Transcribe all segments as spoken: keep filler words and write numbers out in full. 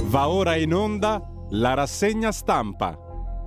Va ora in onda la rassegna stampa.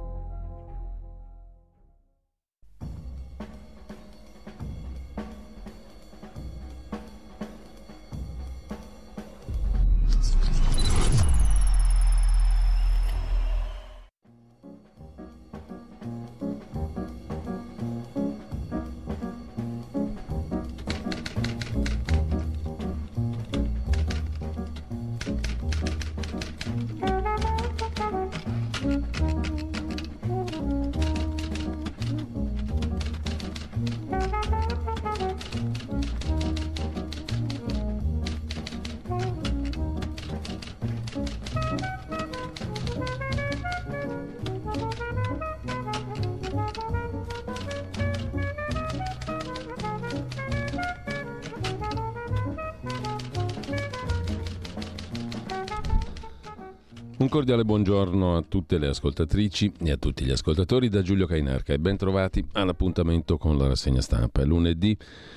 Un cordiale buongiorno a tutte le ascoltatrici e a tutti gli ascoltatori da Giulio Cainarca e ben trovati all'appuntamento con la rassegna stampa. È lunedì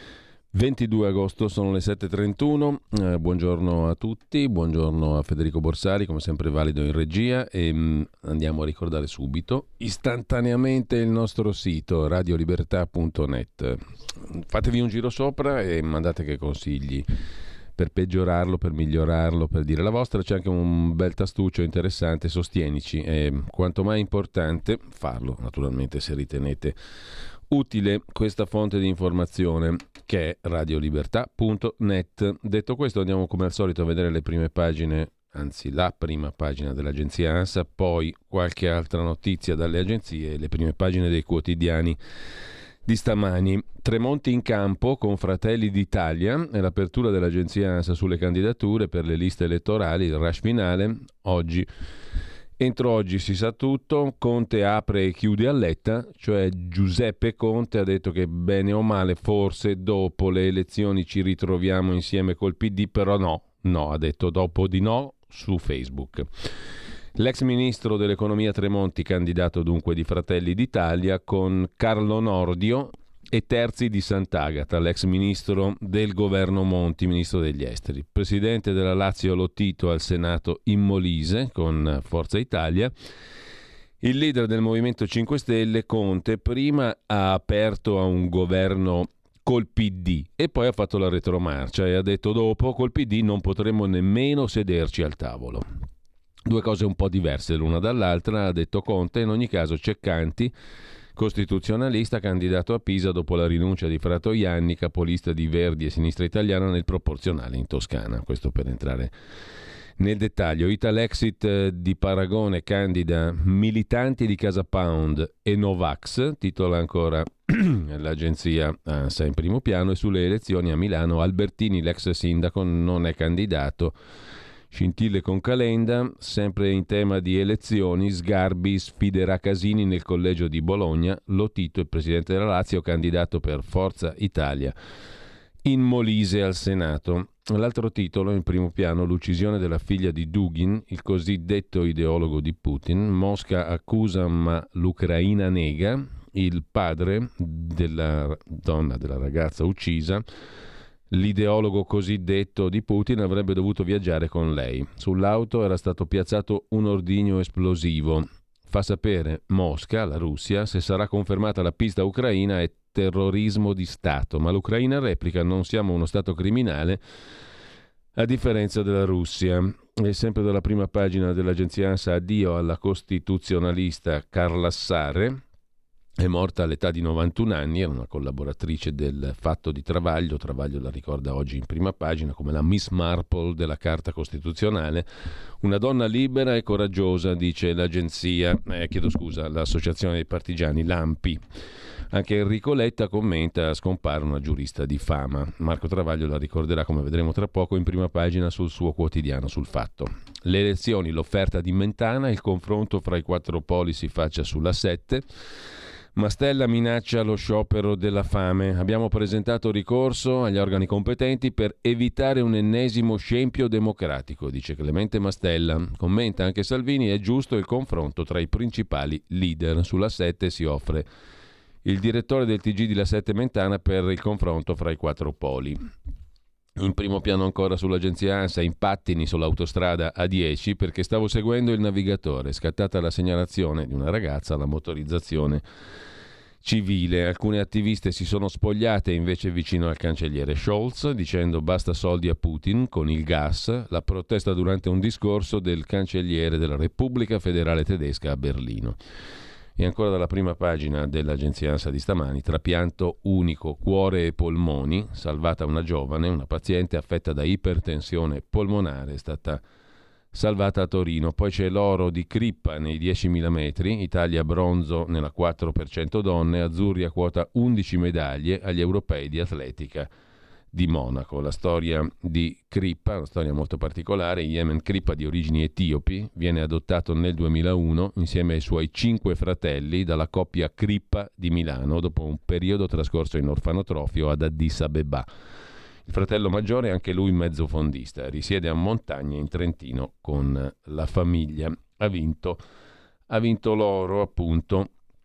ventidue agosto, sono le sette e trentuno. Eh, buongiorno a tutti, buongiorno a Federico Borsari, come sempre valido in regia, e mh, andiamo a ricordare subito istantaneamente il nostro sito radiolibertà punto net. Fatevi un giro sopra e mandate che consigli per peggiorarlo, per migliorarlo, per dire la vostra. C'è anche un bel tastuccio interessante, sostienici, è quanto mai importante farlo, naturalmente, se ritenete utile questa fonte di informazione che è radiolibertà punto net. Detto questo, andiamo come al solito a vedere le prime pagine, anzi la prima pagina dell'agenzia ANSA, poi qualche altra notizia dalle agenzie e le prime pagine dei quotidiani di stamani. Tremonti in campo con Fratelli d'Italia e l'apertura dell'agenzia ANSA sulle candidature per le liste elettorali, il rush finale oggi. Entro oggi si sa tutto. Conte apre e chiude a Letta, cioè Giuseppe Conte ha detto che bene o male forse dopo le elezioni ci ritroviamo insieme col P D, però no, no, ha detto dopo di no su Facebook. L'ex ministro dell'economia Tremonti, candidato dunque di Fratelli d'Italia, con Carlo Nordio e Terzi di Sant'Agata, l'ex ministro del governo Monti, ministro degli esteri. Presidente della Lazio Lotito al Senato in Molise con Forza Italia. Il leader del Movimento cinque Stelle, Conte, prima ha aperto a un governo col P D e poi ha fatto la retromarcia e ha detto dopo col P D non potremmo nemmeno sederci al tavolo. Due cose un po' diverse l'una dall'altra, ha detto Conte. In ogni caso Ceccanti, costituzionalista, candidato a Pisa dopo la rinuncia di Fratoianni, capolista di Verdi e Sinistra Italiana nel proporzionale in Toscana. Questo per entrare nel dettaglio. Italexit di Paragone candida militanti di Casa Pound e Novax, titola ancora l'agenzia ANSA in primo piano. E sulle elezioni a Milano Albertini, l'ex sindaco, non è candidato. Scintille con Calenda, sempre in tema di elezioni, Sgarbi sfiderà Casini nel collegio di Bologna, Lotito, il presidente della Lazio, candidato per Forza Italia in Molise al Senato. L'altro titolo in primo piano, l'uccisione della figlia di Dugin, il cosiddetto ideologo di Putin. Mosca accusa ma l'Ucraina nega. Il padre della donna, della ragazza uccisa, l'ideologo cosiddetto di Putin, avrebbe dovuto viaggiare con lei. Sull'auto era stato piazzato un ordigno esplosivo. Fa sapere Mosca, la Russia, se sarà confermata la pista ucraina è terrorismo di Stato, ma l'Ucraina replica: non siamo uno Stato criminale, a differenza della Russia. E sempre dalla prima pagina dell'agenzia ANSA, addio alla costituzionalista Carla Sare. È morta all'età di novantuno anni, era una collaboratrice del Fatto di Travaglio. Travaglio la ricorda oggi in prima pagina come la Miss Marple della Carta Costituzionale. Una donna libera e coraggiosa, dice l'agenzia, eh, chiedo scusa, l'associazione dei partigiani, l'ANPI. Anche Enrico Letta commenta: scompare una giurista di fama. Marco Travaglio la ricorderà, come vedremo tra poco, in prima pagina sul suo quotidiano, sul Fatto. Le elezioni, l'offerta di Mentana, il confronto fra i quattro poli si faccia sulla sette. Mastella minaccia lo sciopero della fame. Abbiamo presentato ricorso agli organi competenti per evitare un ennesimo scempio democratico, dice Clemente Mastella. Commenta anche Salvini: è giusto il confronto tra i principali leader. Sulla sette si offre il direttore del T G di La Sette Mentana per il confronto fra i quattro poli. In primo piano ancora sull'agenzia ANSA, in pattini sull'autostrada A dieci perché stavo seguendo il navigatore, scattata la segnalazione di una ragazza alla motorizzazione civile. Alcune attiviste si sono spogliate invece vicino al cancelliere Scholz dicendo basta soldi a Putin con il gas, la protesta durante un discorso del cancelliere della Repubblica Federale Tedesca a Berlino. E ancora dalla prima pagina dell'agenzia ANSA di stamani, trapianto unico, cuore e polmoni, salvata una giovane, una paziente affetta da ipertensione polmonare, è stata salvata a Torino. Poi c'è l'oro di Crippa nei diecimila metri, Italia bronzo nella quattro per cento donne, azzurri a quota undici medaglie agli europei di atletica di Monaco. La storia di Crippa, una storia molto particolare. Yemen Crippa, di origini etiopi, viene adottato nel duemilauno insieme ai suoi cinque fratelli dalla coppia Crippa di Milano dopo un periodo trascorso in orfanotrofio ad Addis Abeba. Il fratello maggiore è anche lui mezzo fondista, risiede a Montagna in Trentino con la famiglia. Ha vinto, ha vinto l'oro appunto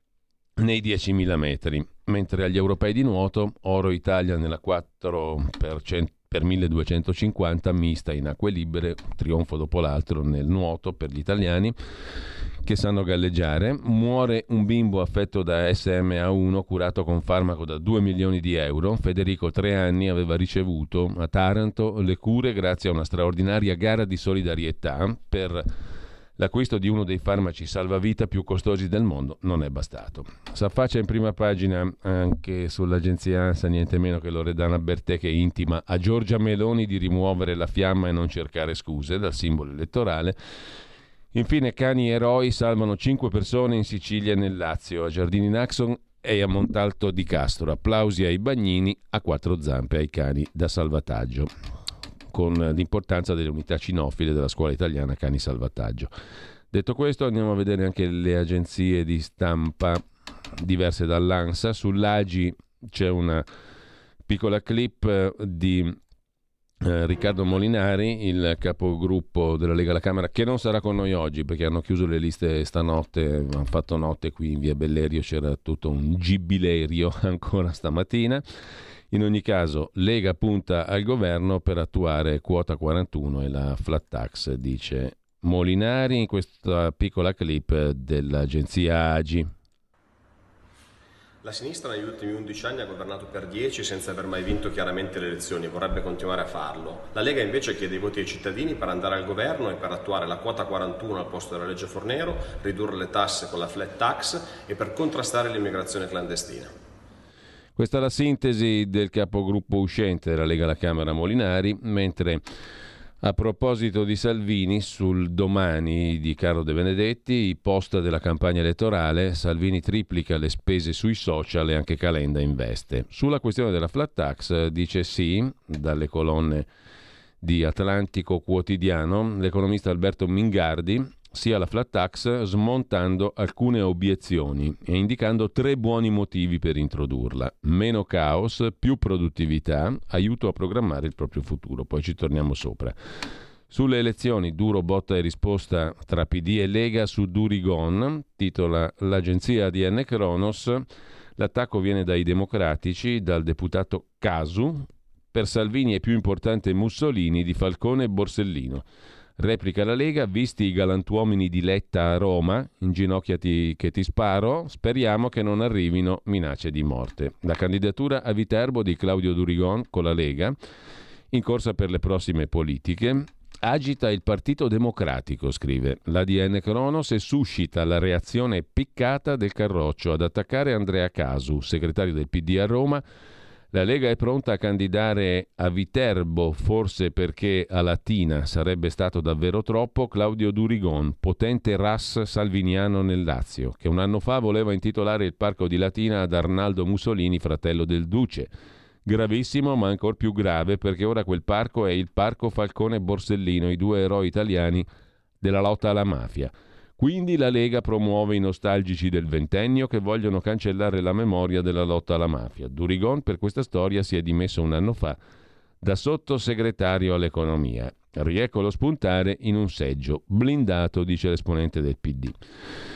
nei diecimila metri, mentre agli europei di nuoto oro Italia nella quattro per cento per milleduecentocinquanta mista in acque libere, un trionfo dopo l'altro nel nuoto per gli italiani che sanno galleggiare. Muore un bimbo affetto da S M A uno curato con farmaco da due milioni di euro. Federico, tre anni, aveva ricevuto a Taranto le cure grazie a una straordinaria gara di solidarietà per l'acquisto di uno dei farmaci salvavita più costosi del mondo. Non è bastato. S'affaccia in prima pagina anche sull'agenzia ANSA niente meno che Loredana Bertè, che intima a Giorgia Meloni di rimuovere la fiamma e non cercare scuse dal simbolo elettorale. Infine, cani eroi salvano cinque persone in Sicilia e nel Lazio, a Giardini Naxon e a Montalto di Castro. Applausi ai bagnini, a quattro zampe ai cani da salvataggio, con l'importanza delle unità cinofile della scuola italiana Cani Salvataggio. Detto questo, andiamo a vedere anche le agenzie di stampa diverse dall'ANSA. Sull'A G I c'è una piccola clip di eh, Riccardo Molinari, il capogruppo della Lega alla Camera, che non sarà con noi oggi perché hanno chiuso le liste stanotte, hanno fatto notte qui in via Bellerio, c'era tutto un gibilerio ancora stamattina. In ogni caso, Lega punta al governo per attuare quota quarantuno e la flat tax, dice Molinari in questa piccola clip dell'agenzia A G I. La sinistra negli ultimi undici anni ha governato per dieci senza aver mai vinto chiaramente le elezioni, vorrebbe continuare a farlo. La Lega invece chiede i voti ai cittadini per andare al governo e per attuare la quota quarantuno al posto della legge Fornero, ridurre le tasse con la flat tax e per contrastare l'immigrazione clandestina. Questa è la sintesi del capogruppo uscente della Lega alla Camera Molinari, mentre a proposito di Salvini, sul Domani di Carlo De Benedetti, i post della campagna elettorale, Salvini triplica le spese sui social e anche Calenda investe. Sulla questione della flat tax dice sì, dalle colonne di Atlantico Quotidiano, l'economista Alberto Mingardi, sia la flat tax, smontando alcune obiezioni e indicando tre buoni motivi per introdurla: meno caos, più produttività, aiuto a programmare il proprio futuro. Poi ci torniamo sopra. Sulle elezioni, duro botta e risposta tra P D e Lega su Durigon, titola l'agenzia A D N Kronos. L'attacco viene dai democratici, dal deputato Casu. Per Salvini è più importante Mussolini di Falcone e Borsellino. Replica la Lega, visti i galantuomini di Letta a Roma, inginocchiati che ti sparo, speriamo che non arrivino minacce di morte. La candidatura a Viterbo di Claudio Durigon con la Lega, in corsa per le prossime politiche, agita il Partito Democratico, scrive l'A D N Kronos, e suscita la reazione piccata del Carroccio ad attaccare Andrea Casu, segretario del P D a Roma. La Lega è pronta a candidare a Viterbo, forse perché a Latina sarebbe stato davvero troppo, Claudio Durigon, potente ras salviniano nel Lazio, che un anno fa voleva intitolare il parco di Latina ad Arnaldo Mussolini, fratello del Duce. Gravissimo, ma ancor più grave, perché ora quel parco è il Parco Falcone Borsellino, i due eroi italiani della lotta alla mafia. Quindi la Lega promuove i nostalgici del ventennio che vogliono cancellare la memoria della lotta alla mafia. Durigon per questa storia si è dimesso un anno fa da sottosegretario all'economia. Rieccolo spuntare in un seggio blindato, dice l'esponente del P D.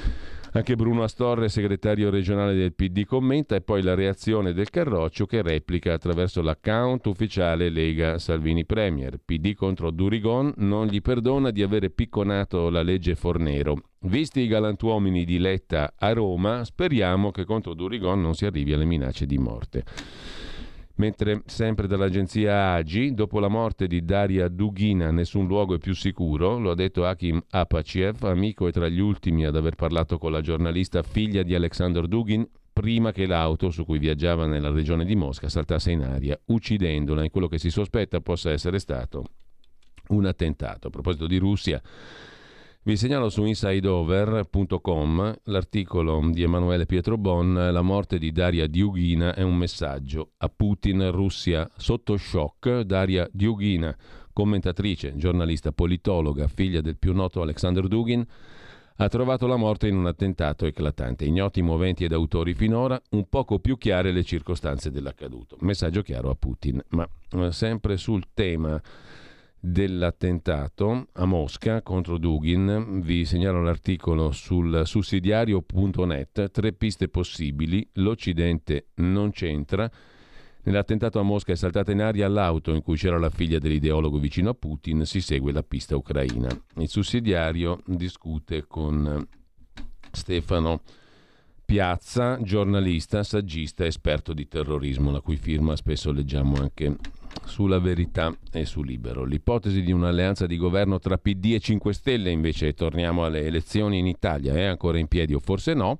Anche Bruno Astorre, segretario regionale del P D, commenta, e poi la reazione del Carroccio che replica attraverso l'account ufficiale Lega Salvini Premier. P D contro Durigon, non gli perdona di avere picconato la legge Fornero. Visti i galantuomini di Letta a Roma, speriamo che contro Durigon non si arrivi alle minacce di morte. Mentre sempre dall'agenzia Agi, dopo la morte di Daria Dugina nessun luogo è più sicuro, lo ha detto Hakim Apaciev, amico e tra gli ultimi ad aver parlato con la giornalista figlia di Alexander Dugin, prima che l'auto su cui viaggiava nella regione di Mosca saltasse in aria, uccidendola in quello che si sospetta possa essere stato un attentato. A proposito di Russia, vi segnalo su insideover punto com l'articolo di Emanuele Pietrobon. La morte di Daria Dugina è un messaggio a Putin. Russia sotto shock. Daria Dugina, commentatrice, giornalista, politologa, figlia del più noto Alexander Dugin, ha trovato la morte in un attentato eclatante. Ignoti moventi ed autori finora, un poco più chiare le circostanze dell'accaduto. Messaggio chiaro a Putin. Ma eh, sempre sul tema dell'attentato a Mosca contro Dugin, vi segnalo l'articolo sul sussidiario punto net. Tre piste possibili, l'Occidente non c'entra. Nell'attentato a Mosca è saltata in aria l'auto in cui c'era la figlia dell'ideologo vicino a Putin, si segue la pista ucraina. Il sussidiario discute con Stefano Piazza, giornalista, saggista, esperto di terrorismo, la cui firma spesso leggiamo anche sulla Verità e su Libero. L'ipotesi di un'alleanza di governo tra P D e cinque Stelle, invece, torniamo alle elezioni in Italia, è ancora in piedi o forse no?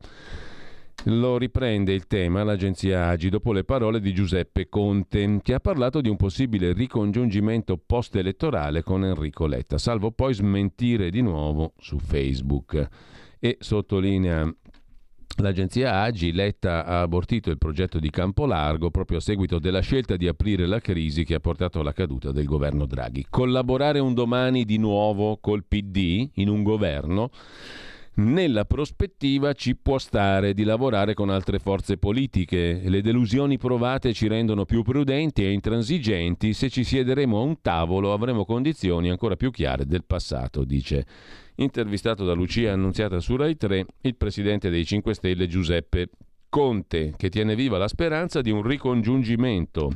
Lo riprende il tema l'agenzia Agi dopo le parole di Giuseppe Conte, che ha parlato di un possibile ricongiungimento post-elettorale con Enrico Letta, salvo poi smentire di nuovo su Facebook. E sottolinea l'agenzia Agi, Letta ha abortito il progetto di Campolargo proprio a seguito della scelta di aprire la crisi che ha portato alla caduta del governo Draghi. Collaborare un domani di nuovo col P D in un governo, nella prospettiva ci può stare di lavorare con altre forze politiche. Le delusioni provate ci rendono più prudenti e intransigenti. Se ci siederemo a un tavolo avremo condizioni ancora più chiare del passato, dice, intervistato da Lucia Annunziata su Rai tre, il presidente dei cinque Stelle Giuseppe Conte, che tiene viva la speranza di un ricongiungimento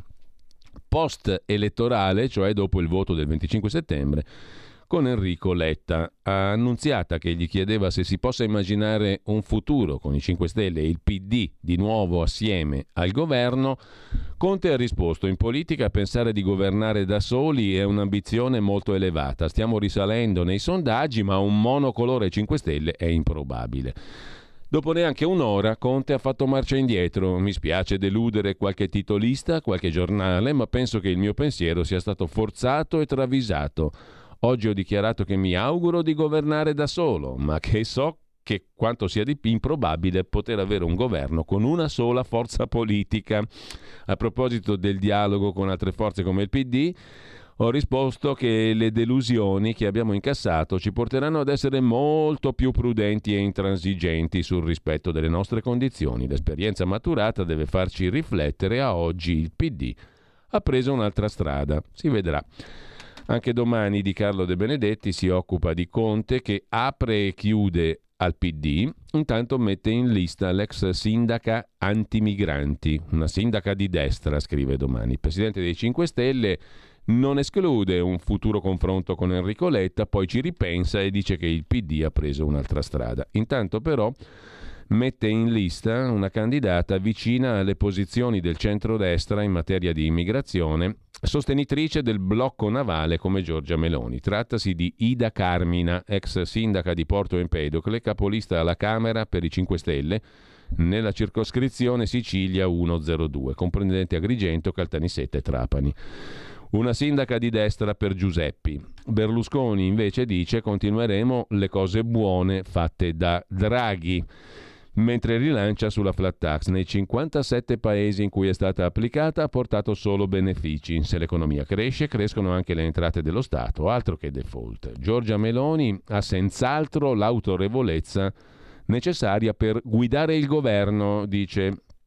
post-elettorale, cioè dopo il voto del venticinque settembre, con Enrico Letta. Ha Annunziata, che gli chiedeva se si possa immaginare un futuro con i cinque Stelle e il P D di nuovo assieme al governo, Conte ha risposto: in politica pensare di governare da soli è un'ambizione molto elevata. Stiamo risalendo nei sondaggi, ma un monocolore cinque Stelle è improbabile. Dopo neanche un'ora Conte ha fatto marcia indietro. Mi spiace deludere qualche titolista, qualche giornale, ma penso che il mio pensiero sia stato forzato e travisato. Oggi ho dichiarato che mi auguro di governare da solo, ma che so che quanto sia di improbabile poter avere un governo con una sola forza politica. A proposito del dialogo con altre forze come il P D, ho risposto che le delusioni che abbiamo incassato ci porteranno ad essere molto più prudenti e intransigenti sul rispetto delle nostre condizioni. L'esperienza maturata deve farci riflettere. A oggi il P D ha preso un'altra strada. Si vedrà. Anche Domani di Carlo De Benedetti si occupa di Conte, che apre e chiude al P D, intanto mette in lista l'ex sindaca antimigranti, una sindaca di destra, scrive Domani. Il presidente dei cinque Stelle non esclude un futuro confronto con Enrico Letta, poi ci ripensa e dice che il P D ha preso un'altra strada. Intanto però mette in lista una candidata vicina alle posizioni del centrodestra in materia di immigrazione, sostenitrice del blocco navale come Giorgia Meloni. Trattasi di Ida Carmina, ex sindaca di Porto Empedocle, capolista alla Camera per i cinque Stelle nella circoscrizione Sicilia centodue, comprendente Agrigento, Caltanissetta e Trapani. Una sindaca di destra per Giuseppi. Berlusconi invece dice: continueremo le cose buone fatte da Draghi, mentre rilancia sulla flat tax. Nei cinquantasette paesi in cui è stata applicata ha portato solo benefici. Se l'economia cresce, crescono anche le entrate dello Stato, altro che default. Giorgia Meloni ha senz'altro l'autorevolezza necessaria per guidare il governo, dice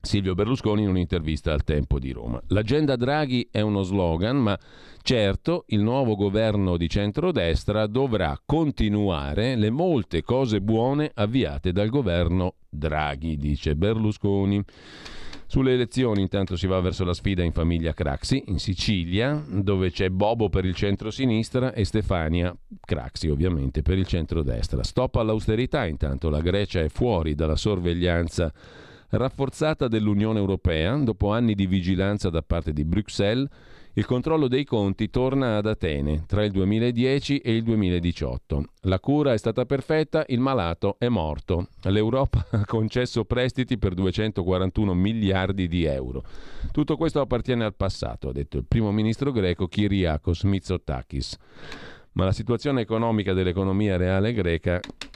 Silvio Berlusconi in un'intervista al Tempo di Roma. L'agenda Draghi è uno slogan, ma certo il nuovo governo di centrodestra dovrà continuare le molte cose buone avviate dal governo Draghi, dice Berlusconi. Sulle elezioni intanto si va verso la sfida in famiglia Craxi, in Sicilia, dove c'è Bobo per il centro-sinistra e Stefania Craxi ovviamente per il centrodestra. Stop all'austerità, intanto la Grecia è fuori dalla sorveglianza rafforzata dell'Unione Europea. Dopo anni di vigilanza da parte di Bruxelles, il controllo dei conti torna ad Atene tra il duemiladieci e il duemiladiciotto. La cura è stata perfetta, il malato è morto. L'Europa ha concesso prestiti per duecentoquarantuno miliardi di euro. Tutto questo appartiene al passato, ha detto il primo ministro greco Kyriakos Mitsotakis. Ma la situazione economica dell'economia reale greca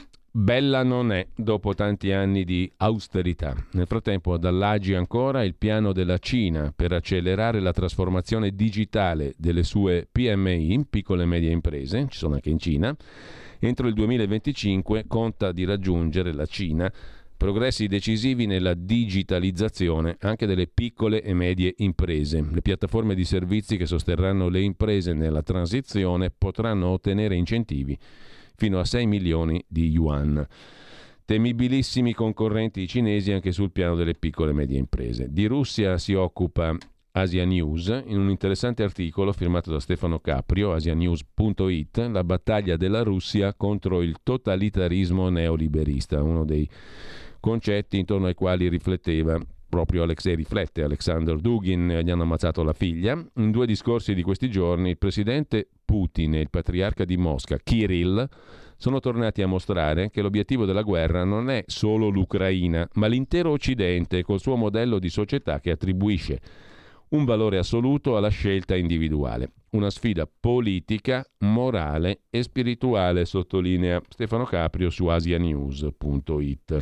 bella non è, dopo tanti anni di austerità. Nel frattempo, dall'A G I ancora il piano della Cina per accelerare la trasformazione digitale delle sue P M I, piccole e medie imprese, ci sono anche in Cina. Entro il duemilaventicinque conta di raggiungere la Cina progressi decisivi nella digitalizzazione anche delle piccole e medie imprese. Le piattaforme di servizi che sosterranno le imprese nella transizione potranno ottenere incentivi fino a sei milioni di yuan. Temibilissimi concorrenti cinesi anche sul piano delle piccole e medie imprese. Di Russia si occupa Asia News in un interessante articolo firmato da Stefano Caprio, asianews punto it, la battaglia della Russia contro il totalitarismo neoliberista, uno dei concetti intorno ai quali rifletteva proprio Alexei riflette Alexander Dugin. Gli hanno ammazzato la figlia. In due discorsi di questi giorni il presidente Putin e il patriarca di Mosca Kirill sono tornati a mostrare che l'obiettivo della guerra non è solo l'Ucraina, ma l'intero Occidente col suo modello di società che attribuisce un valore assoluto alla scelta individuale. Una sfida politica, morale e spirituale, sottolinea Stefano Caprio su asianews punto it.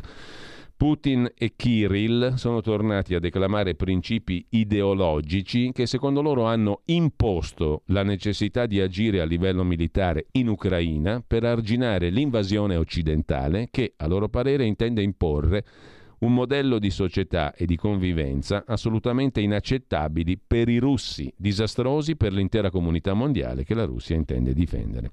Putin e Kirill sono tornati a declamare principi ideologici che secondo loro hanno imposto la necessità di agire a livello militare in Ucraina per arginare l'invasione occidentale che, a loro parere, intende imporre un modello di società e di convivenza assolutamente inaccettabili per i russi, disastrosi per l'intera comunità mondiale che la Russia intende difendere.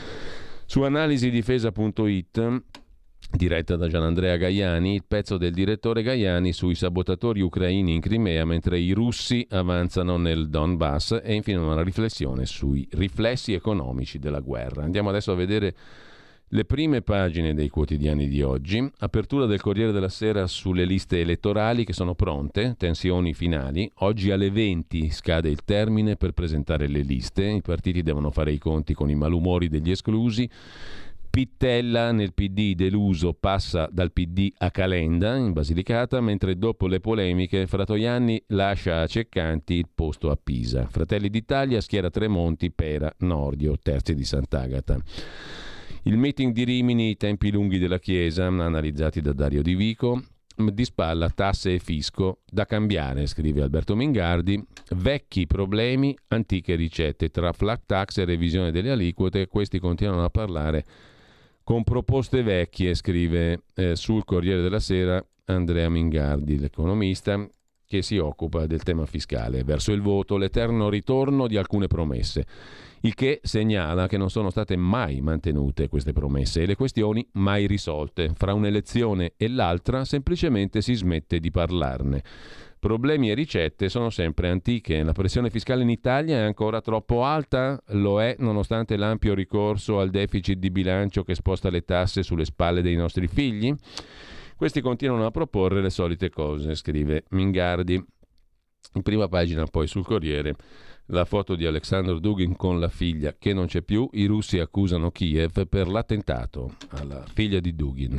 Su analisi difesa punto it, diretta da Gianandrea Gaiani, il pezzo del direttore Gaiani sui sabotatori ucraini in Crimea mentre i russi avanzano nel Donbass e infine una riflessione sui riflessi economici della guerra. Andiamo adesso a vedere le prime pagine dei quotidiani di oggi. Apertura del Corriere della Sera sulle liste elettorali che sono pronte, tensioni finali. Oggi alle venti scade il termine per presentare le liste, i partiti devono fare i conti con i malumori degli esclusi. Pittella nel P D deluso passa dal P D a Calenda in Basilicata, mentre dopo le polemiche Fratoianni lascia a Ceccanti il posto a Pisa. Fratelli d'Italia schiera Tremonti, Pera, Nordio, terzi di Sant'Agata. Il meeting di Rimini, i tempi lunghi della Chiesa, analizzati da Dario Di Vico. Di spalla tasse e fisco da cambiare, scrive Alberto Mingardi. Vecchi problemi, antiche ricette. Tra flat tax e revisione delle aliquote, questi continuano a parlare con proposte vecchie, scrive eh, sul Corriere della Sera Andrea Mingardi, l'economista che si occupa del tema fiscale. Verso il voto, l'eterno ritorno di alcune promesse, il che segnala che non sono state mai mantenute queste promesse e le questioni mai risolte. Fra un'elezione e l'altra semplicemente si smette di parlarne. Problemi e ricette sono sempre antiche. La pressione fiscale in Italia è ancora troppo alta? Lo è nonostante l'ampio ricorso al deficit di bilancio che sposta le tasse sulle spalle dei nostri figli? Questi continuano a proporre le solite cose, scrive Mingardi. In prima pagina poi sul Corriere la foto di Alexander Dugin con la figlia che non c'è più. I russi accusano Kiev per l'attentato alla figlia di Dugin.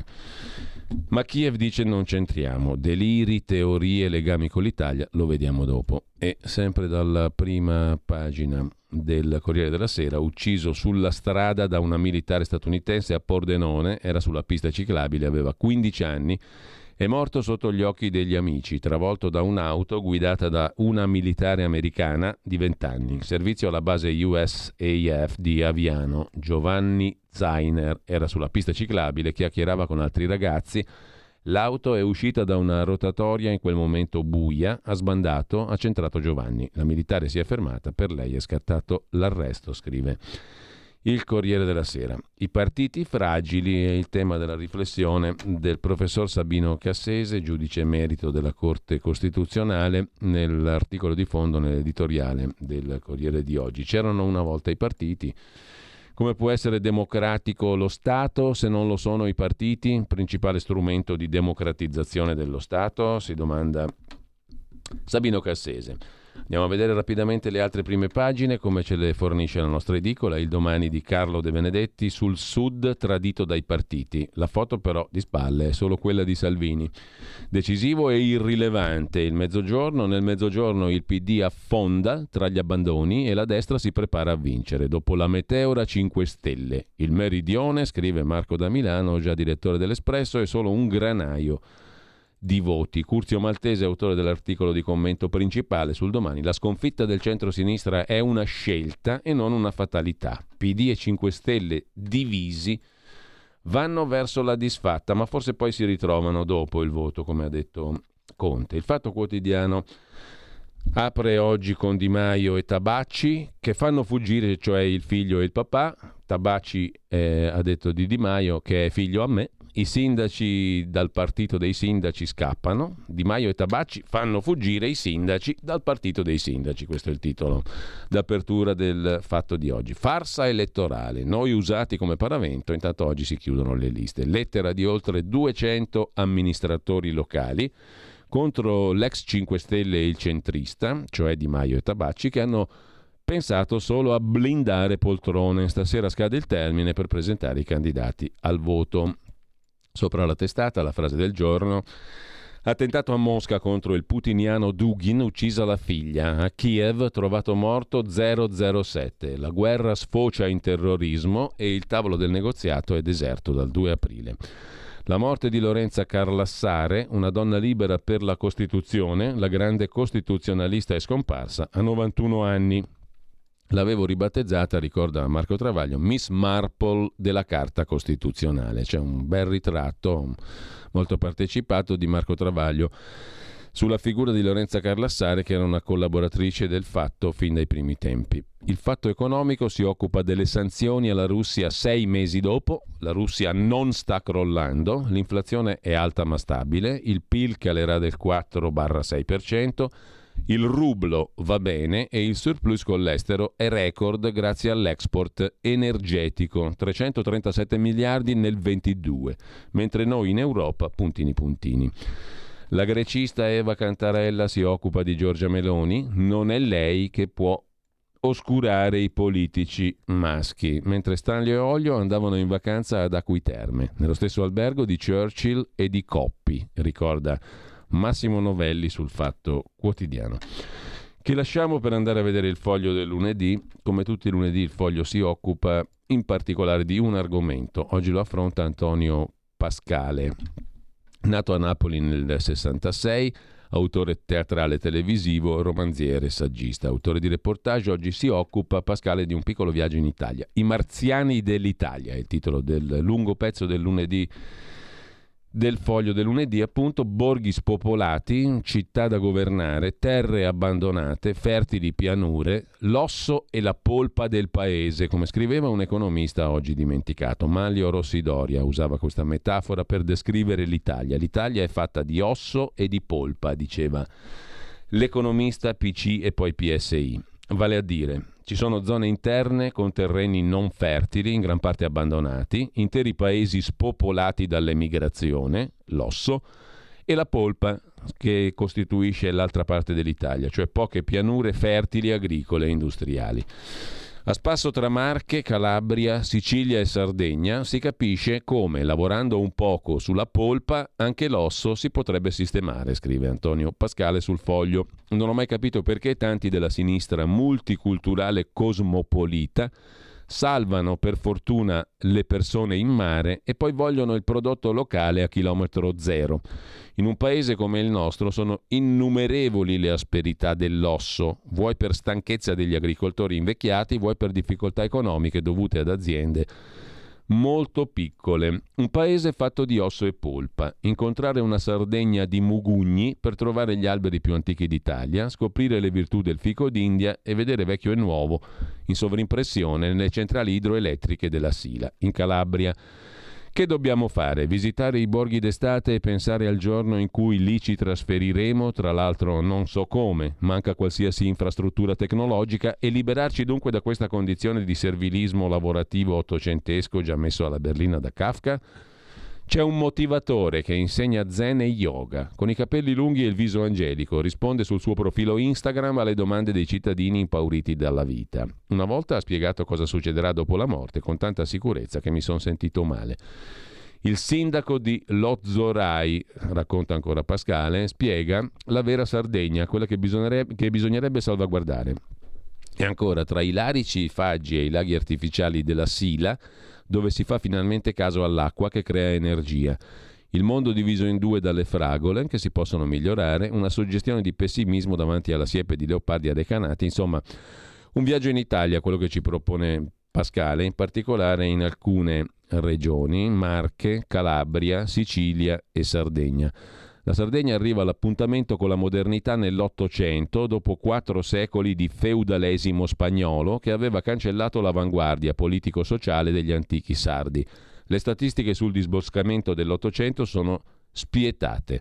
Ma Kiev dice non c'entriamo. Deliri, teorie, legami con l'Italia, lo vediamo dopo. E sempre dalla prima pagina del Corriere della Sera, ucciso sulla strada da una militare statunitense a Pordenone, era sulla pista ciclabile, aveva quindici anni, è morto sotto gli occhi degli amici, travolto da un'auto guidata da una militare americana di venti anni. Il servizio alla base U S A F di Aviano, Giovanni Zainer, era sulla pista ciclabile, chiacchierava con altri ragazzi, L'auto è uscita da una rotatoria in quel momento buia, ha sbandato, ha centrato Giovanni. La militare si è fermata, per lei è scattato l'arresto, scrive il Corriere della Sera. I partiti fragili è il tema della riflessione del professor Sabino Cassese, giudice emerito della Corte Costituzionale, nell'articolo di fondo, nell'editoriale del Corriere di oggi. C'erano una volta i partiti. Come può essere democratico lo Stato se non lo sono i partiti? Principale strumento di democratizzazione dello Stato? Si domanda Sabino Cassese. Andiamo a vedere rapidamente le altre prime pagine, come ce le fornisce la nostra edicola. Il Domani di Carlo De Benedetti sul Sud tradito dai partiti. La foto però di spalle è solo quella di Salvini. Decisivo e irrilevante il Mezzogiorno. Nel Mezzogiorno il P D affonda tra gli abbandoni e la destra si prepara a vincere. Dopo la meteora cinque Stelle. Il Meridione, scrive Marco da Milano, già direttore dell'Espresso, è solo un granaio di voti. Curzio Maltese, autore dell'articolo di commento principale sul Domani. La sconfitta del centro-sinistra è una scelta e non una fatalità. P D e cinque Stelle divisi vanno verso la disfatta, ma forse poi si ritrovano dopo il voto, come ha detto Conte. Il Fatto Quotidiano apre oggi con Di Maio e Tabacci che fanno fuggire, cioè il figlio e il papà. Tabacci eh, ha detto di Di Maio che è figlio a me. I sindaci dal partito dei sindaci scappano. Di Maio e Tabacci fanno fuggire i sindaci dal partito dei sindaci. Questo è il titolo d'apertura del Fatto di oggi. Farsa elettorale, noi usati come paravento. Intanto oggi si chiudono le liste. Lettera di oltre duecento amministratori locali contro l'ex cinque Stelle e il centrista, cioè Di Maio e Tabacci, che hanno pensato solo a blindare poltrone. Stasera scade il termine per presentare i candidati al voto. Sopra la testata la frase del giorno: attentato a Mosca contro il putiniano Dugin, uccisa la figlia. A Kiev trovato morto zero zero sette. La guerra sfocia in terrorismo e il tavolo del negoziato è deserto dal due aprile. La morte di Lorenza Carlassare, una donna libera per la Costituzione, la grande costituzionalista è scomparsa a novantuno anni. L'avevo ribattezzata, ricorda Marco Travaglio, Miss Marple della Carta Costituzionale. C'è un bel ritratto molto partecipato di Marco Travaglio sulla figura di Lorenza Carlassare, che era una collaboratrice del Fatto fin dai primi tempi. Il Fatto Economico si occupa delle sanzioni alla Russia sei mesi dopo. La Russia non sta crollando, l'inflazione è alta ma stabile, il P I L calerà del quattro sei per cento, il rublo va bene e il surplus con l'estero è record grazie all'export energetico, trecentotrentasette miliardi nel ventidue, mentre noi in Europa puntini puntini. La grecista Eva Cantarella si occupa di Giorgia Meloni, non è lei che può oscurare i politici maschi, mentre Stanley e Olio andavano in vacanza ad Acquiterme, nello stesso albergo di Churchill e di Coppi, ricorda Massimo Novelli sul Fatto Quotidiano, che lasciamo per andare a vedere il Foglio del lunedì. Come tutti i lunedì il Foglio si occupa in particolare di un argomento. Oggi lo affronta Antonio Pascale, nato a Napoli nel sessantasei, autore teatrale televisivo, romanziere e saggista, autore di reportage. Oggi si occupa Pascale di un piccolo viaggio in Italia. I marziani dell'Italia è il titolo del lungo pezzo del lunedì del Foglio del lunedì, appunto. Borghi spopolati, città da governare, terre abbandonate, fertili pianure, l'osso e la polpa del paese, come scriveva un economista oggi dimenticato. Manlio Rossidoria usava questa metafora per descrivere l'Italia. L'Italia è fatta di osso e di polpa, diceva l'economista P C e poi P S I. Vale a dire, ci sono zone interne con terreni non fertili, in gran parte abbandonati, interi paesi spopolati dall'emigrazione, l'osso, e la polpa, che costituisce l'altra parte dell'Italia, cioè poche pianure fertili agricole e industriali. A spasso tra Marche, Calabria, Sicilia e Sardegna si capisce come, lavorando un poco sulla polpa, anche l'osso si potrebbe sistemare, scrive Antonio Pascale sul Foglio. Non ho mai capito perché tanti della sinistra multiculturale cosmopolita salvano per fortuna le persone in mare e poi vogliono il prodotto locale a chilometro zero. In un paese come il nostro sono innumerevoli le asperità dell'osso, vuoi per stanchezza degli agricoltori invecchiati, vuoi per difficoltà economiche dovute ad aziende molto piccole. Un paese fatto di osso e polpa. Incontrare una Sardegna di mugugni per trovare gli alberi più antichi d'Italia, scoprire le virtù del fico d'India e vedere vecchio e nuovo in sovrimpressione nelle centrali idroelettriche della Sila, in Calabria. Che dobbiamo fare? Visitare i borghi d'estate e pensare al giorno in cui lì ci trasferiremo, tra l'altro non so come, manca qualsiasi infrastruttura tecnologica, e liberarci dunque da questa condizione di servilismo lavorativo ottocentesco già messo alla berlina da Kafka? C'è un motivatore che insegna zen e yoga, con i capelli lunghi e il viso angelico, risponde sul suo profilo Instagram alle domande dei cittadini impauriti dalla vita. Una volta ha spiegato cosa succederà dopo la morte con tanta sicurezza che mi sono sentito male. Il sindaco di Lozzorai, racconta ancora Pascale, spiega la vera Sardegna, quella che bisognerebbe, che bisognerebbe salvaguardare. E ancora, tra i larici, i faggi e i laghi artificiali della Sila, dove si fa finalmente caso all'acqua che crea energia. Il mondo diviso in due dalle fragole, che si possono migliorare, una suggestione di pessimismo davanti alla siepe di leopardi addecanati, insomma, un viaggio in Italia, quello che ci propone Pascale, in particolare in alcune regioni, Marche, Calabria, Sicilia e Sardegna. La Sardegna arriva all'appuntamento con la modernità nell'Ottocento, dopo quattro secoli di feudalesimo spagnolo che aveva cancellato l'avanguardia politico-sociale degli antichi sardi. Le statistiche sul disboscamento dell'Ottocento sono spietate.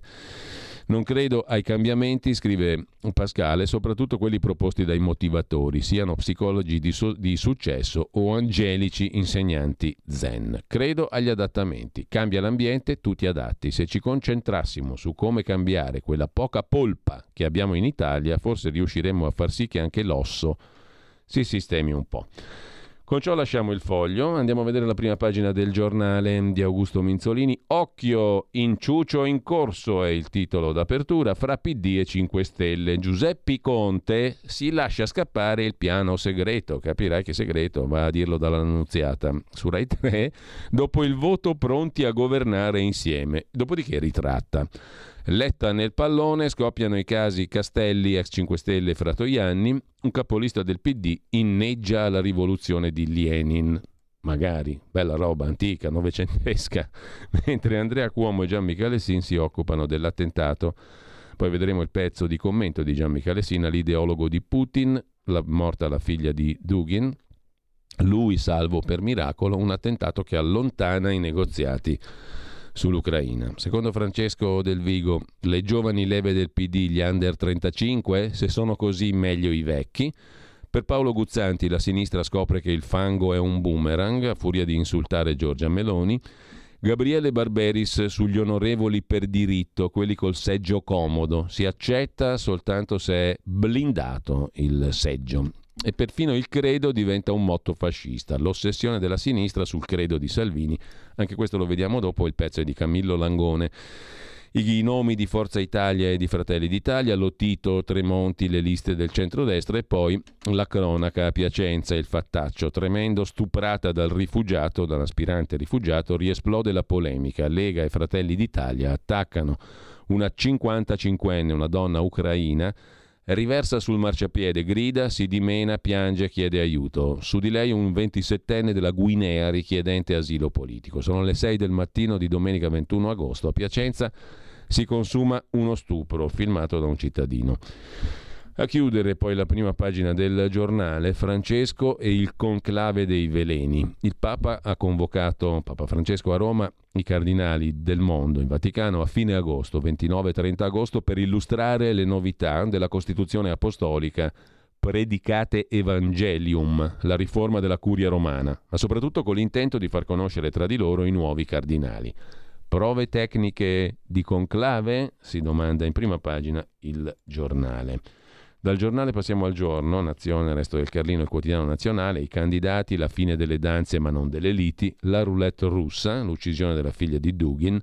Non credo ai cambiamenti, scrive Pascale, soprattutto quelli proposti dai motivatori, siano psicologi di, su- di successo o angelici insegnanti zen. Credo agli adattamenti. Cambia l'ambiente, tutti adatti. Se ci concentrassimo su come cambiare quella poca polpa che abbiamo in Italia, forse riusciremmo a far sì che anche l'osso si sistemi un po'. Con ciò lasciamo il Foglio, andiamo a vedere la prima pagina del Giornale di Augusto Minzolini. Occhio, inciucio in corso è il titolo d'apertura, fra P D e cinque Stelle. Giuseppe Conte si lascia scappare il piano segreto, capirai che segreto, va a dirlo dall'Annunziata su Rai tre, dopo il voto pronti a governare insieme, dopodiché ritratta. Letta nel pallone, scoppiano i casi Castelli, ex cinque Stelle e Fratoianni, un capolista del P D inneggia alla rivoluzione di Lenin. Magari, bella roba antica, novecentesca, mentre Andrea Cuomo e Gianmichele Lessin si occupano dell'attentato. Poi vedremo il pezzo di commento di Gianmichele Lessin all'ideologo di Putin, la morta la figlia di Dugin, lui salvo per miracolo, un attentato che allontana i negoziati sull'Ucraina. Secondo Francesco Del Vigo, le giovani leve del P D, gli under trentacinque, se sono così meglio i vecchi. Per Paolo Guzzanti la sinistra scopre che il fango è un boomerang, a furia di insultare Giorgia Meloni. Gabriele Barberis sugli onorevoli per diritto, quelli col seggio comodo, si accetta soltanto se è blindato il seggio. E perfino il credo diventa un motto fascista, l'ossessione della sinistra sul credo di Salvini, anche questo lo vediamo dopo, il pezzo è di Camillo Langone. I nomi di Forza Italia e di Fratelli d'Italia, Lotito, Tremonti, le liste del centrodestra e poi la cronaca a Piacenza, il fattaccio tremendo, stuprata dal rifugiato, dall'aspirante rifugiato, riesplode la polemica, Lega e Fratelli d'Italia attaccano una cinquantacinquenne, una donna ucraina, riversa sul marciapiede, grida, si dimena, piange, chiede aiuto. Su di lei un ventisettenne della Guinea richiedente asilo politico. Sono le sei del mattino di domenica ventuno agosto. A Piacenza si consuma uno stupro, filmato da un cittadino. A chiudere poi la prima pagina del Giornale, Francesco e il conclave dei veleni. Il Papa ha convocato, Papa Francesco a Roma, i cardinali del mondo in Vaticano a fine agosto, ventinove e trenta agosto, per illustrare le novità della Costituzione Apostolica Predicate Evangelium, la riforma della Curia Romana, ma soprattutto con l'intento di far conoscere tra di loro i nuovi cardinali. Prove tecniche di conclave? Si domanda in prima pagina il Giornale. Dal Giornale passiamo al Giorno, Nazione, Resto del Carlino, il quotidiano nazionale, i candidati, la fine delle danze ma non delle liti, la roulette russa, l'uccisione della figlia di Dugin,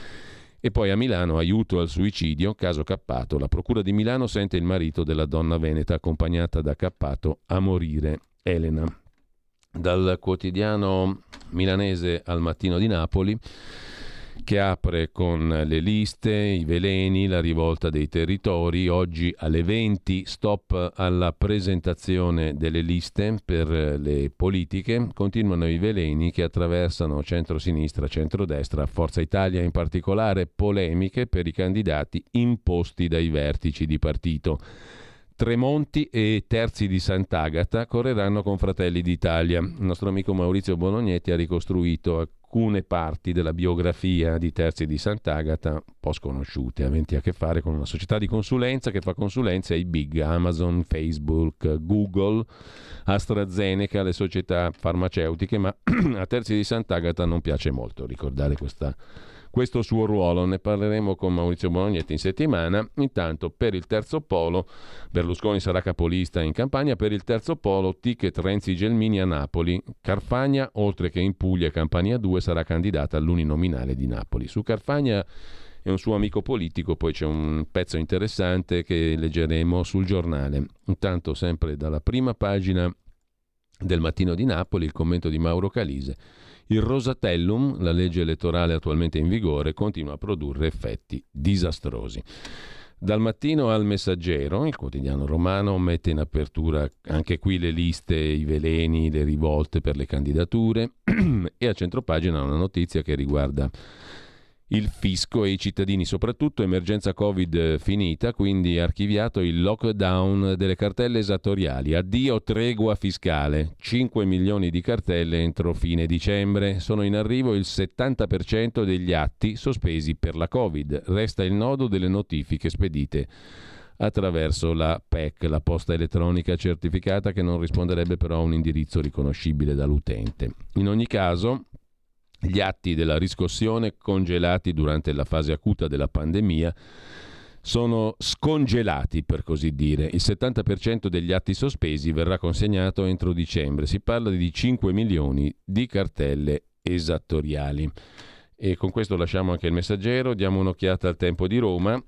e poi a Milano aiuto al suicidio, caso Cappato. La procura di Milano sente il marito della donna veneta accompagnata da Cappato a morire, Elena. Dal quotidiano milanese al Mattino di Napoli, che apre con le liste, i veleni, la rivolta dei territori. Oggi alle venti stop alla presentazione delle liste per le politiche. Continuano i veleni che attraversano centro-sinistra, centro-destra, Forza Italia in particolare, polemiche per i candidati imposti dai vertici di partito. Tremonti e Terzi di Sant'Agata correranno con Fratelli d'Italia. Il nostro amico Maurizio Bolognetti ha ricostruito alcune parti della biografia di Terzi di Sant'Agata, un po' sconosciute, aventi a che fare con una società di consulenza che fa consulenze ai big, Amazon, Facebook, Google, AstraZeneca, le società farmaceutiche, ma a Terzi di Sant'Agata non piace molto ricordare questa questo suo ruolo. Ne parleremo con Maurizio Bolognetti in settimana. Intanto, per il terzo polo, Berlusconi sarà capolista in Campania. Per il terzo polo, ticket Renzi-Gelmini a Napoli. Carfagna, oltre che in Puglia e Campania due, sarà candidata all'uninominale di Napoli. Su Carfagna e un suo amico politico, poi c'è un pezzo interessante che leggeremo sul Giornale. Intanto, sempre dalla prima pagina del Mattino di Napoli, il commento di Mauro Calise. Il Rosatellum, la legge elettorale attualmente in vigore, continua a produrre effetti disastrosi. Dal Mattino al Messaggero, il quotidiano romano mette in apertura anche qui le liste, i veleni, le rivolte per le candidature e a centropagina una notizia che riguarda il fisco e i cittadini, soprattutto emergenza Covid finita, quindi archiviato il lockdown delle cartelle esattoriali. Addio tregua fiscale, cinque milioni di cartelle entro fine dicembre. Sono in arrivo il settanta per cento degli atti sospesi per la Covid. Resta il nodo delle notifiche spedite attraverso la P E C, la posta elettronica certificata, che non risponderebbe però a un indirizzo riconoscibile dall'utente. In ogni caso, gli atti della riscossione congelati durante la fase acuta della pandemia sono scongelati, per così dire. Il settanta per cento degli atti sospesi verrà consegnato entro dicembre. Si parla di cinque milioni di cartelle esattoriali. E con questo lasciamo anche il Messaggero, diamo un'occhiata al Tempo di Roma.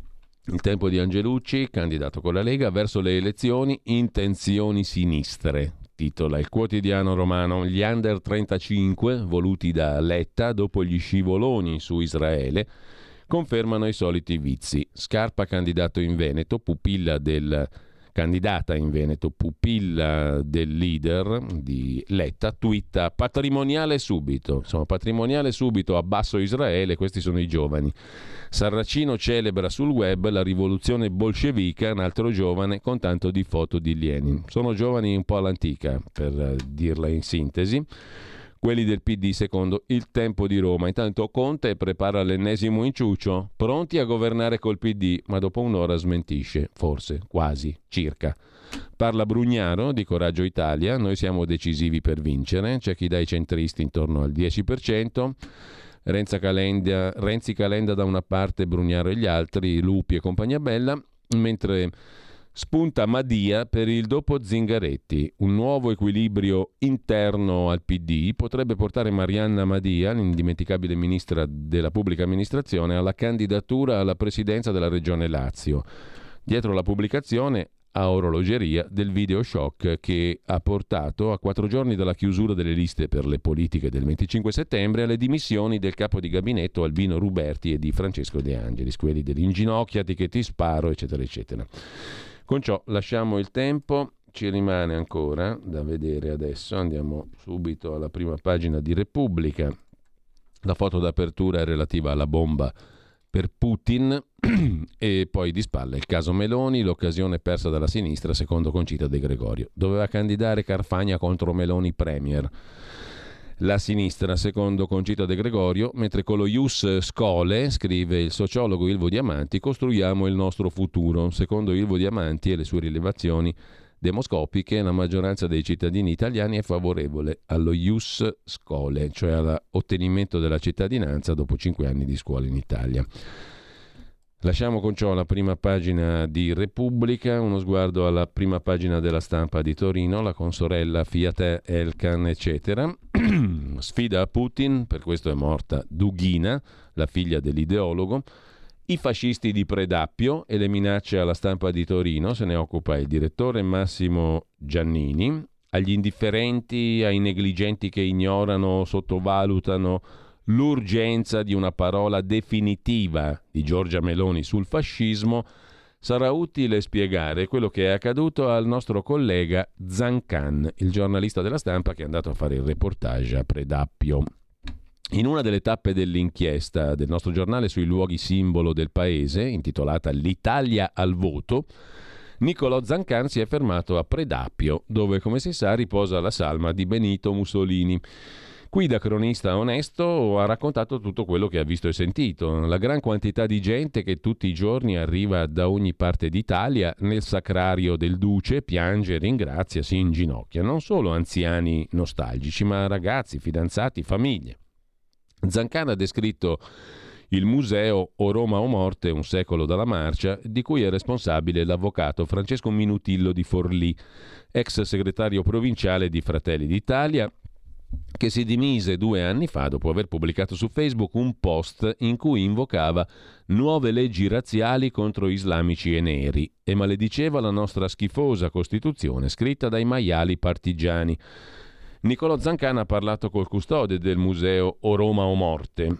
Il Tempo di Angelucci, candidato con la Lega, verso le elezioni, intenzioni sinistre. Titola il quotidiano romano. Gli under trentacinque voluti da Letta dopo gli scivoloni su Israele confermano i soliti vizi. Scarpa candidato in Veneto, pupilla del candidata in Veneto, pupilla del leader di Letta, twitta patrimoniale subito. Insomma, patrimoniale subito, abbasso Israele, questi sono i giovani. Sarracino celebra sul web la rivoluzione bolscevica, un altro giovane con tanto di foto di Lenin. Sono giovani un po' all'antica, per dirla in sintesi, quelli del P D secondo il Tempo di Roma. Intanto Conte prepara l'ennesimo inciuccio, pronti a governare col P D, ma dopo un'ora smentisce, forse, quasi, circa. Parla Brugnaro di Coraggio Italia, noi siamo decisivi per vincere, c'è chi dà i centristi intorno al dieci per cento, Renzi Calenda, Renzi Calenda da una parte, Brugnaro e gli altri, Lupi e compagnia bella, mentre spunta Madia per il dopo Zingaretti. Un nuovo equilibrio interno al P D potrebbe portare Marianna Madia, l'indimenticabile ministra della pubblica amministrazione, alla candidatura alla presidenza della regione Lazio. Dietro la pubblicazione a orologeria del video shock che ha portato a quattro giorni dalla chiusura delle liste per le politiche del venticinque settembre alle dimissioni del capo di gabinetto Albino Ruberti e di Francesco De Angelis, quelli dell'inginocchiati che ti sparo, eccetera, eccetera. Con ciò lasciamo il Tempo, ci rimane ancora da vedere adesso, andiamo subito alla prima pagina di Repubblica. La foto d'apertura è relativa alla bomba per Putin e poi di spalla il caso Meloni, l'occasione persa dalla sinistra secondo Concita De Gregorio. Doveva candidare Carfagna contro Meloni Premier. La sinistra, secondo Concita De Gregorio, mentre con lo Ius Scholae, scrive il sociologo Ilvo Diamanti, costruiamo il nostro futuro. Secondo Ilvo Diamanti e le sue rilevazioni demoscopiche, la maggioranza dei cittadini italiani è favorevole allo Ius Scholae, cioè all'ottenimento della cittadinanza dopo cinque anni di scuola in Italia. Lasciamo con ciò la prima pagina di Repubblica, uno sguardo alla prima pagina della Stampa di Torino, la consorella Fiat Elkan, eccetera. Sfida a Putin, per questo è morta Dughina, la figlia dell'ideologo. I fascisti di Predappio e le minacce alla Stampa di Torino, se ne occupa il direttore Massimo Giannini. Agli indifferenti, ai negligenti che ignorano, sottovalutano l'urgenza di una parola definitiva di Giorgia Meloni sul fascismo, sarà utile spiegare quello che è accaduto al nostro collega Zancan, il giornalista della Stampa che è andato a fare il reportage a Predappio. In una delle tappe dell'inchiesta del nostro giornale sui luoghi simbolo del paese, intitolata L'Italia al voto, Niccolò Zancan si è fermato a Predappio, dove, come si sa, riposa la salma di Benito Mussolini. Qui, da cronista onesto, ha raccontato tutto quello che ha visto e sentito. La gran quantità di gente che tutti i giorni arriva da ogni parte d'Italia nel sacrario del Duce, piange, ringrazia, si inginocchia. Non solo anziani nostalgici, ma ragazzi, fidanzati, famiglie. Zancan ha descritto il museo O Roma o Morte, un secolo dalla marcia, di cui è responsabile l'avvocato Francesco Minutillo di Forlì, ex segretario provinciale di Fratelli d'Italia, che si dimise due anni fa dopo aver pubblicato su Facebook un post in cui invocava nuove leggi razziali contro islamici e neri e malediceva la nostra schifosa Costituzione scritta dai maiali partigiani. Niccolò Zancan ha parlato col custode del museo O Roma o Morte,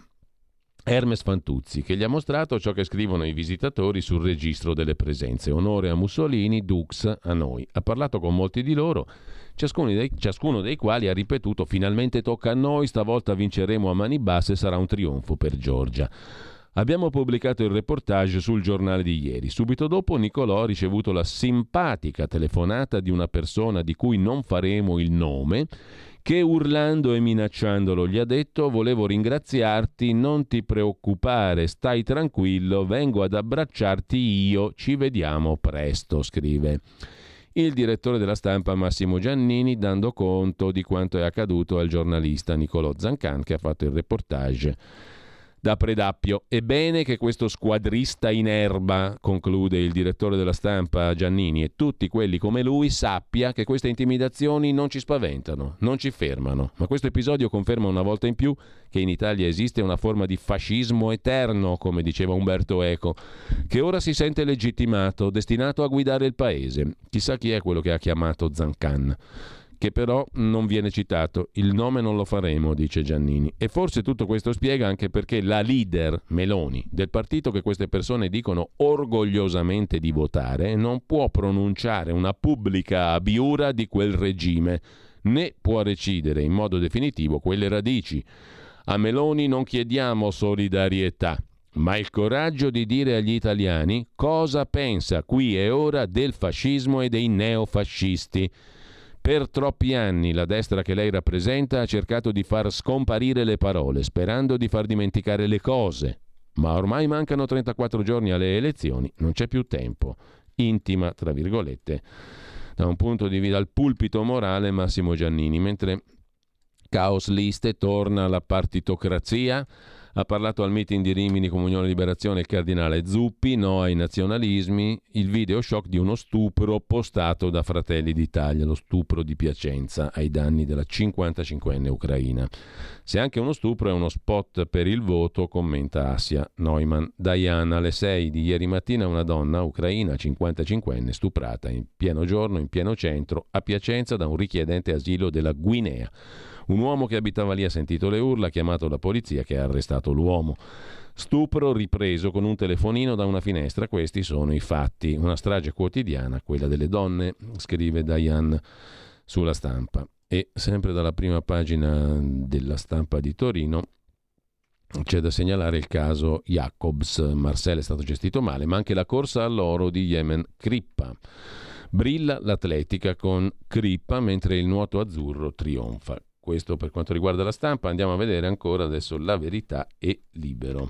Hermes Fantuzzi, che gli ha mostrato ciò che scrivono i visitatori sul registro delle presenze. Onore a Mussolini, dux a noi. Ha parlato con molti di loro, ciascuno dei, ciascuno dei quali ha ripetuto: finalmente tocca a noi, stavolta vinceremo a mani basse, sarà un trionfo per Giorgia. Abbiamo pubblicato il reportage sul giornale di ieri. Subito dopo Niccolò ha ricevuto la simpatica telefonata di una persona di cui non faremo il nome, che urlando e minacciandolo gli ha detto: volevo ringraziarti, non ti preoccupare, stai tranquillo, vengo ad abbracciarti io, ci vediamo presto, scrive il direttore della Stampa Massimo Giannini, dando conto di quanto è accaduto al giornalista Niccolò Zancan che ha fatto il reportage da Predappio. È bene che questo squadrista in erba, conclude il direttore della Stampa Giannini, e tutti quelli come lui sappia che queste intimidazioni non ci spaventano, non ci fermano. Ma questo episodio conferma una volta in più che in Italia esiste una forma di fascismo eterno, come diceva Umberto Eco, che ora si sente legittimato, destinato a guidare il paese. Chissà chi è quello che ha chiamato Zancan, che però non viene citato. Il nome non lo faremo, dice Giannini. E forse tutto questo spiega anche perché la leader Meloni del partito che queste persone dicono orgogliosamente di votare non può pronunciare una pubblica abiura di quel regime, né può recidere in modo definitivo quelle radici. A Meloni non chiediamo solidarietà, ma il coraggio di dire agli italiani cosa pensa qui e ora del fascismo e dei neofascisti. Per troppi anni la destra che lei rappresenta ha cercato di far scomparire le parole, sperando di far dimenticare le cose. Ma ormai mancano trentaquattro giorni alle elezioni, non c'è più tempo. Intima, tra virgolette, da un punto di vista, dal pulpito morale Massimo Giannini. Mentre caos liste, torna la partitocrazia. Ha parlato al meeting di Rimini Comunione Liberazione il cardinale Zuppi, no ai nazionalismi, il video shock di uno stupro postato da Fratelli d'Italia, lo stupro di Piacenza ai danni della cinquantacinquenne ucraina. Se anche uno stupro è uno spot per il voto, commenta Assia Neumann. Diana, alle sei di ieri mattina una donna ucraina cinquantacinquenne stuprata in pieno giorno, in pieno centro, a Piacenza da un richiedente asilo della Guinea. Un uomo che abitava lì ha sentito le urla, ha chiamato la polizia che ha arrestato l'uomo. Stupro ripreso con un telefonino da una finestra, questi sono i fatti. Una strage quotidiana, quella delle donne, scrive Diane sulla Stampa. E sempre dalla prima pagina della Stampa di Torino c'è da segnalare il caso Jacobs. Marcel è stato gestito male, ma anche la corsa all'oro di Yemen Crippa. Brilla l'atletica con Crippa, mentre il nuoto azzurro trionfa. Questo per quanto riguarda la Stampa. Andiamo a vedere ancora adesso La Verità e Libero.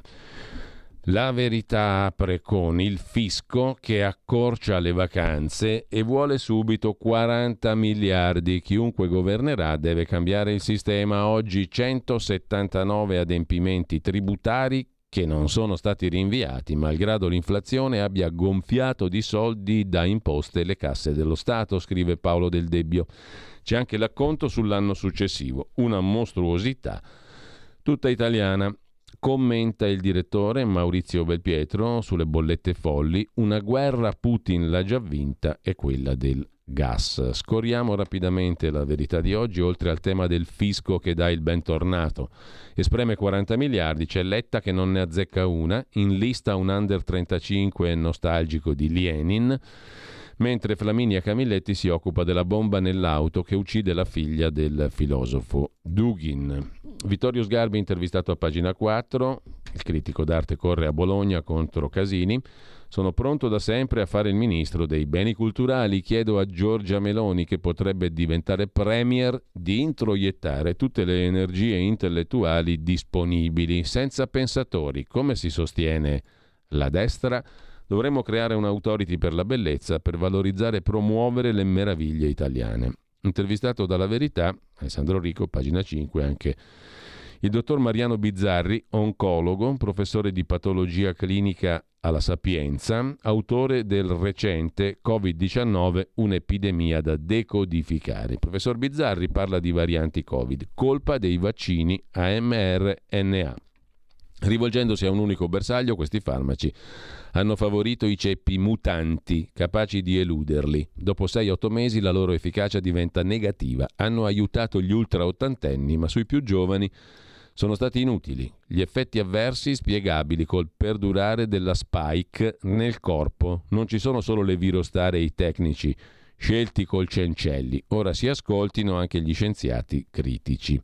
La Verità apre con il fisco che accorcia le vacanze e vuole subito quaranta miliardi. Chiunque governerà deve cambiare il sistema. Oggi centosettantanove adempimenti tributari che non sono stati rinviati, malgrado l'inflazione abbia gonfiato di soldi da imposte le casse dello Stato, scrive Paolo Del Debbio. C'è anche l'acconto sull'anno successivo, una mostruosità tutta italiana. Commenta il direttore Maurizio Belpietro sulle bollette folli: una guerra Putin l'ha già vinta, è quella del gas. Scorriamo rapidamente la verità di oggi, oltre al tema del fisco che dà il bentornato. Espreme quaranta miliardi, c'è Letta che non ne azzecca una, in lista un under trentacinque nostalgico di Lenin, mentre Flaminia Camilletti si occupa della bomba nell'auto che uccide la figlia del filosofo Dugin. Vittorio Sgarbi intervistato a Pagina quattro, il critico d'arte corre a Bologna contro Casini. Sono pronto da sempre a fare il ministro dei beni culturali. Chiedo a Giorgia Meloni, che potrebbe diventare premier, di introiettare tutte le energie intellettuali disponibili, senza pensatori. Come si sostiene la destra? Dovremmo creare un'autority per la bellezza per valorizzare e promuovere le meraviglie italiane. Intervistato dalla Verità, Alessandro Rico, Pagina cinque, anche il dottor Mariano Bizzarri, oncologo, professore di patologia clinica alla Sapienza, autore del recente covid diciannove, un'epidemia da decodificare. Il professor Bizzarri parla di varianti Covid, colpa dei vaccini a mRNA. Rivolgendosi a un unico bersaglio, questi farmaci hanno favorito i ceppi mutanti, capaci di eluderli. Dopo sei otto mesi la loro efficacia diventa negativa. Hanno aiutato gli ultraottantenni, ma sui più giovani sono stati inutili. Gli effetti avversi spiegabili col perdurare della spike nel corpo. Non ci sono solo le virostare e i tecnici scelti col Cencelli. Ora si ascoltino anche gli scienziati critici.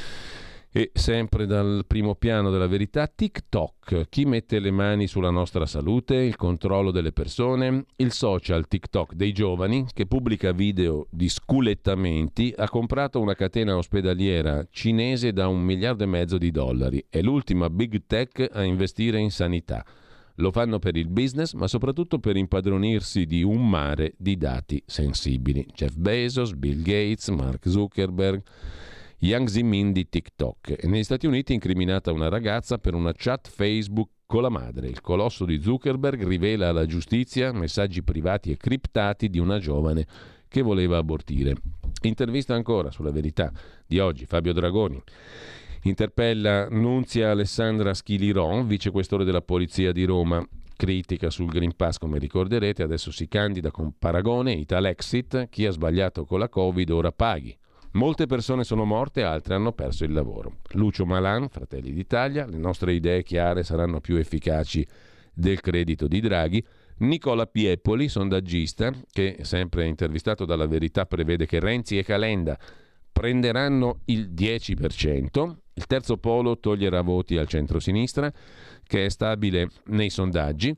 E sempre dal primo piano della Verità, TikTok. Chi mette le mani sulla nostra salute, il controllo delle persone? Il social TikTok dei giovani, che pubblica video di sculettamenti, ha comprato una catena ospedaliera cinese da un miliardo e mezzo di dollari. È l'ultima big tech a investire in sanità. Lo fanno per il business, ma soprattutto per impadronirsi di un mare di dati sensibili. Jeff Bezos, Bill Gates, Mark Zuckerberg, Yang Zemin di TikTok. E negli Stati Uniti è incriminata una ragazza per una chat Facebook con la madre. Il colosso di Zuckerberg rivela alla giustizia messaggi privati e criptati di una giovane che voleva abortire. Intervista ancora sulla Verità di oggi Fabio Dragoni. Interpella Nunzia Alessandra Schiliron, vicequestore della Polizia di Roma. Critica sul Green Pass, come ricorderete, adesso si candida con paragone, Italexit, chi ha sbagliato con la Covid ora paghi. Molte persone sono morte, altre hanno perso il lavoro. Lucio Malan, Fratelli d'Italia, le nostre idee chiare saranno più efficaci del credito di Draghi. Nicola Piepoli, sondaggista, che sempre intervistato dalla Verità prevede che Renzi e Calenda prenderanno il dieci per cento. Il terzo polo toglierà voti al centro-sinistra, che è stabile nei sondaggi.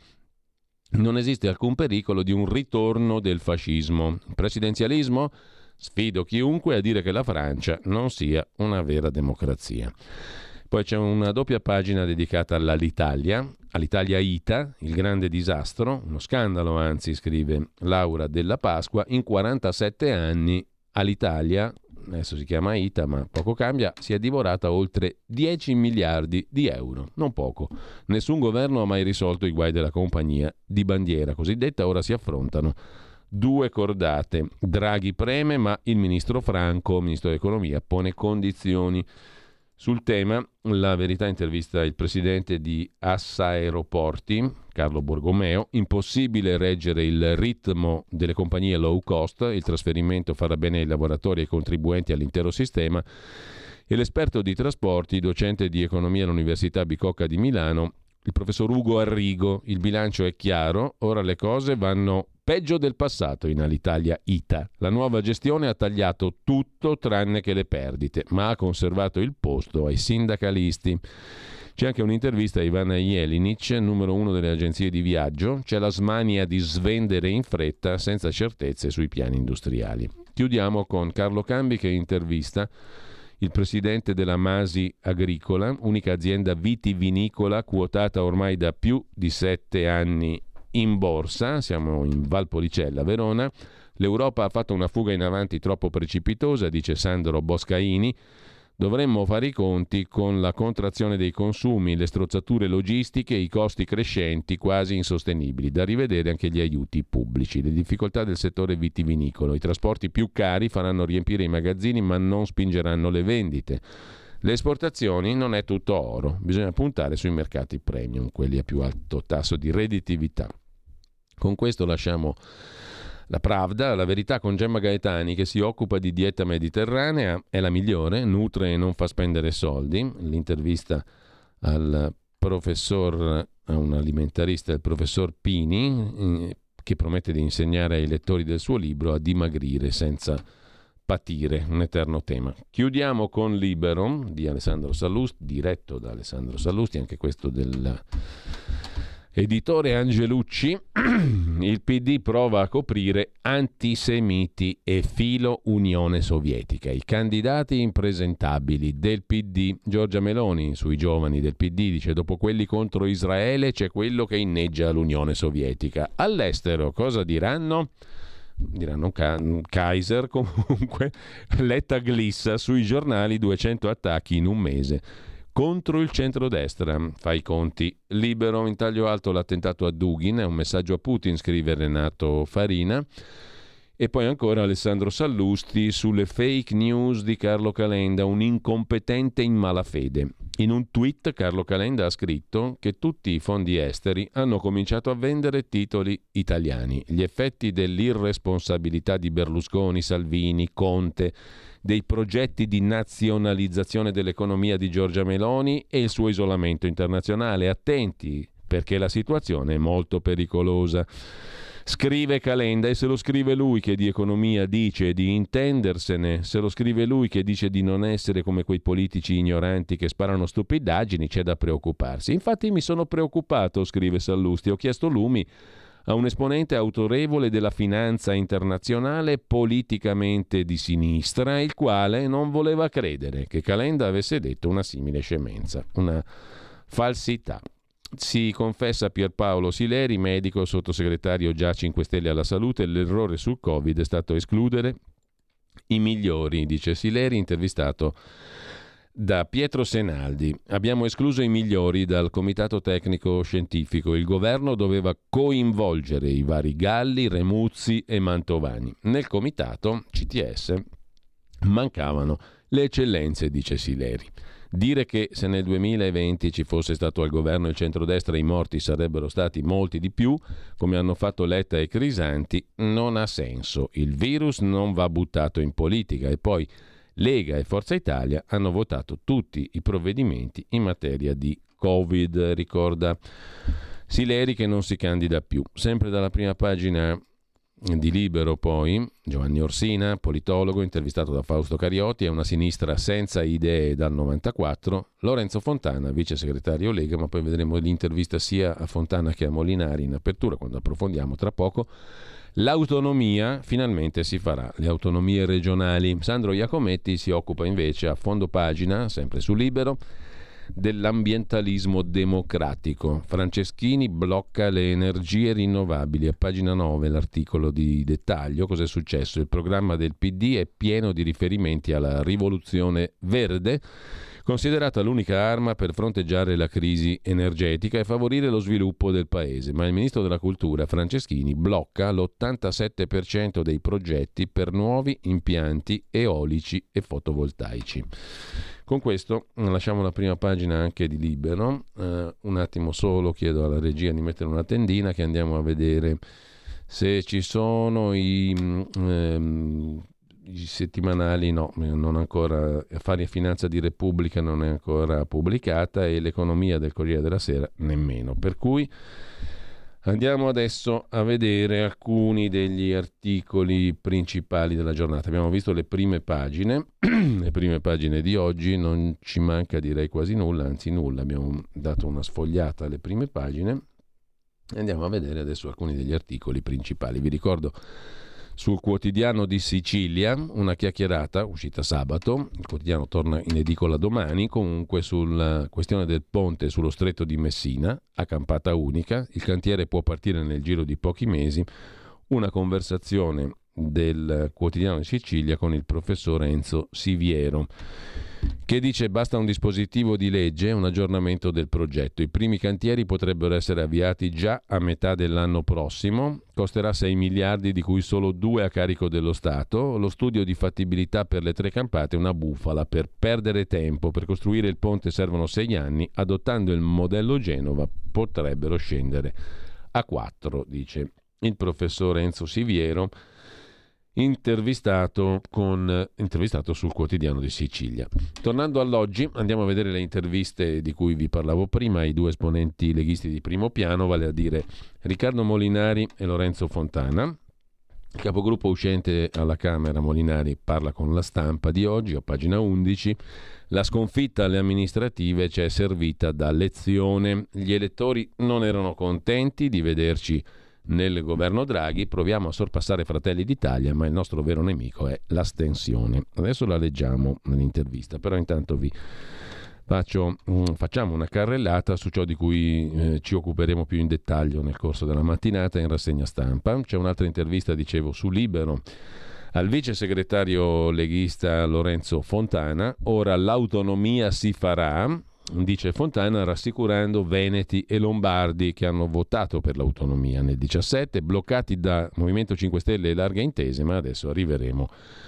Non esiste alcun pericolo di un ritorno del fascismo. Presidenzialismo? Sfido chiunque a dire che la Francia non sia una vera democrazia. Poi c'è una doppia pagina dedicata all'Alitalia, all'Italia ITA, il grande disastro, uno scandalo anzi, scrive Laura Della Pasqua, in quarantasette anni all'Italia, adesso si chiama ITA ma poco cambia, si è divorata oltre dieci miliardi di euro, non poco. Nessun governo ha mai risolto i guai della compagnia di bandiera cosiddetta, ora si affrontano due cordate. Draghi preme, ma il ministro Franco, ministro dell'economia, pone condizioni. Sul tema, la Verità intervista il presidente di Assa Aeroporti, Carlo Borgomeo. Impossibile reggere il ritmo delle compagnie low cost, il trasferimento farà bene ai lavoratori e ai contribuenti all'intero sistema. E l'esperto di trasporti, docente di economia all'Università Bicocca di Milano, il professor Ugo Arrigo. Il bilancio è chiaro, ora le cose vanno peggio del passato in Alitalia ITA. La nuova gestione ha tagliato tutto tranne che le perdite, ma ha conservato il posto ai sindacalisti. C'è anche un'intervista a Ivana Jelinic, numero uno delle agenzie di viaggio. C'è la smania di svendere in fretta senza certezze sui piani industriali. Chiudiamo con Carlo Cambi che intervista il presidente della Masi Agricola, unica azienda vitivinicola quotata ormai da più di sette anni in borsa. Siamo in Valpolicella, Verona. L'Europa ha fatto una fuga in avanti troppo precipitosa, dice Sandro Boscaini. Dovremmo fare i conti con la contrazione dei consumi, le strozzature logistiche, i costi crescenti quasi insostenibili. Da rivedere anche gli aiuti pubblici, le difficoltà del settore vitivinicolo. I trasporti più cari faranno riempire i magazzini ma non spingeranno le vendite. Le esportazioni non è tutto oro, bisogna puntare sui mercati premium, quelli a più alto tasso di redditività. Con questo lasciamo La Pravda, la verità con Gemma Gaetani che si occupa di dieta mediterranea, è la migliore, nutre e non fa spendere soldi. L'intervista al professor, a un alimentarista, il professor Pini, eh, che promette di insegnare ai lettori del suo libro a dimagrire senza patire, un eterno tema. Chiudiamo con Libero di Alessandro Sallusti, diretto da Alessandro Sallusti, anche questo del editore Angelucci. Il P D prova a coprire antisemiti e filo Unione Sovietica. I candidati impresentabili del P D. Giorgia Meloni sui giovani del P D dice: dopo quelli contro Israele c'è quello che inneggia l'Unione Sovietica. All'estero cosa diranno? Diranno Kaiser comunque. Letta glissa sui giornali, duecento attacchi in un mese contro il centrodestra. Fa i conti. Libero, in taglio alto l'attentato a Dugin, è un messaggio a Putin, scrive Renato Farina. E poi ancora Alessandro Sallusti sulle fake news di Carlo Calenda, un incompetente in malafede. In un tweet Carlo Calenda ha scritto che tutti i fondi esteri hanno cominciato a vendere titoli italiani. Gli effetti dell'irresponsabilità di Berlusconi, Salvini, Conte, dei progetti di nazionalizzazione dell'economia di Giorgia Meloni e il suo isolamento internazionale. Attenti, perché la situazione è molto pericolosa. Scrive Calenda, e se lo scrive lui che di economia dice di intendersene, se lo scrive lui che dice di non essere come quei politici ignoranti che sparano stupidaggini, c'è da preoccuparsi. Infatti mi sono preoccupato, scrive Sallusti, ho chiesto lumi a un esponente autorevole della finanza internazionale politicamente di sinistra, il quale non voleva credere che Calenda avesse detto una simile scemenza, una falsità. Si confessa Pierpaolo Sileri, medico, sottosegretario già cinque Stelle alla salute, l'errore sul Covid è stato escludere i migliori, dice Sileri, intervistato da Pietro Senaldi. Abbiamo escluso i migliori dal comitato tecnico scientifico. Il governo doveva coinvolgere i vari Galli, Remuzzi e Mantovani. Nel comitato C T S mancavano le eccellenze, dice Sileri. Dire che se nel duemilaventi ci fosse stato al governo il centrodestra i morti sarebbero stati molti di più, come hanno fatto Letta e Crisanti, non ha senso. Il virus non va buttato in politica e poi Lega e Forza Italia hanno votato tutti i provvedimenti in materia di Covid, ricorda Sileri, che non si candida più. Sempre dalla prima pagina di Libero poi, Giovanni Orsina, politologo, intervistato da Fausto Cariotti, è una sinistra senza idee dal novantaquattro, Lorenzo Fontana, vice segretario Lega, ma poi vedremo l'intervista sia a Fontana che a Molinari in apertura, quando approfondiamo tra poco. L'autonomia finalmente si farà, le autonomie regionali. Sandro Iacometti si occupa invece a fondo pagina, sempre su Libero, dell'ambientalismo democratico. Franceschini blocca le energie rinnovabili. A pagina nove l'articolo di dettaglio. Cos'è successo? Il programma del P D è pieno di riferimenti alla rivoluzione verde, considerata l'unica arma per fronteggiare la crisi energetica e favorire lo sviluppo del paese. Ma il ministro della Cultura, Franceschini, blocca l'ottantasette per cento dei progetti per nuovi impianti eolici e fotovoltaici. Con questo lasciamo la prima pagina anche di Libero. Uh, un attimo solo chiedo alla regia di mettere una tendina, che andiamo a vedere se ci sono i... Um, i settimanali, no, non ancora. Affari e Finanza di Repubblica non è ancora pubblicata e l'Economia del Corriere della Sera nemmeno, per cui andiamo adesso a vedere alcuni degli articoli principali della giornata. Abbiamo visto le prime pagine le prime pagine di oggi, non ci manca direi quasi nulla, anzi nulla, abbiamo dato una sfogliata alle prime pagine e andiamo a vedere adesso alcuni degli articoli principali. Vi ricordo sul Quotidiano di Sicilia una chiacchierata uscita sabato, il quotidiano torna in edicola domani, comunque sulla questione del ponte sullo stretto di Messina a campata unica, il cantiere può partire nel giro di pochi mesi, una conversazione del Quotidiano di Sicilia con il professor Enzo Siviero, che dice basta un dispositivo di legge e un aggiornamento del progetto. I primi cantieri potrebbero essere avviati già a metà dell'anno prossimo, costerà sei miliardi di cui solo due a carico dello Stato. Lo studio di fattibilità per le tre campate è una bufala. Per perdere tempo, per costruire il ponte servono sei anni, adottando il modello Genova potrebbero scendere a quattro, dice il professor Enzo Siviero, intervistato, con, intervistato sul Quotidiano di Sicilia. Tornando all'oggi, andiamo a vedere le interviste di cui vi parlavo prima ai due esponenti leghisti di primo piano, vale a dire Riccardo Molinari e Lorenzo Fontana. Il capogruppo uscente alla Camera, Molinari, parla con La Stampa di oggi, a pagina undici. La sconfitta alle amministrative ci è servita da lezione. Gli elettori non erano contenti di vederci nel governo Draghi. Proviamo a sorpassare Fratelli d'Italia, ma il nostro vero nemico è l'astensione. Adesso la leggiamo nell'intervista, però intanto vi faccio, facciamo una carrellata su ciò di cui eh, ci occuperemo più in dettaglio nel corso della mattinata in rassegna stampa. C'è un'altra intervista, dicevo, su Libero al vice segretario leghista Lorenzo Fontana. Ora l'autonomia si farà, dice Fontana, rassicurando veneti e lombardi che hanno votato per l'autonomia nel diciassette, bloccati da Movimento cinque Stelle e Larga Intese, ma adesso arriveremo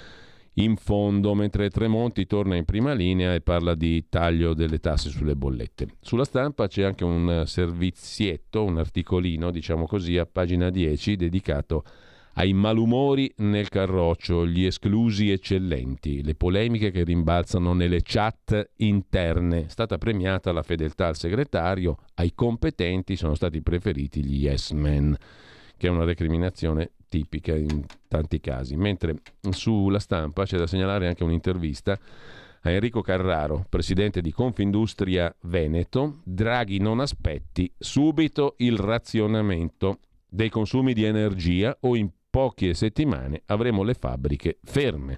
in fondo, mentre Tremonti torna in prima linea e parla di taglio delle tasse sulle bollette. Sulla Stampa c'è anche un servizietto, un articolino, diciamo così, a pagina dieci, dedicato ai malumori nel Carroccio, gli esclusi eccellenti, le polemiche che rimbalzano nelle chat interne. È stata premiata la fedeltà al segretario, ai competenti sono stati preferiti gli yes men, che è una recriminazione tipica in tanti casi. Mentre sulla Stampa c'è da segnalare anche un'intervista a Enrico Carraro, presidente di Confindustria Veneto. Draghi non aspetti, subito il razionamento dei consumi di energia o in poche settimane avremo le fabbriche ferme.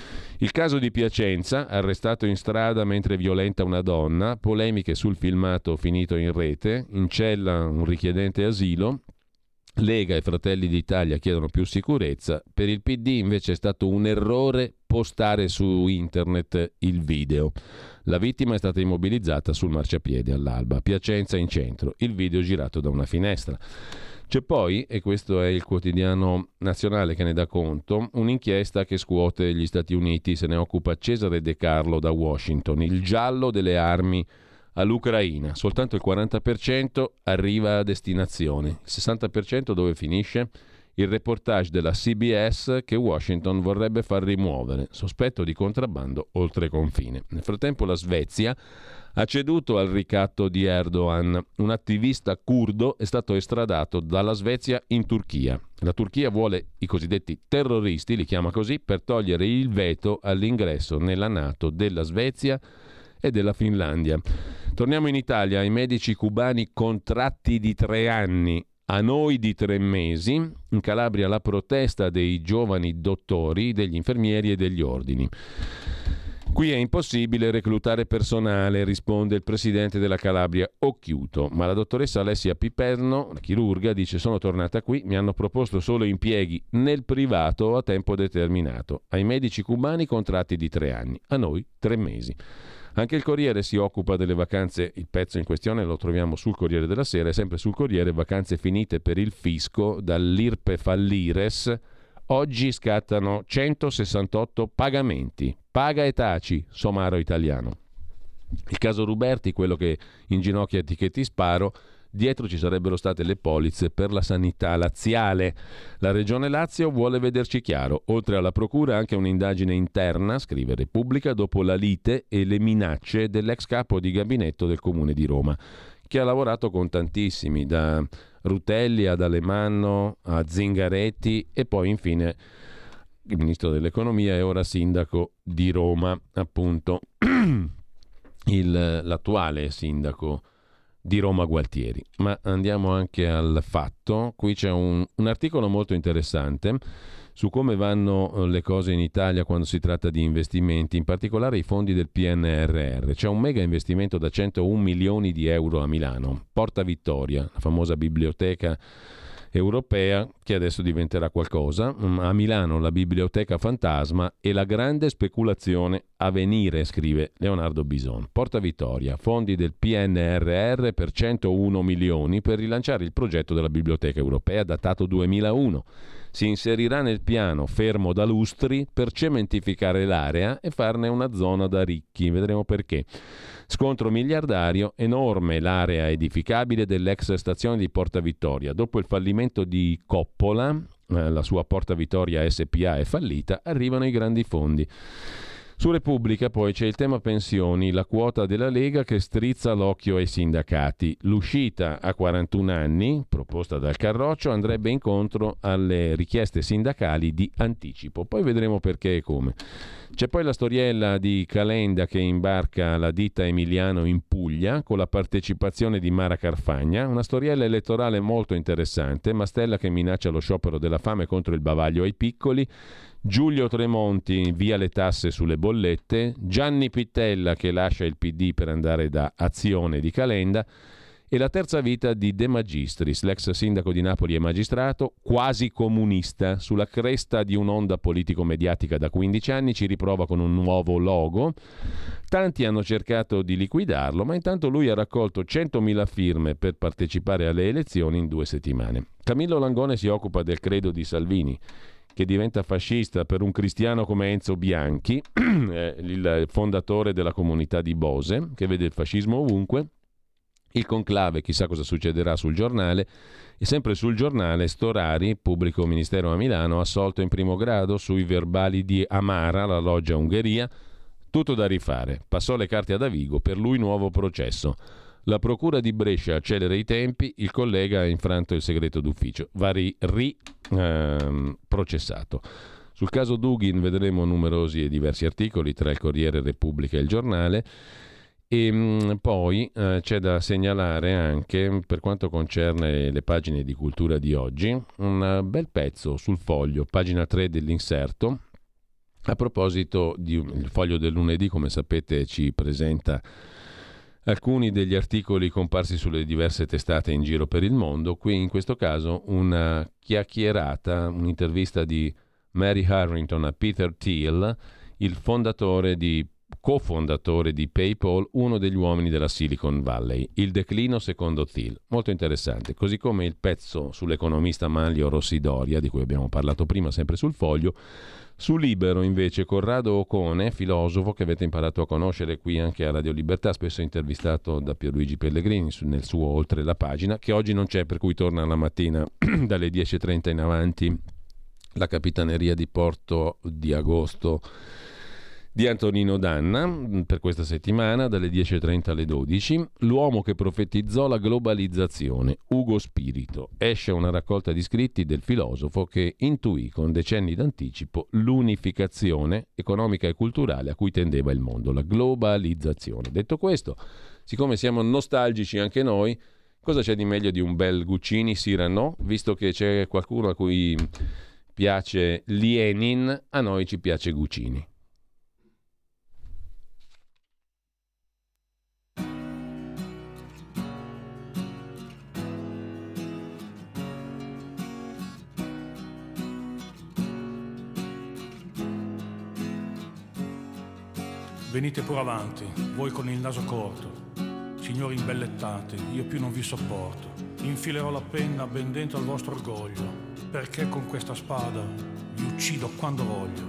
Il caso di Piacenza, arrestato in strada mentre violenta una donna, polemiche sul filmato finito in rete, in cella un richiedente asilo. Lega e Fratelli d'Italia chiedono più sicurezza, per il P D invece è stato un errore postare su internet il video. La vittima è stata immobilizzata sul marciapiede all'alba, Piacenza in centro, il video girato da una finestra. C'è poi, e questo è il quotidiano nazionale che ne dà conto, un'inchiesta che scuote gli Stati Uniti, se ne occupa Cesare De Carlo da Washington, il giallo delle armi all'Ucraina. Soltanto il quaranta per cento arriva a destinazione. Il sessanta per cento dove finisce? Il reportage della C B S che Washington vorrebbe far rimuovere, sospetto di contrabbando oltre confine. Nel frattempo la Svezia ha ceduto al ricatto di Erdogan. Un attivista curdo è stato estradato dalla Svezia in Turchia. La Turchia vuole i cosiddetti terroristi, li chiama così, per togliere il veto all'ingresso nella NATO della Svezia e della Finlandia. Torniamo in Italia, ai medici cubani contratti di tre anni, a noi di tre mesi. In Calabria la protesta dei giovani dottori, degli infermieri e degli ordini. Qui è impossibile reclutare personale, risponde il presidente della Calabria Occhiuto, ma la dottoressa Alessia Piperno, la chirurga, dice: sono tornata qui, mi hanno proposto solo impieghi nel privato a tempo determinato. Ai medici cubani contratti di tre anni, a noi tre mesi. Anche il Corriere si occupa delle vacanze, il pezzo in questione lo troviamo sul Corriere della Sera, e sempre sul Corriere vacanze finite per il fisco, dall'Irpef all'Ires, oggi scattano centosessantotto pagamenti, paga e taci, somaro italiano. Il caso Ruberti, quello che inginocchia Etichetti Sparo, dietro ci sarebbero state le polizze per la sanità laziale. La Regione Lazio vuole vederci chiaro. Oltre alla procura anche un'indagine interna, scrive Repubblica, dopo la lite e le minacce dell'ex capo di gabinetto del Comune di Roma, che ha lavorato con tantissimi, da Rutelli ad Alemanno a Zingaretti e poi infine il ministro dell'economia e ora sindaco di Roma, appunto il, l'attuale sindaco di Roma Gualtieri. Ma andiamo anche al Fatto. Qui c'è un, un articolo molto interessante su come vanno le cose in Italia quando si tratta di investimenti, in particolare i fondi del P N R R. C'è un mega investimento da centouno milioni di euro a Milano, Porta Vittoria, la famosa biblioteca europea che adesso diventerà qualcosa. A Milano la biblioteca fantasma e la grande speculazione a venire, scrive Leonardo Bison. Porta Vittoria, fondi del P N R R per centouno milioni per rilanciare il progetto della biblioteca europea datato duemilauno. si inserirà nel piano fermo da lustri per cementificare l'area e farne una zona da ricchi. Vedremo perché. Scontro miliardario, enorme l'area edificabile dell'ex stazione di Porta Vittoria. Dopo il fallimento di Coppola, eh, la sua Porta Vittoria S P A è fallita, arrivano i grandi fondi. Su Repubblica poi c'è il tema pensioni, la quota della Lega che strizza l'occhio ai sindacati. L'uscita a quarantuno anni, proposta dal Carroccio, andrebbe incontro alle richieste sindacali di anticipo. Poi vedremo perché e come. C'è poi la storiella di Calenda che imbarca la ditta Emiliano in Puglia con la partecipazione di Mara Carfagna, una storiella elettorale molto interessante, Mastella che minaccia lo sciopero della fame contro il bavaglio ai piccoli, Giulio Tremonti via le tasse sulle bollette, Gianni Pittella che lascia il P D per andare da Azione di Calenda e la terza vita di De Magistris, l'ex sindaco di Napoli e magistrato, quasi comunista, sulla cresta di un'onda politico-mediatica da quindici anni, ci riprova con un nuovo logo. Tanti hanno cercato di liquidarlo, ma intanto lui ha raccolto centomila firme per partecipare alle elezioni in due settimane. Camillo Langone si occupa del credo di Salvini, che diventa fascista per un cristiano come Enzo Bianchi, il fondatore della comunità di Bose, che vede il fascismo ovunque. Il conclave, chissà cosa succederà sul Giornale, e sempre sul Giornale Storari, pubblico ministero a Milano, assolto in primo grado sui verbali di Amara, la loggia Ungheria, tutto da rifare. Passò le carte ad Davigo, per lui nuovo processo. La procura di Brescia accelera i tempi, il collega ha infranto il segreto d'ufficio, va ri, ri ehm, processato. Sul caso Dugin vedremo numerosi e diversi articoli tra il Corriere Repubblica e il Giornale. E mh, poi eh, c'è da segnalare anche, per quanto concerne le pagine di cultura di oggi, un bel pezzo sul Foglio, pagina tre dell'inserto, a proposito di il Foglio del lunedì, come sapete ci presenta alcuni degli articoli comparsi sulle diverse testate in giro per il mondo. Qui in questo caso una chiacchierata, un'intervista di Mary Harrington a Peter Thiel, il fondatore di cofondatore di PayPal, uno degli uomini della Silicon Valley. Il declino secondo Thiel, molto interessante, così come il pezzo sull'economista Manlio Rossidoria, di cui abbiamo parlato prima sempre sul Foglio. Su Libero invece Corrado Ocone, filosofo che avete imparato a conoscere qui anche a Radio Libertà, spesso intervistato da Pierluigi Pellegrini nel suo Oltre la pagina, che oggi non c'è, per cui torna la mattina dalle dieci e trenta in avanti la Capitaneria di Porto di Agosto di Antonino Danna per questa settimana dalle dieci e trenta alle dodici. L'uomo che profetizzò la globalizzazione, Ugo Spirito. Esce una raccolta di scritti del filosofo che intuì con decenni d'anticipo l'unificazione economica e culturale a cui tendeva il mondo, la globalizzazione. Detto questo, siccome siamo nostalgici anche noi, cosa c'è di meglio di un bel Guccini Cyrano, visto che c'è qualcuno a cui piace Lenin, a noi ci piace Guccini. Venite pure avanti, voi con il naso corto, signori imbellettati, io più non vi sopporto. Infilerò la penna ben dentro al vostro orgoglio, perché con questa spada vi uccido quando voglio.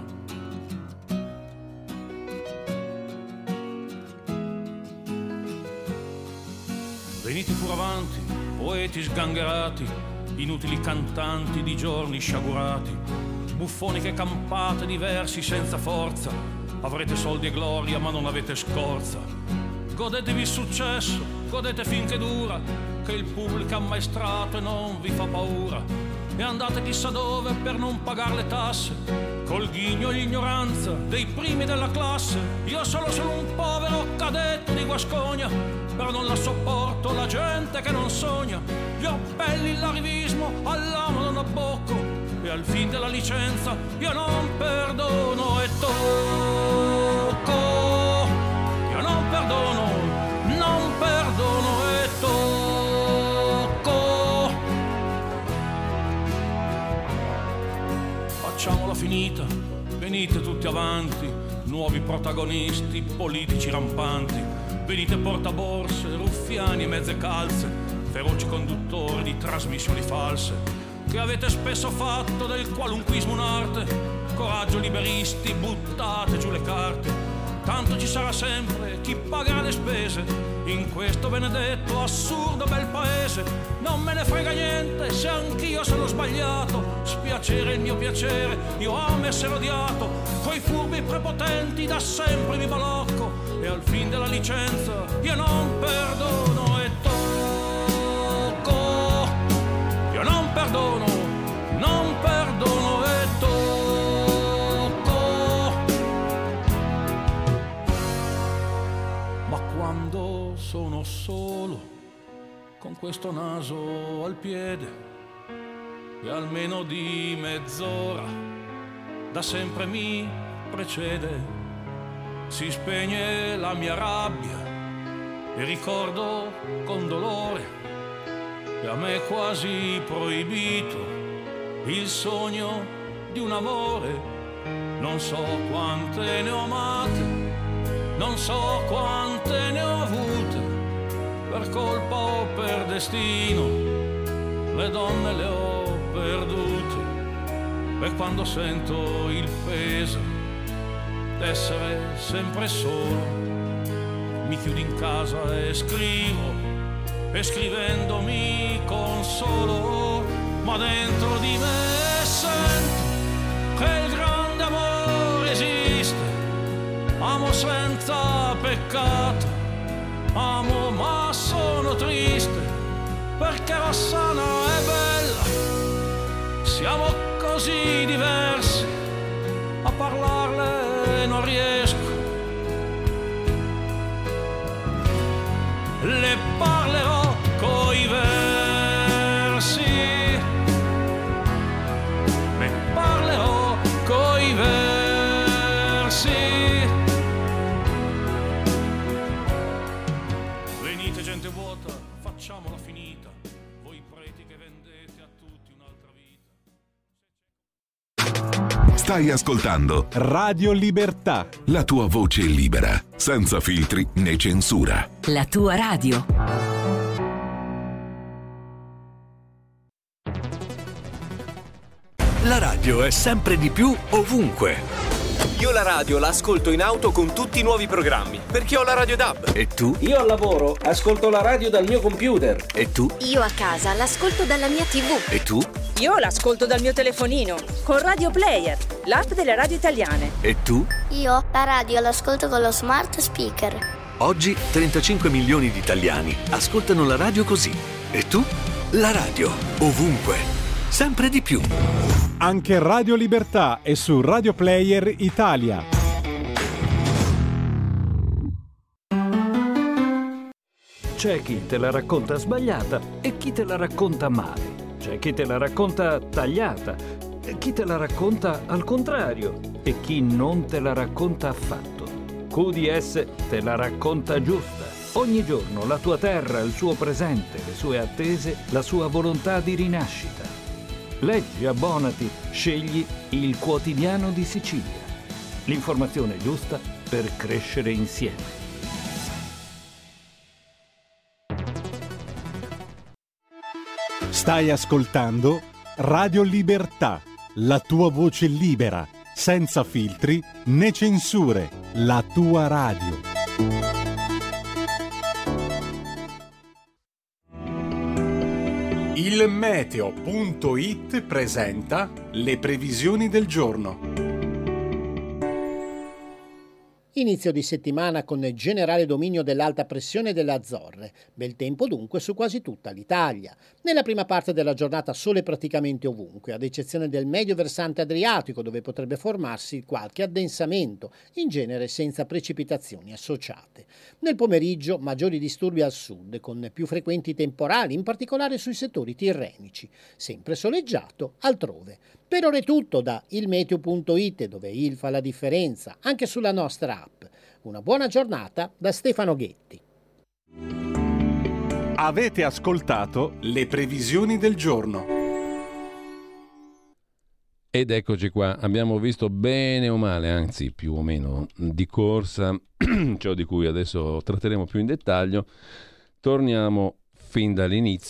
Venite pure avanti, poeti sgangherati, inutili cantanti di giorni sciagurati, buffoni che campate diversi senza forza. Avrete soldi e gloria ma non avete scorza. Godetevi il successo, godete finché dura, che il pubblico è ammaestrato e non vi fa paura. E andate chissà dove per non pagare le tasse, col ghigno e l'ignoranza dei primi della classe. Io solo sono un povero cadetto di Guascogna, però non la sopporto la gente che non sogna. Gli appelli, l'arivismo, all'amo non abbocco, e al fin della licenza io non perdono e tocco. Io non perdono, non perdono e tocco. Facciamola finita, venite tutti avanti, nuovi protagonisti, politici rampanti. Venite portaborse, ruffiani e mezze calze, feroci conduttori di trasmissioni false. che avete spesso fatto del qualunquismo un'arte. Coraggio liberisti, buttate giù le carte, tanto ci sarà sempre chi pagherà le spese in questo benedetto assurdo bel paese. Non me ne frega niente se anch'io sono sbagliato, spiacere il mio piacere, io amo essere odiato. Coi furbi prepotenti da sempre mi balocco, e al fin della licenza io non perdono e tocco. Io non perdono, non perdono e tocco. Ma quando sono solo, con questo naso al piede, e almeno di mezz'ora da sempre mi precede, si spegne la mia rabbia e ricordo con dolore che a me è quasi proibito il sogno di un amore. Non so quante ne ho amate, non so quante ne ho avute, per colpa o per destino le donne le ho perdute. E quando sento il peso d'essere sempre solo, mi chiudo in casa e scrivo, e scrivendo mi consolo. Ma dentro di me sento che il grande amore esiste. Amo senza peccato, amo ma sono triste, perché Rossana è bella. Siamo così diversi, a parlarle non riesco. Le parlerò coi versi, ne parlerò coi versi. Venite gente vuota, facciamola finita, voi preti che vendete a tutti un'altra vita. Stai ascoltando Radio Libertà, la tua voce libera, senza filtri né censura. La tua radio. La radio è sempre di più ovunque. Io la radio la ascolto in auto con tutti i nuovi programmi, perché ho la Radio D A B. E tu? Io al lavoro ascolto la radio dal mio computer. E tu? Io a casa l'ascolto dalla mia tivù. E tu? Io l'ascolto dal mio telefonino, con Radio Player, l'app delle radio italiane. E tu? Io la radio l'ascolto con lo smart speaker. Oggi trentacinque milioni di italiani ascoltano la radio così. E tu? La radio, ovunque, sempre di più. Anche Radio Libertà è su Radio Player Italia. C'è chi te la racconta sbagliata e chi te la racconta male. C'è chi te la racconta tagliata e chi te la racconta al contrario e chi non te la racconta affatto. Q D S te la racconta giusta. Ogni giorno la tua terra, il suo presente, le sue attese, la sua volontà di rinascita. Leggi, abbonati, scegli il Quotidiano di Sicilia. L'informazione giusta per crescere insieme. Stai ascoltando Radio Libertà, la tua voce libera, senza filtri né censure, la tua radio. Il meteo punto it presenta le previsioni del giorno. Inizio di settimana con generale dominio dell'alta pressione delle Azzorre. Bel tempo dunque su quasi tutta l'Italia. Nella prima parte della giornata sole praticamente ovunque, ad eccezione del medio versante adriatico, dove potrebbe formarsi qualche addensamento, in genere senza precipitazioni associate. Nel pomeriggio maggiori disturbi al sud, con più frequenti temporali, in particolare sui settori tirrenici. Sempre soleggiato altrove. Per ora è tutto da il meteo punto it, dove il fa la differenza, anche sulla nostra app. Una buona giornata da Stefano Ghetti. Avete ascoltato le previsioni del giorno. Ed eccoci qua, abbiamo visto bene o male, anzi più o meno di corsa, ciò di cui adesso tratteremo più in dettaglio. Torniamo fin dall'inizio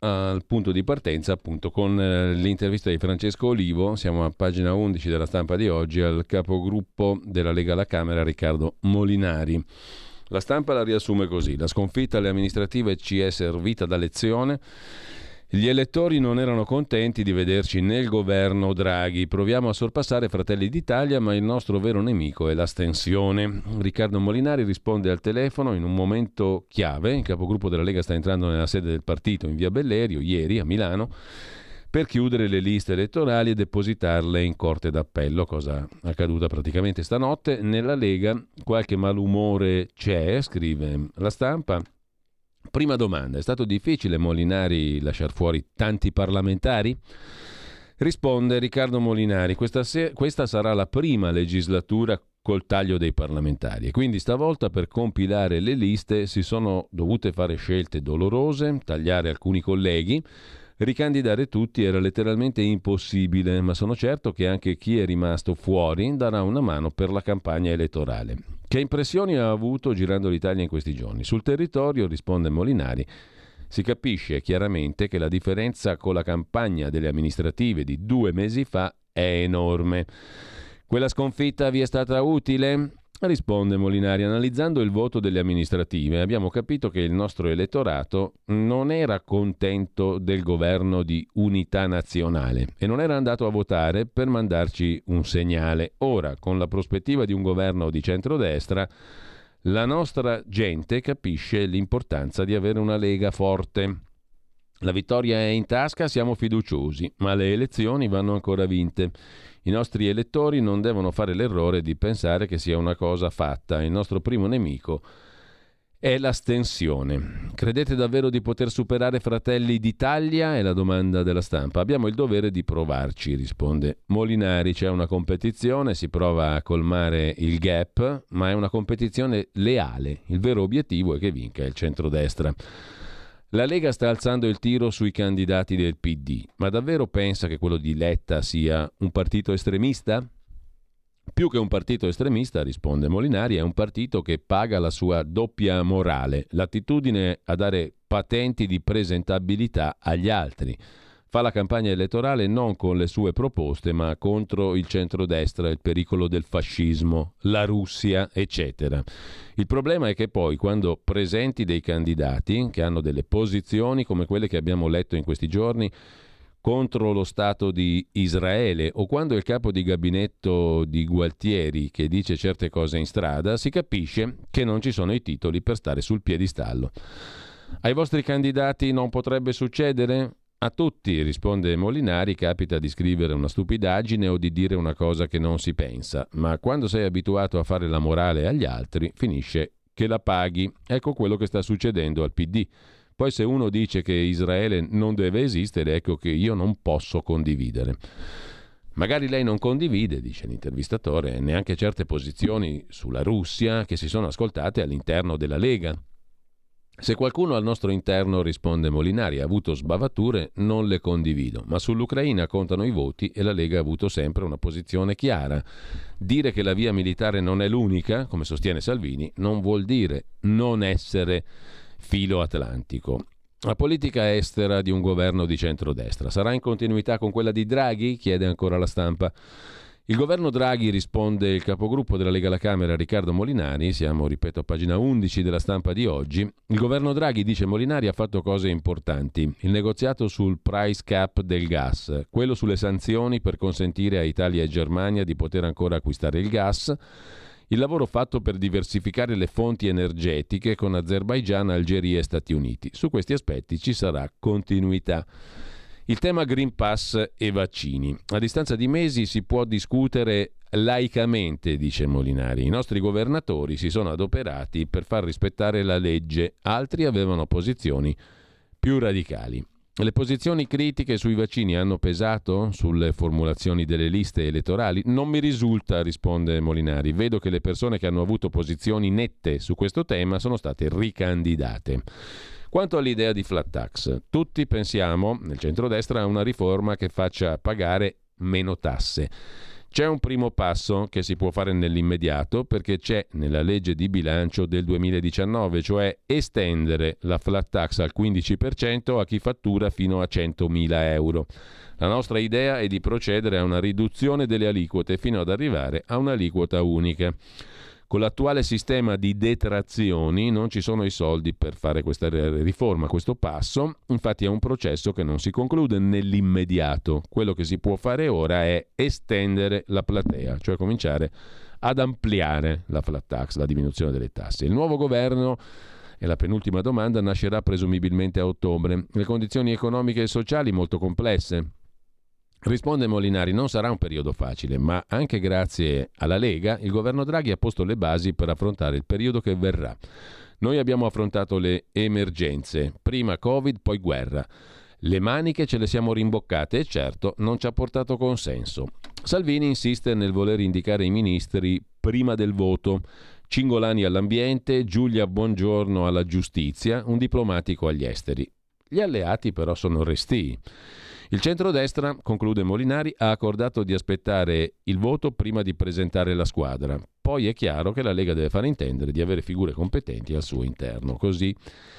al punto di partenza, appunto, con eh, l'intervista di Francesco Olivo. Siamo a pagina undici della Stampa di oggi, al capogruppo della Lega alla Camera, Riccardo Molinari. La Stampa la riassume così: la sconfitta alle amministrative ci è servita da lezione. Gli elettori non erano contenti di vederci nel governo Draghi. Proviamo a sorpassare Fratelli d'Italia, ma il nostro vero nemico è l'astensione. Riccardo Molinari risponde al telefono in un momento chiave. Il capogruppo della Lega sta entrando nella sede del partito in via Bellerio, ieri a Milano, per chiudere le liste elettorali e depositarle in Corte d'Appello, cosa accaduta praticamente stanotte. Nella Lega qualche malumore c'è, scrive la Stampa. Prima domanda: è stato difficile, Molinari, lasciar fuori tanti parlamentari? Risponde Riccardo Molinari: questa, se- questa sarà la prima legislatura col taglio dei parlamentari e quindi stavolta per compilare le liste si sono dovute fare scelte dolorose, tagliare alcuni colleghi. Ricandidare tutti era letteralmente impossibile, ma sono certo che anche chi è rimasto fuori darà una mano per la campagna elettorale. Che impressioni ha avuto girando l'Italia in questi giorni? Sul territorio, risponde Molinari, si capisce chiaramente che la differenza con la campagna delle amministrative di due mesi fa è enorme. Quella sconfitta vi è stata utile? Risponde Molinari: analizzando il voto delle amministrative abbiamo capito che il nostro elettorato non era contento del governo di unità nazionale e non era andato a votare per mandarci un segnale. Ora, con la prospettiva di un governo di centrodestra, la nostra gente capisce l'importanza di avere una Lega forte. La vittoria è in tasca, siamo fiduciosi, ma le elezioni vanno ancora vinte. I nostri elettori non devono fare l'errore di pensare che sia una cosa fatta. Il nostro primo nemico è l'astensione. Credete davvero di poter superare Fratelli d'Italia? È la domanda della Stampa. Abbiamo il dovere di provarci, risponde Molinari. C'è una competizione, si prova a colmare il gap, ma è una competizione leale. Il vero obiettivo è che vinca il centrodestra. La Lega sta alzando il tiro sui candidati del P D, ma davvero pensa che quello di Letta sia un partito estremista? Più che un partito estremista, risponde Molinari, è un partito che paga la sua doppia morale, l'attitudine a dare patenti di presentabilità agli altri. Fa la campagna elettorale non con le sue proposte, ma contro il centrodestra, il pericolo del fascismo, la Russia, eccetera. Il problema è che poi, quando presenti dei candidati che hanno delle posizioni come quelle che abbiamo letto in questi giorni contro lo Stato di Israele, o quando il capo di gabinetto di Gualtieri che dice certe cose in strada, si capisce che non ci sono i titoli per stare sul piedistallo. Ai vostri candidati non potrebbe succedere? A tutti, risponde Molinari, capita di scrivere una stupidaggine o di dire una cosa che non si pensa, ma quando sei abituato a fare la morale agli altri, finisce che la paghi. Ecco quello che sta succedendo al P D. Poi se uno dice che Israele non deve esistere, ecco che io non posso condividere. Magari lei non condivide, dice l'intervistatore, neanche certe posizioni sulla Russia che si sono ascoltate all'interno della Lega. Se qualcuno al nostro interno, risponde Molinari, ha avuto sbavature, non le condivido, ma sull'Ucraina contano i voti e la Lega ha avuto sempre una posizione chiara. Dire che la via militare non è l'unica, come sostiene Salvini, non vuol dire non essere filo atlantico. La politica estera di un governo di centrodestra sarà in continuità con quella di Draghi? Chiede ancora la Stampa. Il governo Draghi, risponde il capogruppo della Lega alla Camera Riccardo Molinari, siamo, ripeto, a pagina undici della Stampa di oggi. Il governo Draghi, dice Molinari, ha fatto cose importanti. Il negoziato sul price cap del gas, quello sulle sanzioni per consentire a Italia e Germania di poter ancora acquistare il gas, il lavoro fatto per diversificare le fonti energetiche con Azerbaigian, Algeria e Stati Uniti. Su questi aspetti ci sarà continuità. Il tema Green Pass e vaccini. A distanza di mesi si può discutere laicamente, dice Molinari. I nostri governatori si sono adoperati per far rispettare la legge, altri avevano posizioni più radicali. Le posizioni critiche sui vaccini hanno pesato sulle formulazioni delle liste elettorali? Non mi risulta, risponde Molinari. Vedo che le persone che hanno avuto posizioni nette su questo tema sono state ricandidate. Quanto all'idea di flat tax, tutti pensiamo nel centrodestra a una riforma che faccia pagare meno tasse. C'è un primo passo che si può fare nell'immediato perché c'è nella legge di bilancio del duemiladiciannove, cioè estendere la flat tax al quindici per cento a chi fattura fino a centomila euro. La nostra idea è di procedere a una riduzione delle aliquote fino ad arrivare a un'aliquota unica. Con l'attuale sistema di detrazioni non ci sono i soldi per fare questa riforma, questo passo, infatti è un processo che non si conclude nell'immediato. Quello che si può fare ora è estendere la platea, cioè cominciare ad ampliare la flat tax, la diminuzione delle tasse. Il nuovo governo, e la penultima domanda, nascerà presumibilmente a ottobre. Le condizioni economiche e sociali molto complesse. Risponde Molinari, non sarà un periodo facile, ma anche grazie alla Lega il governo Draghi ha posto le basi per affrontare il periodo che verrà. Noi abbiamo affrontato le emergenze, prima Covid, poi guerra. Le maniche ce le siamo rimboccate e certo non ci ha portato consenso. Salvini insiste nel voler indicare i ministri prima del voto. Cingolani all'ambiente, Giulia Bongiorno alla giustizia, un diplomatico agli esteri. Gli alleati però sono restii. Il centrodestra, conclude Molinari, ha accordato di aspettare il voto prima di presentare la squadra. Poi è chiaro che la Lega deve fare intendere di avere figure competenti al suo interno. Così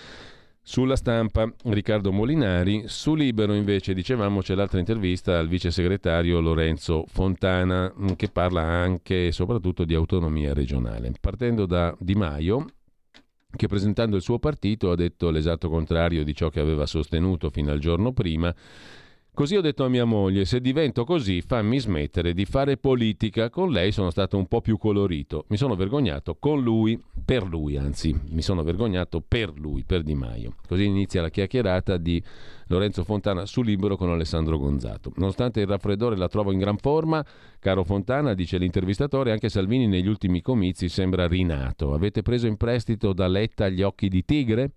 sulla Stampa Riccardo Molinari. Su Libero invece, dicevamo, c'è l'altra intervista al vice segretario Lorenzo Fontana, che parla anche e soprattutto di autonomia regionale. Partendo da Di Maio, che presentando il suo partito ha detto l'esatto contrario di ciò che aveva sostenuto fino al giorno prima. Così ho detto a mia moglie, se divento così fammi smettere di fare politica. Con lei sono stato un po' più colorito. Mi sono vergognato con lui, per lui anzi, mi sono vergognato per lui, per Di Maio. Così inizia la chiacchierata di Lorenzo Fontana su Libero con Alessandro Gonzato. Nonostante il raffreddore la trovo in gran forma, caro Fontana, dice l'intervistatore, anche Salvini negli ultimi comizi sembra rinato. Avete preso in prestito da Letta gli occhi di tigre?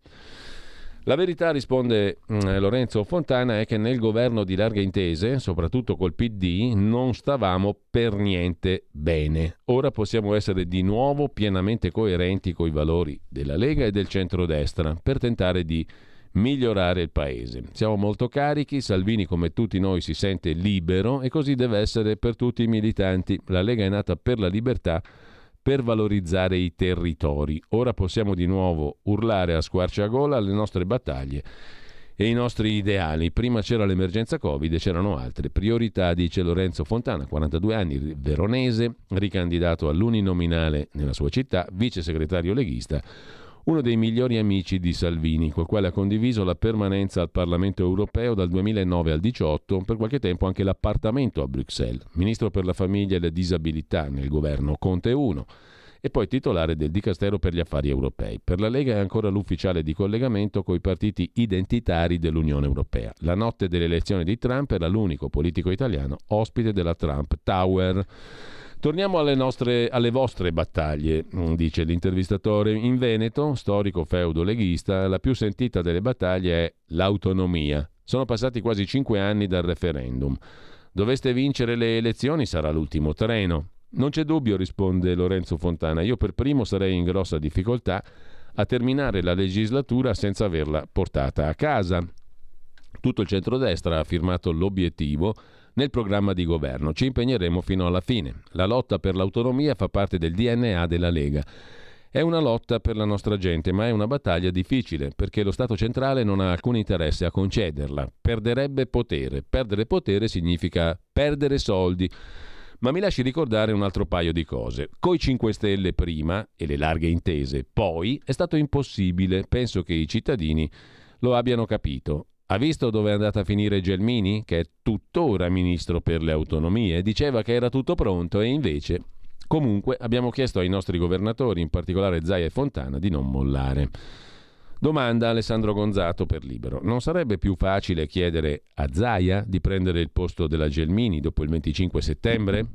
La verità, risponde eh, Lorenzo Fontana, è che nel governo di larghe intese, soprattutto col P D, non stavamo per niente bene. Ora possiamo essere di nuovo pienamente coerenti coi valori della Lega e del centrodestra per tentare di migliorare il paese. Siamo molto carichi, Salvini come tutti noi si sente libero e così deve essere per tutti i militanti. La Lega è nata per la libertà, per valorizzare i territori. Ora possiamo di nuovo urlare a squarciagola le nostre battaglie e i nostri ideali. Prima c'era l'emergenza Covid e c'erano altre priorità, dice Lorenzo Fontana, quarantadue anni, veronese, ricandidato all'uninominale nella sua città, vice segretario leghista, uno dei migliori amici di Salvini, col quale ha condiviso la permanenza al Parlamento europeo dal duemilanove al diciotto, per qualche tempo anche l'appartamento a Bruxelles, ministro per la famiglia e le disabilità nel governo Conte uno e poi titolare del Dicastero per gli affari europei. Per la Lega è ancora l'ufficiale di collegamento coi partiti identitari dell'Unione Europea. La notte delle elezioni di Trump era l'unico politico italiano ospite della Trump Tower. Torniamo alle nostre, alle vostre battaglie, dice l'intervistatore. In Veneto, storico feudo leghista, la più sentita delle battaglie è l'autonomia. Sono passati quasi cinque anni dal referendum. Doveste vincere le elezioni, sarà l'ultimo treno. Non c'è dubbio, risponde Lorenzo Fontana. Io per primo sarei in grossa difficoltà a terminare la legislatura senza averla portata a casa. Tutto il centrodestra ha firmato l'obiettivo nel programma di governo. Ci impegneremo fino alla fine. La lotta per l'autonomia fa parte del D N A della Lega. È una lotta per la nostra gente, ma è una battaglia difficile, perché lo Stato centrale non ha alcun interesse a concederla. Perderebbe potere. Perdere potere significa perdere soldi. Ma mi lasci ricordare un altro paio di cose. Coi cinque Stelle prima e le larghe intese poi è stato impossibile. Penso che i cittadini lo abbiano capito. Ha visto dove è andata a finire Gelmini, che è tuttora ministro per le autonomie? Diceva che era tutto pronto e invece... Comunque abbiamo chiesto ai nostri governatori, in particolare Zaia e Fontana, di non mollare. Domanda Alessandro Gonzato per Libero. Non sarebbe più facile chiedere a Zaia di prendere il posto della Gelmini dopo il venticinque settembre?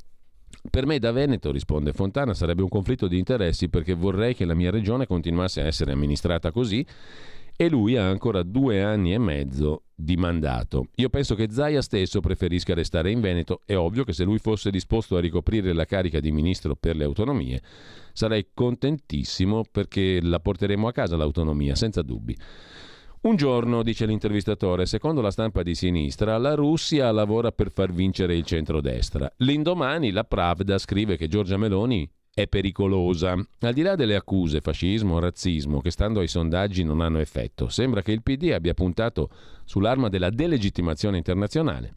Per me da Veneto, risponde Fontana, sarebbe un conflitto di interessi perché vorrei che la mia regione continuasse a essere amministrata così e lui ha ancora due anni e mezzo di mandato. Io penso che Zaia stesso preferisca restare in Veneto. È ovvio che se lui fosse disposto a ricoprire la carica di ministro per le autonomie sarei contentissimo perché la porteremo a casa l'autonomia, senza dubbi. Un giorno, dice l'intervistatore, secondo la stampa di sinistra, la Russia lavora per far vincere il centrodestra. L'indomani la Pravda scrive che Giorgia Meloni è pericolosa. Al di là delle accuse, fascismo, razzismo, che stando ai sondaggi non hanno effetto, sembra che il P D abbia puntato sull'arma della delegittimazione internazionale.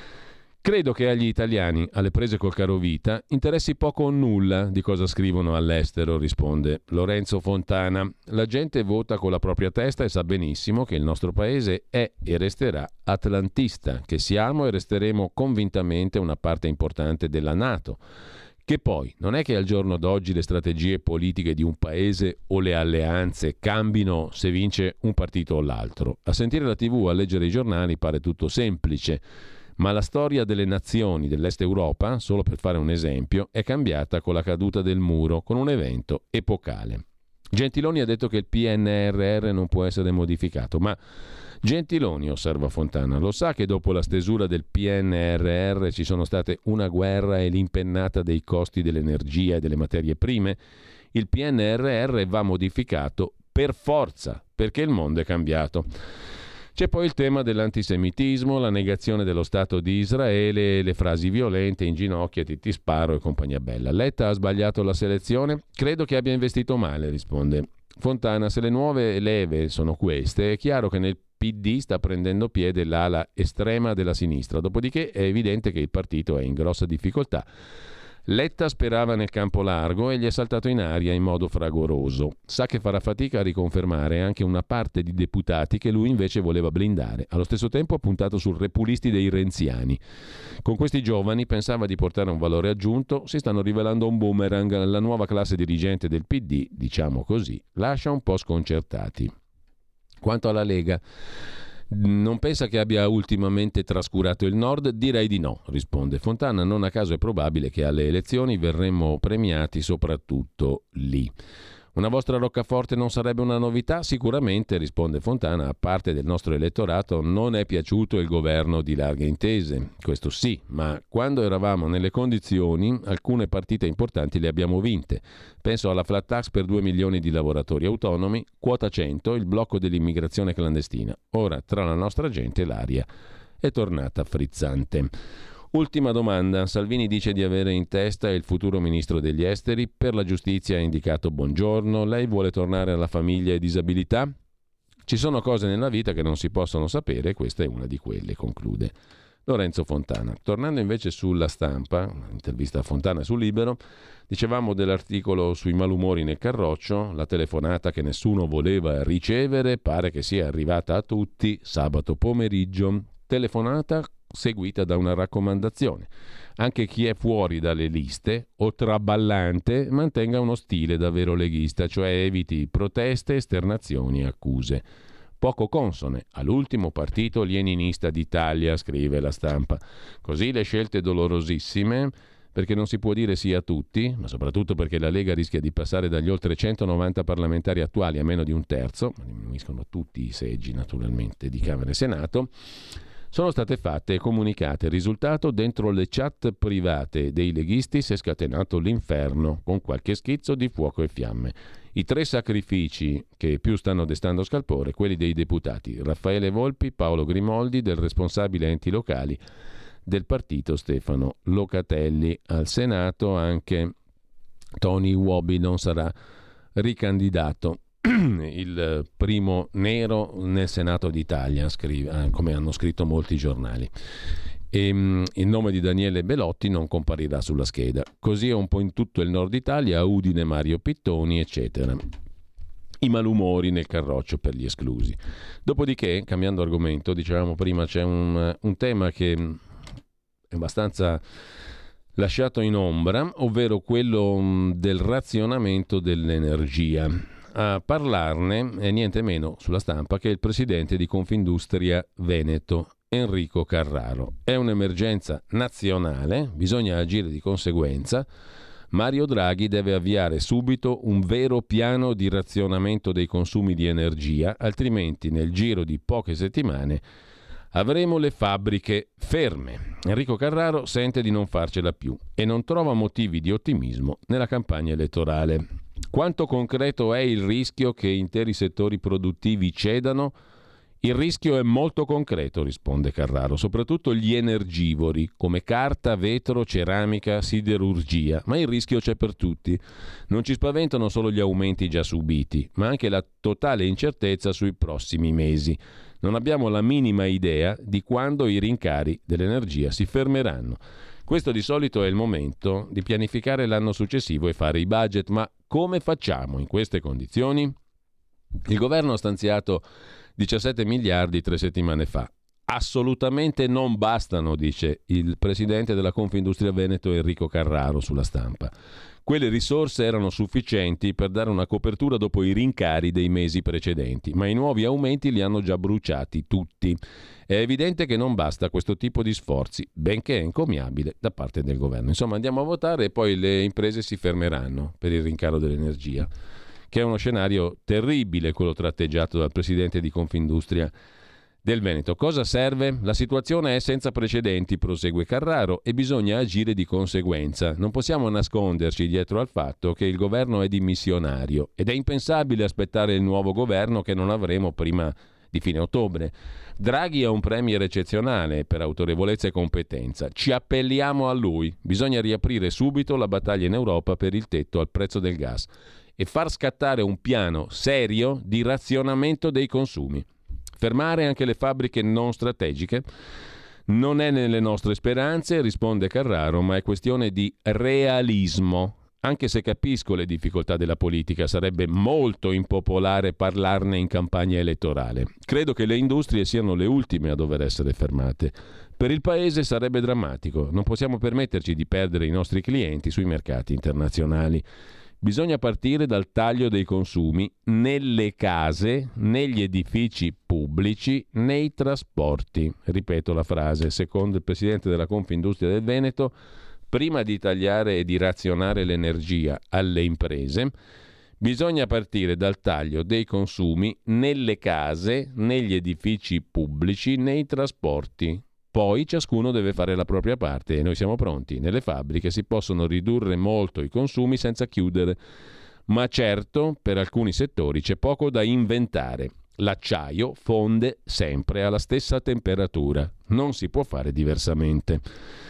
Credo che agli italiani, alle prese col carovita, interessi poco o nulla di cosa scrivono all'estero, risponde Lorenzo Fontana. La gente vota con la propria testa e sa benissimo che il nostro paese è e resterà atlantista, che siamo e resteremo convintamente una parte importante della NATO. Che poi non è che al giorno d'oggi le strategie politiche di un paese o le alleanze cambino se vince un partito o l'altro. A sentire la tivù, a leggere i giornali pare tutto semplice. Ma la storia delle nazioni dell'Est Europa, solo per fare un esempio, è cambiata con la caduta del muro, con un evento epocale. Gentiloni ha detto che il P N R R non può essere modificato, ma Gentiloni, osserva Fontana, lo sa che dopo la stesura del P N R R ci sono state una guerra e l'impennata dei costi dell'energia e delle materie prime? Il P N R R va modificato per forza, perché il mondo è cambiato. C'è poi il tema dell'antisemitismo, la negazione dello Stato di Israele, le frasi violente, inginocchiati, ti sparo e compagnia bella. Letta ha sbagliato la selezione? Credo che abbia investito male, risponde Fontana. Se le nuove leve sono queste, è chiaro che nel P D sta prendendo piede l'ala estrema della sinistra. Dopodiché è evidente che il partito è in grossa difficoltà. Letta sperava nel campo largo e gli è saltato in aria in modo fragoroso. Sa che farà fatica a riconfermare anche una parte di deputati che lui invece voleva blindare. Allo stesso tempo ha puntato sul repulisti dei renziani. Con questi giovani pensava di portare un valore aggiunto, si stanno rivelando un boomerang. La nuova classe dirigente del P D, diciamo così, lascia un po' sconcertati. Quanto alla Lega, non pensa che abbia ultimamente trascurato il Nord? Direi di no, risponde Fontana. Non a caso è probabile che alle elezioni verremmo premiati soprattutto lì. Una vostra roccaforte non sarebbe una novità? Sicuramente, risponde Fontana, a parte del nostro elettorato non è piaciuto il governo di larghe intese, questo sì, ma quando eravamo nelle condizioni alcune partite importanti le abbiamo vinte. Penso alla flat tax per due milioni di lavoratori autonomi, quota cento, il blocco dell'immigrazione clandestina. Ora tra la nostra gente l'aria è tornata frizzante. Ultima domanda. Salvini dice di avere in testa il futuro ministro degli esteri. Per la giustizia ha indicato Bongiorno. Lei vuole tornare alla famiglia e disabilità? Ci sono cose nella vita che non si possono sapere, questa è una di quelle, conclude Lorenzo Fontana. Tornando invece sulla Stampa, intervista a Fontana su Libero, dicevamo dell'articolo sui malumori nel Carroccio, la telefonata che nessuno voleva ricevere, pare che sia arrivata a tutti sabato pomeriggio. Telefonata seguita da una raccomandazione. Anche chi è fuori dalle liste o traballante mantenga uno stile davvero leghista, cioè eviti proteste, esternazioni e accuse. Poco consone all'ultimo partito leninista d'Italia, scrive la Stampa. Così le scelte dolorosissime, perché non si può dire sì a tutti, ma soprattutto perché la Lega rischia di passare dagli oltre centonovanta parlamentari attuali a meno di un terzo, diminuiscono tutti i seggi naturalmente di Camera e Senato, sono state fatte e comunicate. Il risultato: dentro le chat private dei leghisti si è scatenato l'inferno, con qualche schizzo di fuoco e fiamme. I tre sacrifici che più stanno destando scalpore, quelli dei deputati Raffaele Volpi, Paolo Grimoldi, del responsabile enti locali del partito Stefano Locatelli. Al Senato anche Tony Uobi non sarà ricandidato. Il primo nero nel Senato d'Italia, scrive, come hanno scritto molti giornali. E, um, il nome di Daniele Belotti non comparirà sulla scheda. Così è un po' in tutto il nord Italia, a Udine Mario Pittoni, eccetera. I malumori nel Carroccio per gli esclusi. Dopodiché, cambiando argomento, dicevamo prima, c'è un, un tema che è abbastanza lasciato in ombra, ovvero quello del razionamento dell'energia. A parlarne è niente meno sulla Stampa che il presidente di Confindustria Veneto, Enrico Carraro. È un'emergenza nazionale, bisogna agire di conseguenza. Mario Draghi deve avviare subito un vero piano di razionamento dei consumi di energia, altrimenti nel giro di poche settimane avremo le fabbriche ferme. Enrico Carraro sente di non farcela più e non trova motivi di ottimismo nella campagna elettorale. Quanto concreto è il rischio che interi settori produttivi cedano? Il rischio è molto concreto, risponde Carraro, soprattutto gli energivori come carta, vetro, ceramica, siderurgia, ma il rischio c'è per tutti. Non ci spaventano solo gli aumenti già subiti, ma anche la totale incertezza sui prossimi mesi. Non abbiamo la minima idea di quando i rincari dell'energia si fermeranno. Questo di solito è il momento di pianificare l'anno successivo e fare i budget, ma come facciamo in queste condizioni? Il governo ha stanziato diciassette miliardi tre settimane fa. Assolutamente non bastano, dice il presidente della Confindustria Veneto Enrico Carraro sulla Stampa. Quelle risorse erano sufficienti per dare una copertura dopo i rincari dei mesi precedenti, ma i nuovi aumenti li hanno già bruciati tutti. È evidente che non basta questo tipo di sforzi, benché è encomiabile da parte del governo. Insomma, andiamo a votare e poi le imprese si fermeranno per il rincaro dell'energia, che è uno scenario terribile, quello tratteggiato dal presidente di Confindustria del Veneto. Cosa serve? La situazione è senza precedenti, prosegue Carraro, e bisogna agire di conseguenza. Non possiamo nasconderci dietro al fatto che il governo è dimissionario ed è impensabile aspettare il nuovo governo che non avremo prima di fine ottobre. Draghi è un premier eccezionale per autorevolezza e competenza. Ci appelliamo a lui. Bisogna riaprire subito la battaglia in Europa per il tetto al prezzo del gas e far scattare un piano serio di razionamento dei consumi. Fermare anche le fabbriche non strategiche non è nelle nostre speranze, risponde Carraro, ma è questione di realismo. Anche se capisco le difficoltà della politica, sarebbe molto impopolare parlarne in campagna elettorale. Credo che le industrie siano le ultime a dover essere fermate. Per il Paese sarebbe drammatico. Non possiamo permetterci di perdere i nostri clienti sui mercati internazionali. Bisogna partire dal taglio dei consumi nelle case, negli edifici pubblici, nei trasporti. Ripeto la frase, secondo il presidente della Confindustria del Veneto, prima di tagliare e di razionare l'energia alle imprese, bisogna partire dal taglio dei consumi nelle case, negli edifici pubblici, nei trasporti. Poi ciascuno deve fare la propria parte e noi siamo pronti. Nelle fabbriche si possono ridurre molto i consumi senza chiudere, ma certo per alcuni settori c'è poco da inventare. L'acciaio fonde sempre alla stessa temperatura, non si può fare diversamente.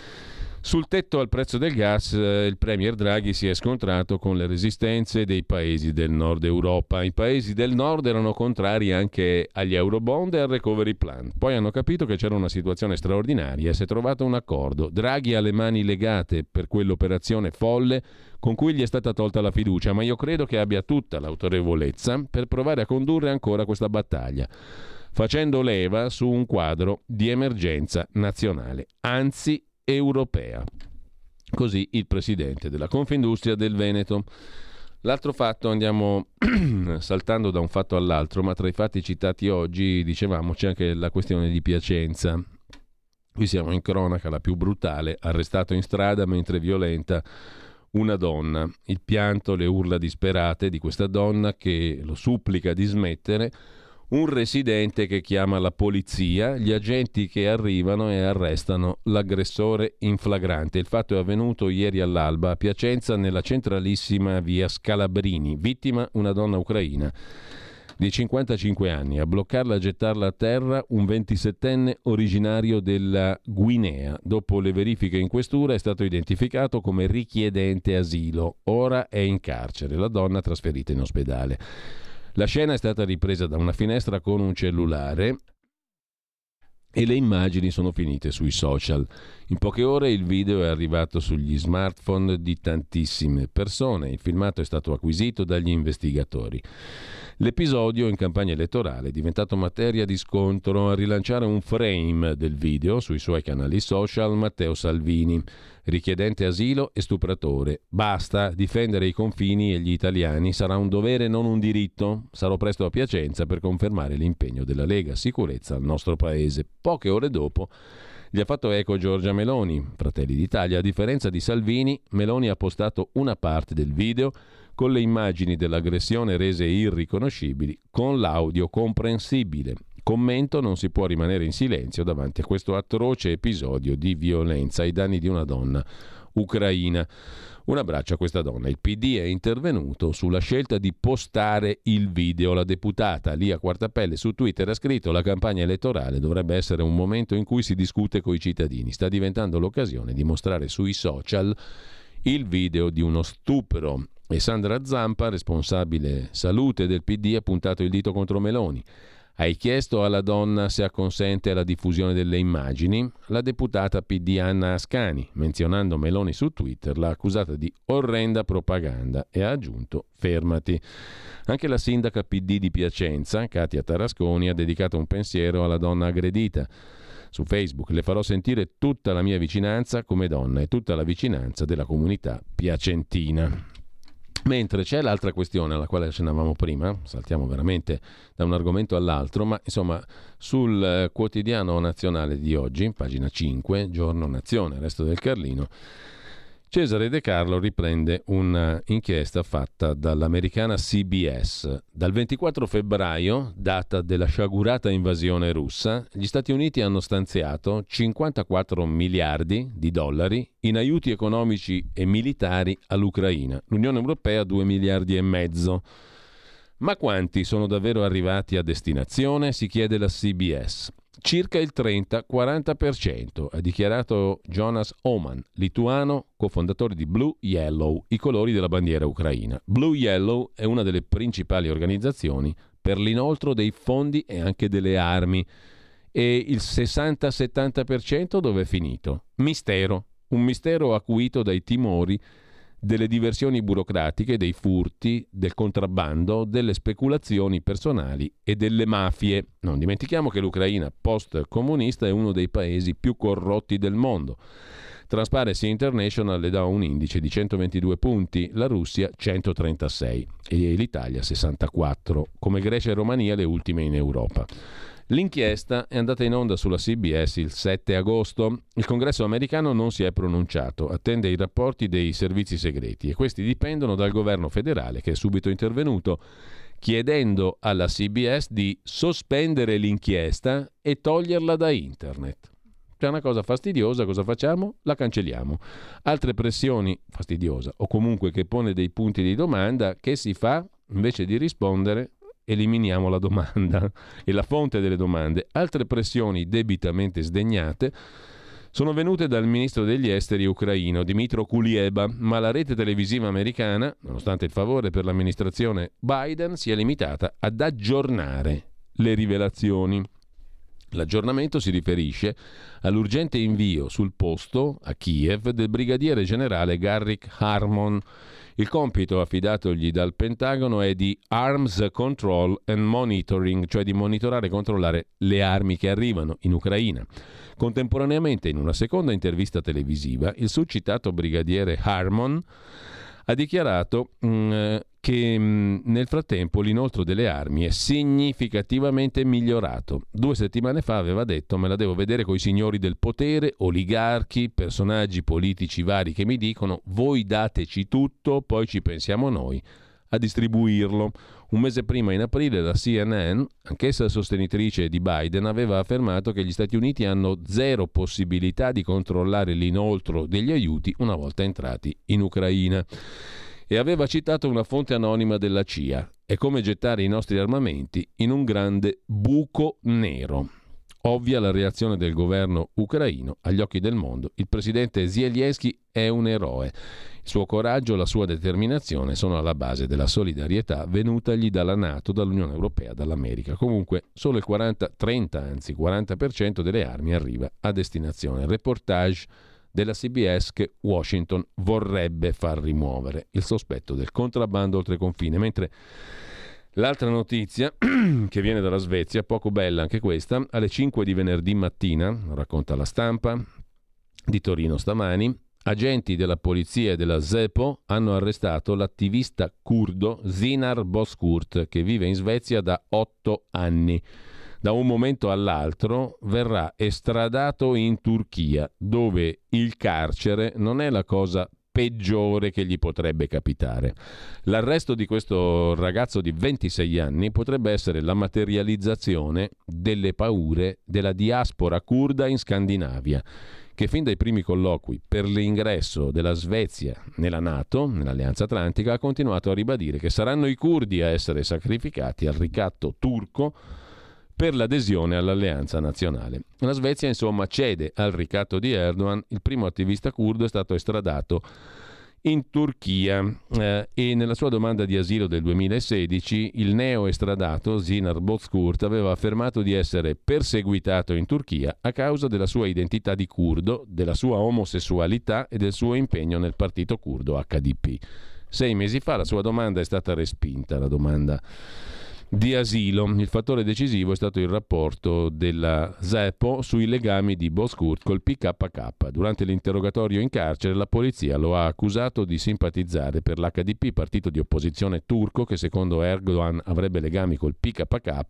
Sul tetto al prezzo del gas eh, il premier Draghi si è scontrato con le resistenze dei paesi del nord Europa. I paesi del nord erano contrari anche agli Eurobond e al Recovery Plan. Poi hanno capito che c'era una situazione straordinaria e si è trovato un accordo. Draghi ha le mani legate per quell'operazione folle con cui gli è stata tolta la fiducia, ma io credo che abbia tutta l'autorevolezza per provare a condurre ancora questa battaglia, facendo leva su un quadro di emergenza nazionale, anzi europea. Così il presidente della Confindustria del Veneto. L'altro fatto, andiamo saltando da un fatto all'altro, ma tra i fatti citati oggi, dicevamo, c'è anche la questione di Piacenza. Qui siamo in cronaca, la più brutale, arrestato in strada mentre violenta una donna. Il pianto, le urla disperate di questa donna che lo supplica di smettere. Un residente che chiama la polizia, gli agenti che arrivano e arrestano l'aggressore in flagrante. Il fatto è avvenuto ieri all'alba a Piacenza, nella centralissima via Scalabrini. Vittima una donna ucraina di cinquantacinque anni. A bloccarla e gettarla a terra un ventisettenne originario della Guinea. Dopo le verifiche in questura è stato identificato come richiedente asilo. Ora è in carcere. La donna trasferita in ospedale. La scena è stata ripresa da una finestra con un cellulare e le immagini sono finite sui social. In poche ore il video è arrivato sugli smartphone di tantissime persone. Il filmato è stato acquisito dagli investigatori. L'episodio in campagna elettorale è diventato materia di scontro. A rilanciare un frame del video sui suoi canali social Matteo Salvini, richiedente asilo e stupratore. Basta difendere i confini e gli italiani, sarà un dovere non un diritto. Sarò presto a Piacenza per confermare l'impegno della Lega Sicurezza al nostro paese. Poche ore dopo gli ha fatto eco Giorgia Meloni, Fratelli d'Italia. A differenza di Salvini, Meloni ha postato una parte del video con le immagini dell'aggressione rese irriconoscibili, con l'audio comprensibile. Commento: non si può rimanere in silenzio davanti a questo atroce episodio di violenza ai danni di una donna. ucraina. Un abbraccio a questa donna. Il P D è intervenuto sulla scelta di postare il video. La deputata Lia Quartapelle su Twitter ha scritto: la campagna elettorale dovrebbe essere un momento in cui si discute coi cittadini. Sta diventando l'occasione di mostrare sui social il video di uno stupro. E Sandra Zampa, responsabile salute del P D, ha puntato il dito contro Meloni. Hai chiesto alla donna se acconsente alla diffusione delle immagini? La deputata P D Anna Ascani, menzionando Meloni su Twitter, l'ha accusata di orrenda propaganda e ha aggiunto: fermati. Anche la sindaca P D di Piacenza, Katia Tarasconi, ha dedicato un pensiero alla donna aggredita. Su Facebook: le farò sentire tutta la mia vicinanza come donna e tutta la vicinanza della comunità piacentina. Mentre c'è l'altra questione alla quale accennavamo prima, saltiamo veramente da un argomento all'altro, ma insomma sul quotidiano nazionale di oggi, pagina cinque, Giorno Nazione, Resto del Carlino, Cesare De Carlo riprende un'inchiesta fatta dall'americana C B S. Dal ventiquattro febbraio, data della sciagurata invasione russa, gli Stati Uniti hanno stanziato cinquantaquattro miliardi di dollari in aiuti economici e militari all'Ucraina. L'Unione Europea due miliardi e mezzo. Ma quanti sono davvero arrivati a destinazione? Si chiede la C B S. Circa il trenta quaranta per cento, ha dichiarato Jonas Oman, lituano, cofondatore di Blue Yellow, i colori della bandiera ucraina. Blue Yellow è una delle principali organizzazioni per l'inoltro dei fondi e anche delle armi. E il sessanta settanta per cento dove è finito? Mistero, un mistero acuito dai timori delle diversioni burocratiche, dei furti, del contrabbando, delle speculazioni personali e delle mafie. Non dimentichiamo che l'Ucraina post-comunista è uno dei paesi più corrotti del mondo. Transparency International le dà un indice di centoventidue punti, la Russia centotrentasei e l'Italia sessantaquattro, come Grecia e Romania le ultime in Europa. L'inchiesta è andata in onda sulla C B S il sette agosto. Il Congresso americano non si è pronunciato, attende i rapporti dei servizi segreti e questi dipendono dal governo federale, che è subito intervenuto chiedendo alla C B S di sospendere l'inchiesta e toglierla da internet. C'è una cosa fastidiosa, cosa facciamo? La cancelliamo. Altre pressioni, fastidiosa o comunque che pone dei punti di domanda, che si fa? Invece di rispondere, eliminiamo la domanda e la fonte delle domande. Altre pressioni debitamente sdegnate sono venute dal ministro degli esteri ucraino Dmytro Kuleba, ma la rete televisiva americana, nonostante il favore per l'amministrazione Biden, si è limitata ad aggiornare le rivelazioni. L'aggiornamento si riferisce all'urgente invio sul posto a Kiev del brigadiere generale Garrick Harmon. Il compito affidatogli dal Pentagono è di Arms Control and Monitoring, cioè di monitorare e controllare le armi che arrivano in Ucraina. Contemporaneamente, in una seconda intervista televisiva, il succitato brigadiere Harmon ha dichiarato mh, che mh, nel frattempo l'inoltro delle armi è significativamente migliorato. Due settimane fa aveva detto: me la devo vedere coi signori del potere, oligarchi, personaggi politici vari che mi dicono voi dateci tutto, poi ci pensiamo noi a distribuirlo. Un mese prima, in aprile, la C N N, anch'essa sostenitrice di Biden, aveva affermato che gli Stati Uniti hanno zero possibilità di controllare l'inoltro degli aiuti una volta entrati in Ucraina. E aveva citato una fonte anonima della C I A. È come gettare i nostri armamenti in un grande buco nero. Ovvia la reazione del governo ucraino agli occhi del mondo. Il presidente Zelensky è un eroe. Il suo coraggio, la sua determinazione sono alla base della solidarietà venutagli dalla NATO, dall'Unione Europea, dall'America. Comunque solo il quaranta, trenta anzi quaranta per cento delle armi arriva a destinazione. Reportage della C B S che Washington vorrebbe far rimuovere il sospetto del contrabbando oltre confine, mentre l'altra notizia che viene dalla Svezia, poco bella anche questa, alle cinque di venerdì mattina, racconta La Stampa, di Torino stamani, agenti della polizia e della Zepo hanno arrestato l'attivista curdo Zinar Bozkurt, che vive in Svezia da otto anni. Da un momento all'altro verrà estradato in Turchia, dove il carcere non è la cosa peggiore che gli potrebbe capitare. L'arresto di questo ragazzo di ventisei anni potrebbe essere la materializzazione delle paure della diaspora curda in Scandinavia, che fin dai primi colloqui per l'ingresso della Svezia nella NATO, nell'Alleanza Atlantica, ha continuato a ribadire che saranno i curdi a essere sacrificati al ricatto turco per l'adesione all'Alleanza Nazionale. La Svezia, insomma, cede al ricatto di Erdogan. Il primo attivista curdo è stato estradato in Turchia eh, e nella sua domanda di asilo del duemilasedici il neo estradato Zinar Bozkurt aveva affermato di essere perseguitato in Turchia a causa della sua identità di curdo, della sua omosessualità e del suo impegno nel partito curdo H D P. Sei mesi fa la sua domanda è stata respinta, la domanda di asilo. Il fattore decisivo è stato il rapporto della SEPO sui legami di Bozkurt col P K K. Durante l'interrogatorio in carcere la polizia lo ha accusato di simpatizzare per l'H D P, partito di opposizione turco che secondo Erdogan avrebbe legami col P K K,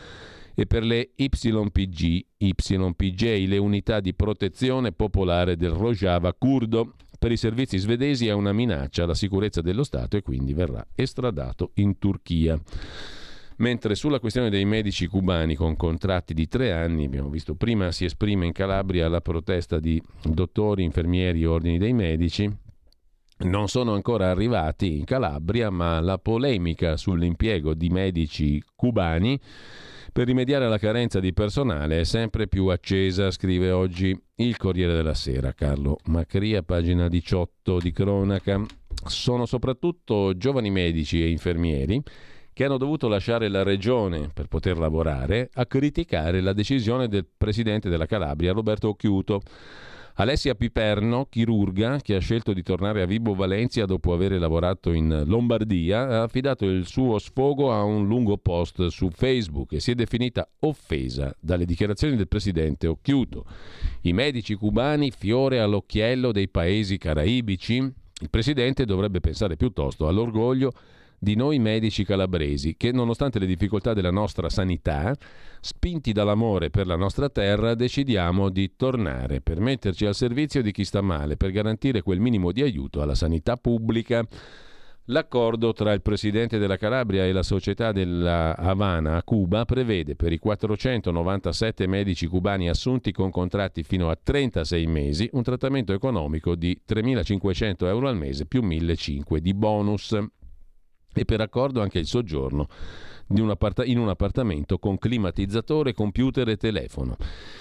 e per le Y P G, Y P J, le unità di protezione popolare del Rojava curdo. Per i servizi svedesi è una minaccia alla sicurezza dello Stato e quindi verrà estradato in Turchia. Mentre sulla questione dei medici cubani con contratti di tre anni, abbiamo visto prima si esprime in Calabria la protesta di dottori, infermieri e ordini dei medici, non sono ancora arrivati in Calabria, ma la polemica sull'impiego di medici cubani per rimediare alla carenza di personale è sempre più accesa, scrive oggi il Corriere della Sera. Carlo Macria, pagina diciotto di cronaca. Sono soprattutto giovani medici e infermieri che hanno dovuto lasciare la regione per poter lavorare a criticare la decisione del presidente della Calabria, Roberto Occhiuto. Alessia Piperno, chirurga, che ha scelto di tornare a Vibo Valentia dopo aver lavorato in Lombardia, ha affidato il suo sfogo a un lungo post su Facebook e si è definita offesa dalle dichiarazioni del presidente Occhiuto. I medici cubani fiore all'occhiello dei paesi caraibici? Il presidente dovrebbe pensare piuttosto all'orgoglio di noi medici calabresi che, nonostante le difficoltà della nostra sanità, spinti dall'amore per la nostra terra, decidiamo di tornare per metterci al servizio di chi sta male, per garantire quel minimo di aiuto alla sanità pubblica. L'accordo tra il presidente della Calabria e la società della Havana a Cuba prevede per i quattrocentonovantasette medici cubani assunti con contratti fino a trentasei mesi un trattamento economico di tremilacinquecento euro al mese più millecinquecento di bonus. E per accordo anche il soggiorno di un appart- in un appartamento con climatizzatore, computer e telefono.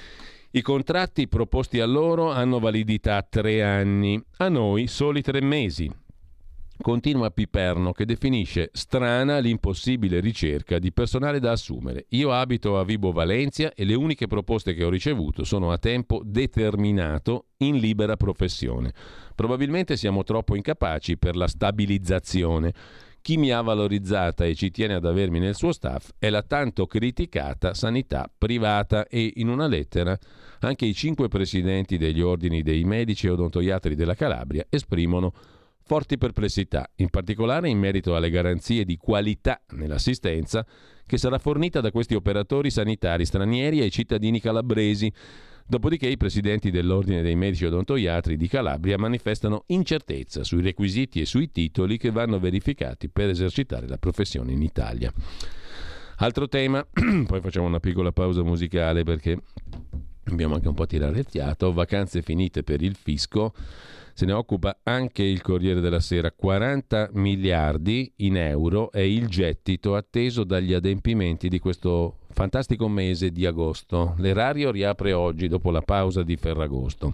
I contratti proposti a loro hanno validità tre anni, a noi soli tre mesi. Continua Piperno, che definisce strana l'impossibile ricerca di personale da assumere. Io abito a Vibo Valentia e le uniche proposte che ho ricevuto sono a tempo determinato in libera professione. Probabilmente siamo troppo incapaci per la stabilizzazione. Chi mi ha valorizzata e ci tiene ad avermi nel suo staff è la tanto criticata sanità privata. E in una lettera anche i cinque presidenti degli ordini dei medici e odontoiatri della Calabria esprimono forti perplessità, in particolare in merito alle garanzie di qualità nell'assistenza che sarà fornita da questi operatori sanitari stranieri ai cittadini calabresi. Dopodiché i presidenti dell'Ordine dei Medici Odontoiatri di Calabria manifestano incertezza sui requisiti e sui titoli che vanno verificati per esercitare la professione in Italia. Altro tema, poi facciamo una piccola pausa musicale perché dobbiamo anche un po' tirare il fiato. Vacanze finite per il fisco. Se ne occupa anche il Corriere della Sera. quaranta miliardi in euro è il gettito atteso dagli adempimenti di questo fantastico mese di agosto. L'erario riapre oggi dopo la pausa di Ferragosto.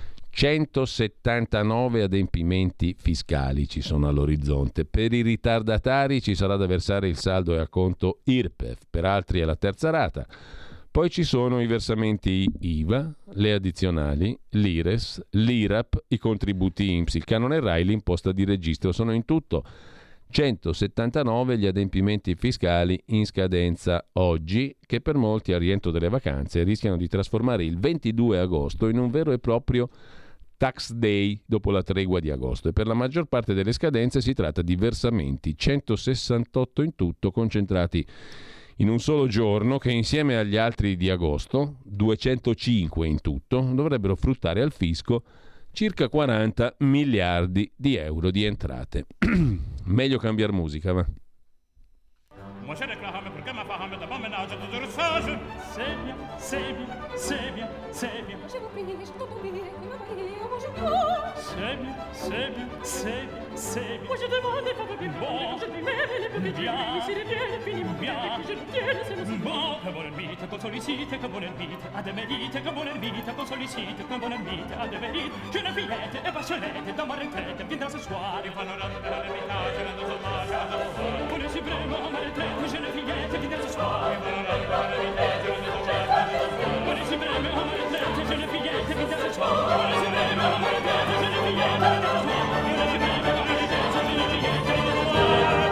centosettantanove adempimenti fiscali ci sono all'orizzonte. Per i ritardatari ci sarà da versare il saldo e acconto I R P E F, per altri è la terza rata. Poi ci sono i versamenti I V A, le addizionali, l'I R E S, l'I R A P, i contributi I N P S, il canone RAI, l'imposta di registro. Sono in tutto centosettantanove gli adempimenti fiscali in scadenza oggi, che per molti a rientro delle vacanze rischiano di trasformare il ventidue agosto in un vero e proprio tax day dopo la tregua di agosto. E per la maggior parte delle scadenze si tratta di versamenti, centosessantotto in tutto, concentrati in un solo giorno, che insieme agli altri di agosto, duecentocinque in tutto, dovrebbero fruttare al fisco circa quaranta miliardi di euro di entrate. Meglio cambiare musica, va? c'est bien, c'est bien, c'est bien, c'est bien. Je vous prie, je t'entends dire, il m'a marié, moi je crois. C'est bien, c'est bien, c'est bien, c'est bien. Moi je demande des photos bien bon, je lui mets les bouquets bien. Si les tiennes finiment bien, je le tienne, c'est le bon. Que bon ermite, qu'on sollicite, que bon ermite, à des mérites, que bon ermite, qu'on sollicite, que bon ermite, à des mérites. Jeune fillette et passionnette, dans ma retraite, viendra ce soir, il panorama de l'ermitage, la dose au pour le suprême, ma retraite, jeune fillette, viendra ce soir, il panorama de l'ermitage, la dose au pour le suprême, ma retraite, jeune fillette, viendra ce soir, pour le suprême, ma retraite, jeune fillette, viendra ce soir, pour le suprême, ma retraite, jeune fillette, viendra ce soir.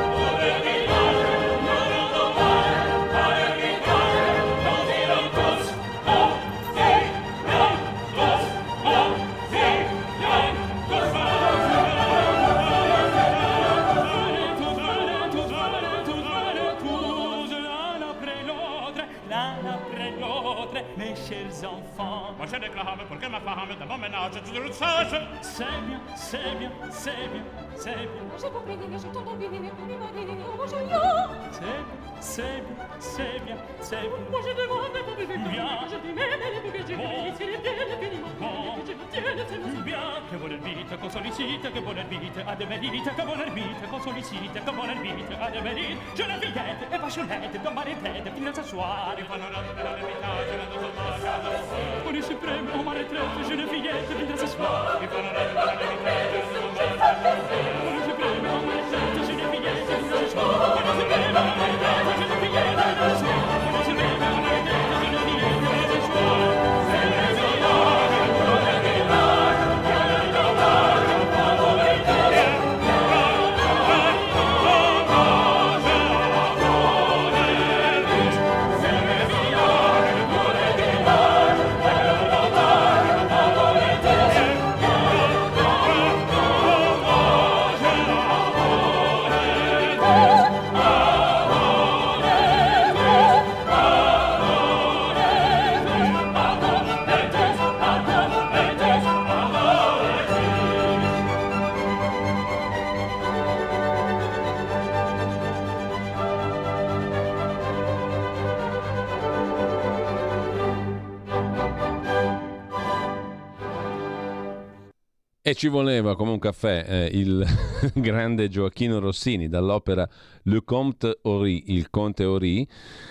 Mes chers enfants, moi je réclame pour que ma femme dans mon ménage tout le sage. C'est bien, c'est bien, c'est bien, c'est bien. J'ai compris, je t'entends bien, mais m'a dit, moi je viens. C'est bien, c'est bien, c'est bien. Moi je demande pour bébé bien. Je dis même les bouquets, je dis, si les tiennes finiment bien, que je le tienne, c'est le bien. Que bon ermite, qu'on sollicite, que bon ermite, à de mérite, que bon ermite, qu'on sollicite, que bon ermite, à de mérite. Je la fillette et passionnette, dans ma retraite, fino a s'asseoir, il panorama de l'ermitage, la dose pour le suprême, on ma retraite, jeune fillette, viens ce soir. Il panorama de l'ermitage, pour le suprême, on ma retraite, jeune fillette, viens ce soir. Pour le suprême, on ma retraite, jeune fillette, viens ce soir. Pour le suprême, on ma retraite, jeune fillette, viens ce soir. E ci voleva come un caffè eh, il grande Gioachino Rossini dall'opera Le Comte Ory, il Conte Ory.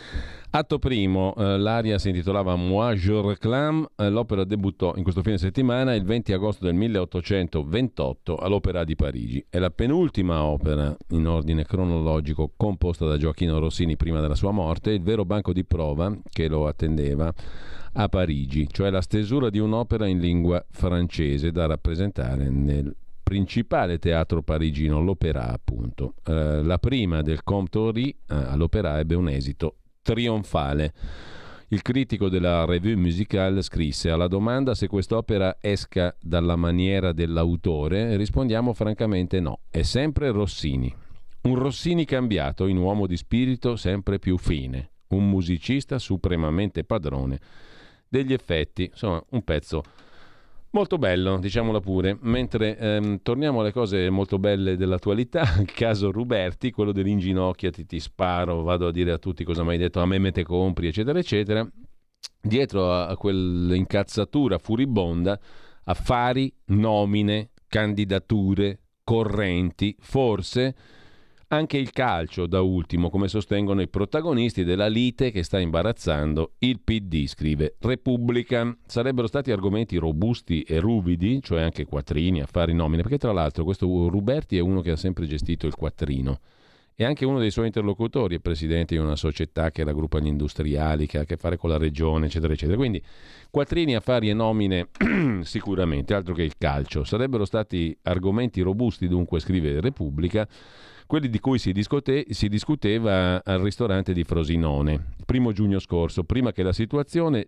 Atto primo, eh, l'aria si intitolava Moi je réclame, eh, l'opera debuttò in questo fine settimana il venti agosto del milleottocentoventotto all'Opera di Parigi. È la penultima opera in ordine cronologico composta da Gioachino Rossini prima della sua morte, il vero banco di prova che lo attendeva a Parigi, cioè la stesura di un'opera in lingua francese da rappresentare nel principale teatro parigino, l'Opéra appunto. Eh, la prima del Comte Ory eh, all'Opéra ebbe un esito trionfale. Il critico della Revue Musicale scrisse: alla domanda se quest'opera esca dalla maniera dell'autore rispondiamo francamente no, è sempre Rossini. Un Rossini cambiato in uomo di spirito sempre più fine, un musicista supremamente padrone degli effetti. Insomma, un pezzo molto bello, diciamola pure. Mentre ehm, torniamo alle cose molto belle dell'attualità, il caso Ruberti, quello dell'inginocchiati, ti sparo, vado a dire a tutti cosa mi hai detto, a me me te compri, eccetera, eccetera. Dietro a, a quell'incazzatura furibonda, affari, nomine, candidature, correnti, forse anche il calcio da ultimo, come sostengono i protagonisti della lite che sta imbarazzando il P D, scrive Repubblica. Sarebbero stati argomenti robusti e ruvidi, cioè anche quattrini, affari, nomine, perché tra l'altro questo Ruberti è uno che ha sempre gestito il quattrino, e anche uno dei suoi interlocutori è presidente di una società che raggruppa gli industriali, che ha a che fare con la regione, eccetera, eccetera. Quindi quattrini, affari e nomine sicuramente, altro che il calcio. Sarebbero stati argomenti robusti, dunque, scrive Repubblica, quelli di cui si, discute, si discuteva al ristorante di Frosinone il primo giugno scorso, prima che la situazione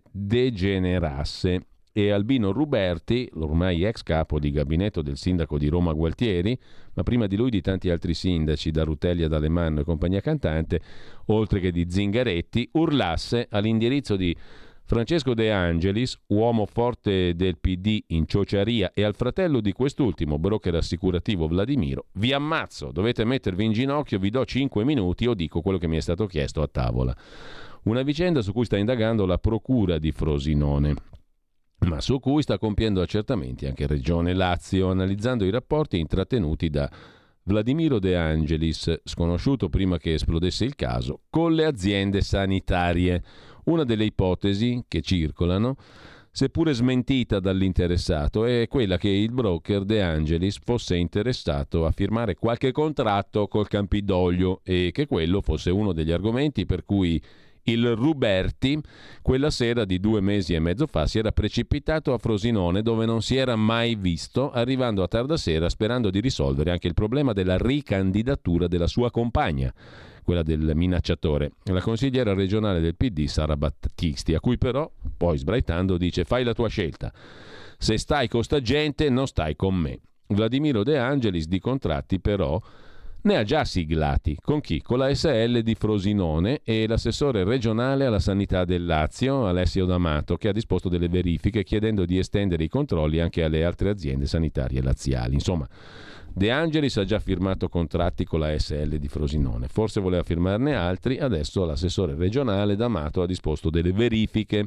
degenerasse e Albino Ruberti, l'ormai ex capo di gabinetto del sindaco di Roma Gualtieri, ma prima di lui di tanti altri sindaci, da Rutelli ad Alemanno e compagnia cantante, oltre che di Zingaretti, urlasse all'indirizzo di Francesco De Angelis, uomo forte del P D in Ciociaria, e al fratello di quest'ultimo, broker assicurativo Vladimiro: vi ammazzo, dovete mettervi in ginocchio, vi do cinque minuti o dico quello che mi è stato chiesto a tavola. Una vicenda su cui sta indagando la procura di Frosinone, ma su cui sta compiendo accertamenti anche Regione Lazio, analizzando i rapporti intrattenuti da Vladimiro De Angelis, sconosciuto prima che esplodesse il caso, con le aziende sanitarie. Una delle ipotesi che circolano, seppure smentita dall'interessato, è quella che il broker De Angelis fosse interessato a firmare qualche contratto col Campidoglio e che quello fosse uno degli argomenti per cui il Ruberti quella sera di due mesi e mezzo fa si era precipitato a Frosinone, dove non si era mai visto, arrivando a tarda sera sperando di risolvere anche il problema della ricandidatura della sua compagna, quella del minacciatore, la consigliera regionale del P D Sara Battisti, a cui però, poi sbraitando, dice: fai la tua scelta, se stai con sta gente non stai con me. Vladimiro De Angelis di contratti però ne ha già siglati. Con chi? Con la S L di Frosinone e l'assessore regionale alla sanità del Lazio, Alessio D'Amato, che ha disposto delle verifiche chiedendo di estendere i controlli anche alle altre aziende sanitarie laziali. Insomma, De Angelis ha già firmato contratti con la S L di Frosinone, forse voleva firmarne altri, adesso l'assessore regionale D'Amato ha disposto delle verifiche,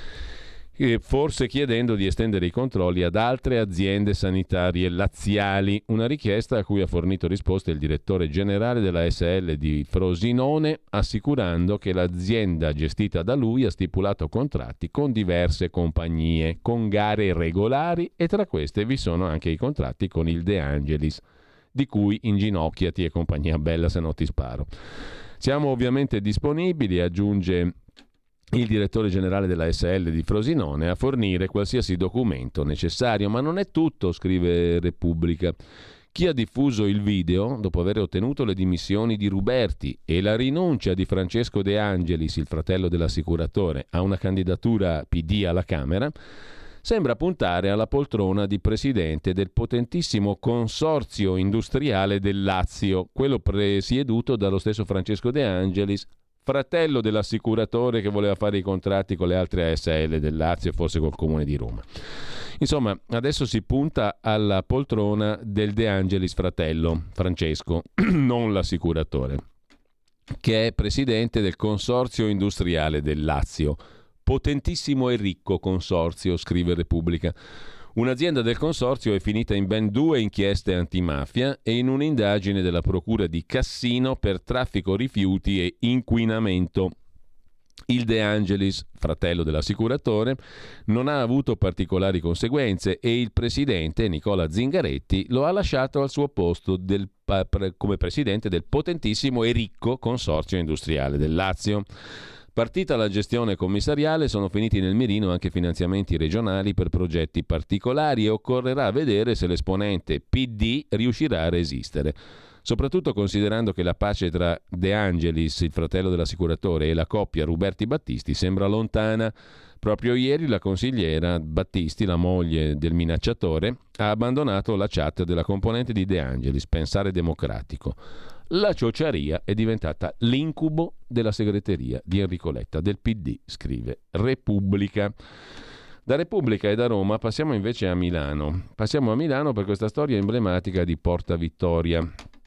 forse chiedendo di estendere i controlli ad altre aziende sanitarie laziali, una richiesta a cui ha fornito risposta il direttore generale della S L di Frosinone, assicurando che l'azienda gestita da lui ha stipulato contratti con diverse compagnie, con gare regolari, e tra queste vi sono anche i contratti con il De Angelis, di cui inginocchiati e compagnia bella se no ti sparo. Siamo ovviamente disponibili, aggiunge il direttore generale della S L di Frosinone, a fornire qualsiasi documento necessario, ma non è tutto, scrive Repubblica. Chi ha diffuso il video, dopo aver ottenuto le dimissioni di Ruberti e la rinuncia di Francesco De Angelis, il fratello dell'assicuratore, a una candidatura P D alla Camera, sembra puntare alla poltrona di presidente del potentissimo consorzio industriale del Lazio, quello presieduto dallo stesso Francesco De Angelis, fratello dell'assicuratore che voleva fare i contratti con le altre A S L del Lazio e forse col Comune di Roma. Insomma, adesso si punta alla poltrona del De Angelis fratello, Francesco, non l'assicuratore, che è presidente del consorzio industriale del Lazio. Potentissimo e ricco consorzio, scrive Repubblica. Un'azienda del consorzio è finita in ben due inchieste antimafia e in un'indagine della procura di Cassino per traffico rifiuti e inquinamento. Il De Angelis, fratello dell'assicuratore, non ha avuto particolari conseguenze e il presidente, Nicola Zingaretti, lo ha lasciato al suo posto del, come presidente del potentissimo e ricco consorzio industriale del Lazio. Partita la gestione commissariale, sono finiti nel mirino anche finanziamenti regionali per progetti particolari e occorrerà vedere se l'esponente P D riuscirà a resistere. Soprattutto considerando che la pace tra De Angelis, il fratello dell'assicuratore, e la coppia Ruberti Battisti sembra lontana. Proprio ieri la consigliera Battisti, la moglie del minacciatore, ha abbandonato la chat della componente di De Angelis, Pensare Democratico. La ciociaria è diventata l'incubo della segreteria di Enrico Letta, del P D, scrive Repubblica. Da Repubblica e da Roma passiamo invece a Milano. Passiamo a Milano per questa storia emblematica di Porta Vittoria.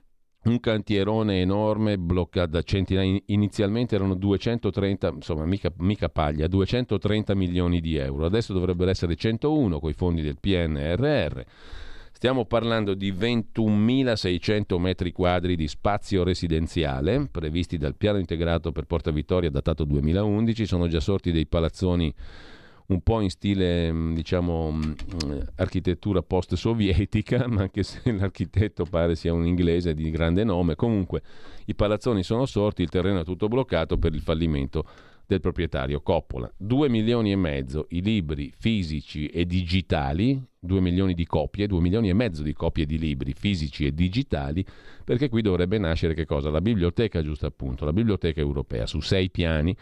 Un cantierone enorme bloccato da centinaia, inizialmente erano duecentotrenta, insomma mica, mica paglia, duecentotrenta milioni di euro, adesso dovrebbero essere centouno coi fondi del P N R R. Stiamo parlando di ventunomilaseicento metri quadri di spazio residenziale previsti dal piano integrato per Porta Vittoria datato duemilaundici, sono già sorti dei palazzoni un po' in stile, diciamo, architettura post-sovietica, ma anche se l'architetto pare sia un inglese di grande nome. Comunque i palazzoni sono sorti, il terreno è tutto bloccato per il fallimento del proprietario Coppola. Due milioni e mezzo i libri fisici e digitali, due milioni di copie, due milioni e mezzo di copie di libri fisici e digitali, perché qui dovrebbe nascere che cosa? La biblioteca, giusto appunto, la biblioteca europea su sei piani,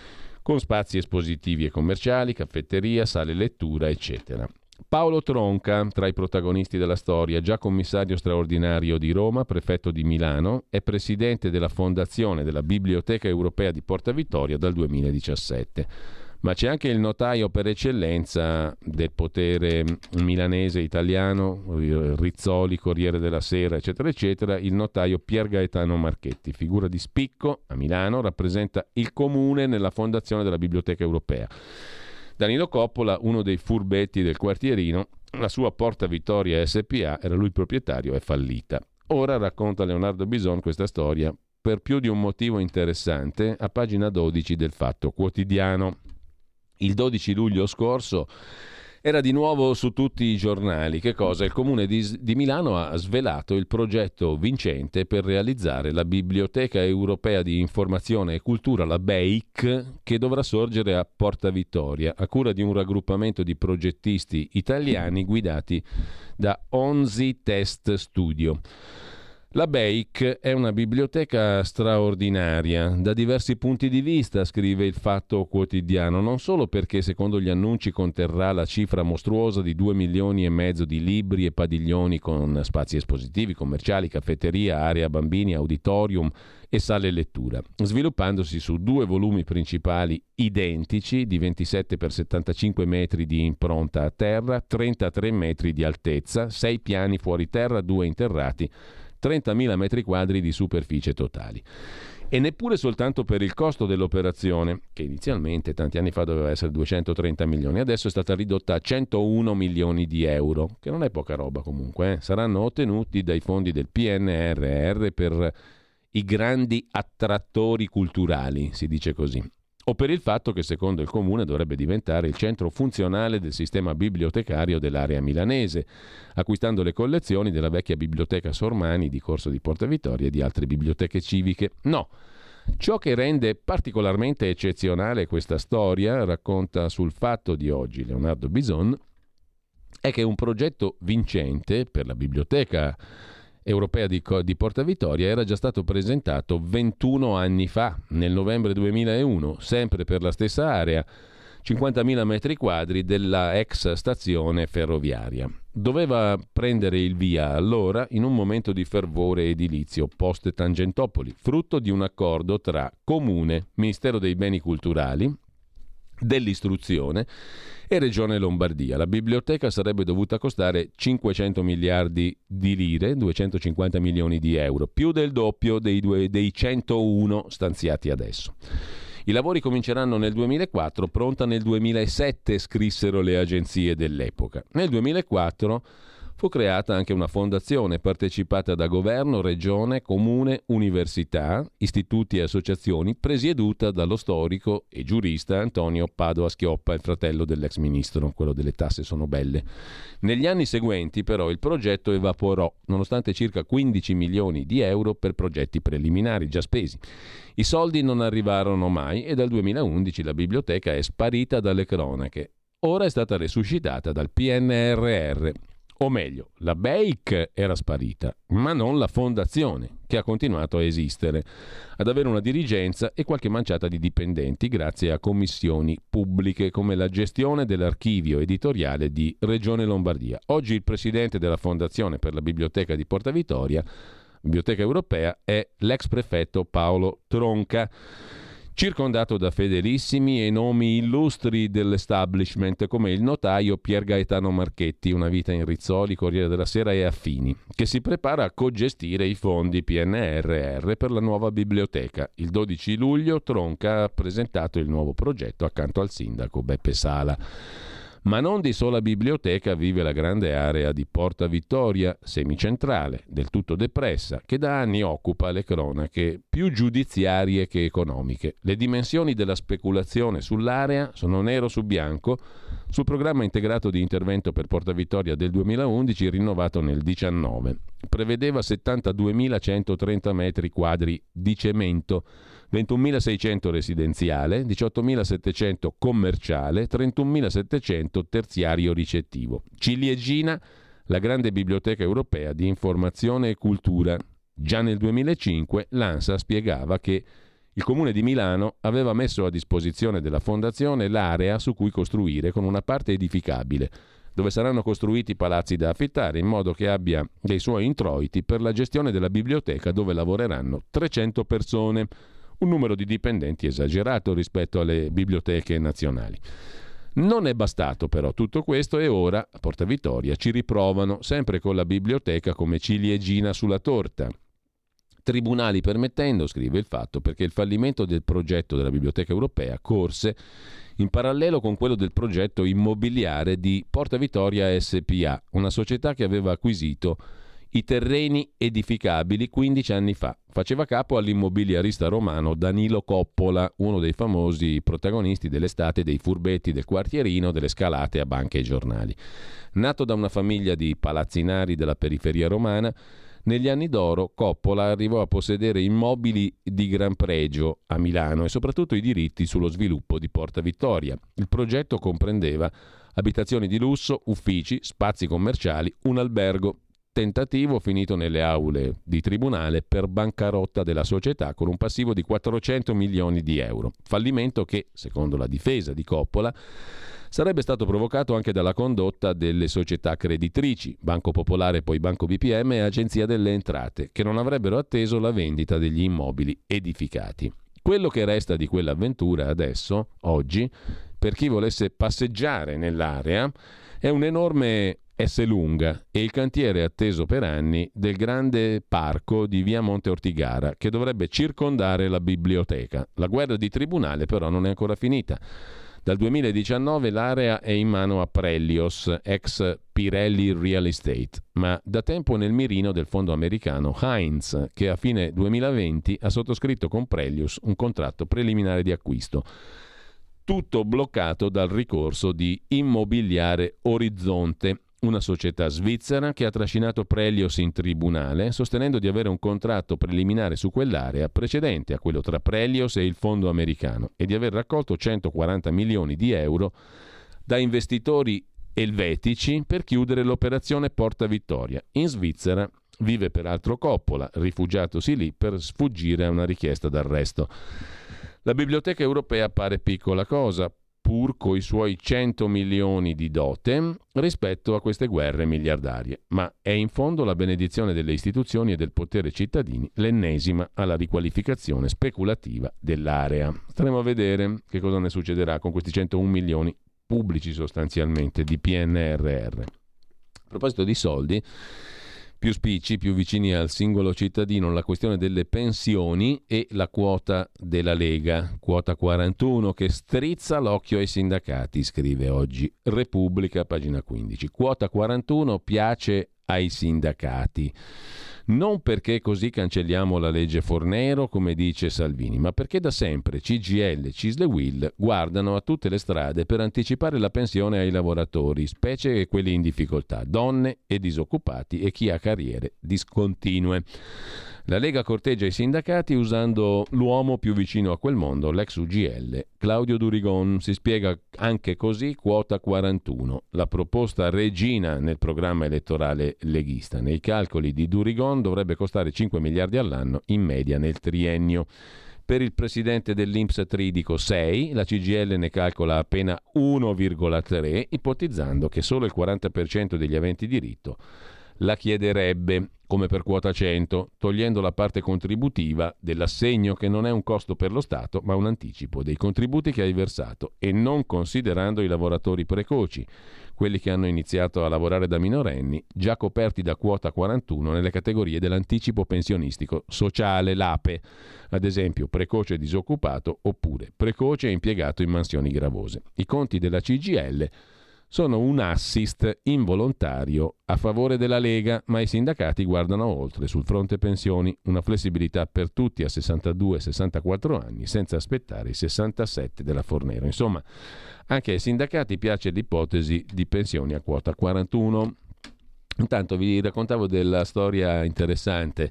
con spazi espositivi e commerciali, caffetteria, sale lettura, eccetera. Paolo Tronca, tra i protagonisti della storia, già commissario straordinario di Roma, prefetto di Milano, è presidente della fondazione della Biblioteca Europea di Porta Vittoria dal duemiladiciassette. Ma c'è anche il notaio per eccellenza del potere milanese italiano, Rizzoli, Corriere della Sera, eccetera, eccetera, il notaio Pier Gaetano Marchetti, figura di spicco a Milano, rappresenta il comune nella fondazione della Biblioteca Europea. Danilo Coppola, uno dei furbetti del quartierino, la sua Porta Vittoria S P A, era lui il proprietario, è fallita. Ora racconta Leonardo Bison questa storia per più di un motivo interessante a pagina dodici del Fatto Quotidiano. Il dodici luglio scorso era di nuovo su tutti i giornali. Che cosa? Il Comune di, di Milano ha svelato il progetto vincente per realizzare la Biblioteca Europea di Informazione e Cultura, la B E I C, che dovrà sorgere a Porta Vittoria, a cura di un raggruppamento di progettisti italiani guidati da Onzi Test Studio. La B E I C è una biblioteca straordinaria da diversi punti di vista, scrive il Fatto Quotidiano, non solo perché secondo gli annunci conterrà la cifra mostruosa di due milioni e mezzo di libri e padiglioni con spazi espositivi, commerciali, caffetteria, area bambini, auditorium e sale lettura, sviluppandosi su due volumi principali identici di ventisette per settantacinque metri di impronta a terra, trentatré metri di altezza, sei piani fuori terra, due interrati, trentamila metri quadri di superficie totali. E neppure soltanto per il costo dell'operazione, che inizialmente tanti anni fa doveva essere duecentotrenta milioni, adesso è stata ridotta a centouno milioni di euro, che non è poca roba comunque, eh. Saranno ottenuti dai fondi del P N R R per i grandi attrattori culturali, si dice così. O per il fatto che secondo il Comune dovrebbe diventare il centro funzionale del sistema bibliotecario dell'area milanese, acquistando le collezioni della vecchia biblioteca Sormani di Corso di Porta Vittoria e di altre biblioteche civiche. No, ciò che rende particolarmente eccezionale questa storia, racconta sul Fatto di oggi Leonardo Bison, è che un progetto vincente per la biblioteca Europea di, di Porta Vittoria era già stato presentato ventuno anni fa, nel novembre duemilauno, sempre per la stessa area, cinquantamila metri quadri della ex stazione ferroviaria. Doveva prendere il via allora in un momento di fervore edilizio post Tangentopoli, frutto di un accordo tra Comune, Ministero dei Beni Culturali, dell'istruzione e Regione Lombardia. La biblioteca sarebbe dovuta costare cinquecento miliardi di lire, duecentocinquanta milioni di euro, più del doppio dei, due, dei centouno stanziati adesso. I lavori cominceranno nel duemilaquattro, pronta nel duemilasette, scrissero le agenzie dell'epoca. Nel duemilaquattro fu creata anche una fondazione partecipata da governo, regione, comune, università, istituti e associazioni, presieduta dallo storico e giurista Antonio Padoa-Schioppa, il fratello dell'ex ministro, quello delle tasse sono belle. Negli anni seguenti però il progetto evaporò, nonostante circa quindici milioni di euro per progetti preliminari già spesi. I soldi non arrivarono mai e dal duemilaundici la biblioteca è sparita dalle cronache. Ora è stata resuscitata dal P N R R. O meglio, la B E I C era sparita, ma non la fondazione, che ha continuato a esistere, ad avere una dirigenza e qualche manciata di dipendenti grazie a commissioni pubbliche come la gestione dell'archivio editoriale di Regione Lombardia. Oggi il presidente della Fondazione per la Biblioteca di Porta Vittoria, Biblioteca Europea, è l'ex prefetto Paolo Tronca, circondato da fedelissimi e nomi illustri dell'establishment come il notaio Pier Gaetano Marchetti, una vita in Rizzoli, Corriere della Sera e affini, che si prepara a cogestire i fondi P N R R per la nuova biblioteca. Il dodici luglio Tronca ha presentato il nuovo progetto accanto al sindaco Beppe Sala. Ma non di sola biblioteca vive la grande area di Porta Vittoria, semicentrale, del tutto depressa, che da anni occupa le cronache più giudiziarie che economiche. Le dimensioni della speculazione sull'area sono nero su bianco sul programma integrato di intervento per Porta Vittoria del duemilaundici, rinnovato nel diciannove. Prevedeva settantaduemilacentotrenta metri quadri di cemento, ventunomilaseicento residenziale, diciottomilasettecento commerciale, trentunomilasettecento terziario ricettivo. Ciliegina, la grande biblioteca europea di informazione e cultura. Già nel duemilacinque l'ANSA spiegava che il Comune di Milano aveva messo a disposizione della Fondazione l'area su cui costruire con una parte edificabile, dove saranno costruiti palazzi da affittare in modo che abbia dei suoi introiti per la gestione della biblioteca dove lavoreranno trecento persone. un numero di dipendenti esagerato rispetto alle biblioteche nazionali. Non è bastato però tutto questo e ora a Porta Vittoria ci riprovano, sempre con la biblioteca come ciliegina sulla torta. Tribunali permettendo, scrive Il Fatto, perché il fallimento del progetto della Biblioteca Europea corse in parallelo con quello del progetto immobiliare di Porta Vittoria S P A, una società che aveva acquisito i terreni edificabili quindici anni fa. Faceva capo all'immobiliarista romano Danilo Coppola, uno dei famosi protagonisti dell'estate dei furbetti del quartierino, delle scalate a banche e giornali. Nato da una famiglia di palazzinari della periferia romana, negli anni d'oro Coppola arrivò a possedere immobili di gran pregio a Milano e soprattutto i diritti sullo sviluppo di Porta Vittoria. Il progetto comprendeva abitazioni di lusso, uffici, spazi commerciali, un albergo. Tentativo finito nelle aule di tribunale per bancarotta della società con un passivo di quattrocento milioni di euro. Fallimento che, secondo la difesa di Coppola, sarebbe stato provocato anche dalla condotta delle società creditrici, Banco Popolare, poi Banco B P M e Agenzia delle Entrate, che non avrebbero atteso la vendita degli immobili edificati. Quello che resta di quell'avventura adesso, oggi, per chi volesse passeggiare nell'area, è un enorme S lunga e il cantiere atteso per anni del grande parco di via Monte Ortigara che dovrebbe circondare la biblioteca. La guerra di tribunale però non è ancora finita. Dal duemiladiciannove l'area è in mano a Prelios, ex Pirelli Real Estate, ma da tempo nel mirino del fondo americano Heinz, che a fine duemilaventi ha sottoscritto con Prelios un contratto preliminare di acquisto. Tutto bloccato dal ricorso di Immobiliare Orizzonte, una società svizzera che ha trascinato Prelios in tribunale sostenendo di avere un contratto preliminare su quell'area precedente a quello tra Prelios e il fondo americano e di aver raccolto centoquaranta milioni di euro da investitori elvetici per chiudere l'operazione Porta Vittoria. In Svizzera vive peraltro Coppola, rifugiatosi lì per sfuggire a una richiesta d'arresto. La Biblioteca Europea pare piccola cosa, pur coi suoi cento milioni di dote rispetto a queste guerre miliardarie, ma è in fondo la benedizione delle istituzioni e del potere cittadini, l'ennesima alla riqualificazione speculativa dell'area. Staremo a vedere che cosa ne succederà con questi centouno milioni pubblici sostanzialmente di P N R R. A proposito di soldi, più spicci, più vicini al singolo cittadino, la questione delle pensioni e la quota della Lega, quota quarantuno, che strizza l'occhio ai sindacati, scrive oggi Repubblica, pagina quindici. Quota quarantuno piace ai sindacati. Non perché così cancelliamo la legge Fornero, come dice Salvini, ma perché da sempre C G I L, C I S L e U I L guardano a tutte le strade per anticipare la pensione ai lavoratori, specie quelli in difficoltà, donne e disoccupati e chi ha carriere discontinue. La Lega corteggia i sindacati usando l'uomo più vicino a quel mondo, l'ex U G L, Claudio Durigon. Si spiega anche così quota quarantuno, la proposta regina nel programma elettorale leghista. Nei calcoli di Durigon dovrebbe costare cinque miliardi all'anno in media nel triennio. Per il presidente dell'I N P S Tridico sei, la C G I L ne calcola appena uno virgola tre, ipotizzando che solo il quaranta per cento degli aventi diritto la chiederebbe, come per quota cento, togliendo la parte contributiva dell'assegno che non è un costo per lo Stato ma un anticipo dei contributi che hai versato e non considerando i lavoratori precoci, quelli che hanno iniziato a lavorare da minorenni, già coperti da quota quarantuno nelle categorie dell'anticipo pensionistico sociale, l'A P E, ad esempio precoce disoccupato oppure precoce impiegato in mansioni gravose. I conti della C G I L sono un assist involontario a favore della Lega, ma i sindacati guardano oltre sul fronte pensioni, una flessibilità per tutti a sessantadue sessantaquattro anni senza aspettare i sessantasette della Fornero. Insomma, anche ai sindacati piace l'ipotesi di pensioni a quota quarantuno. Intanto vi raccontavo della storia interessante.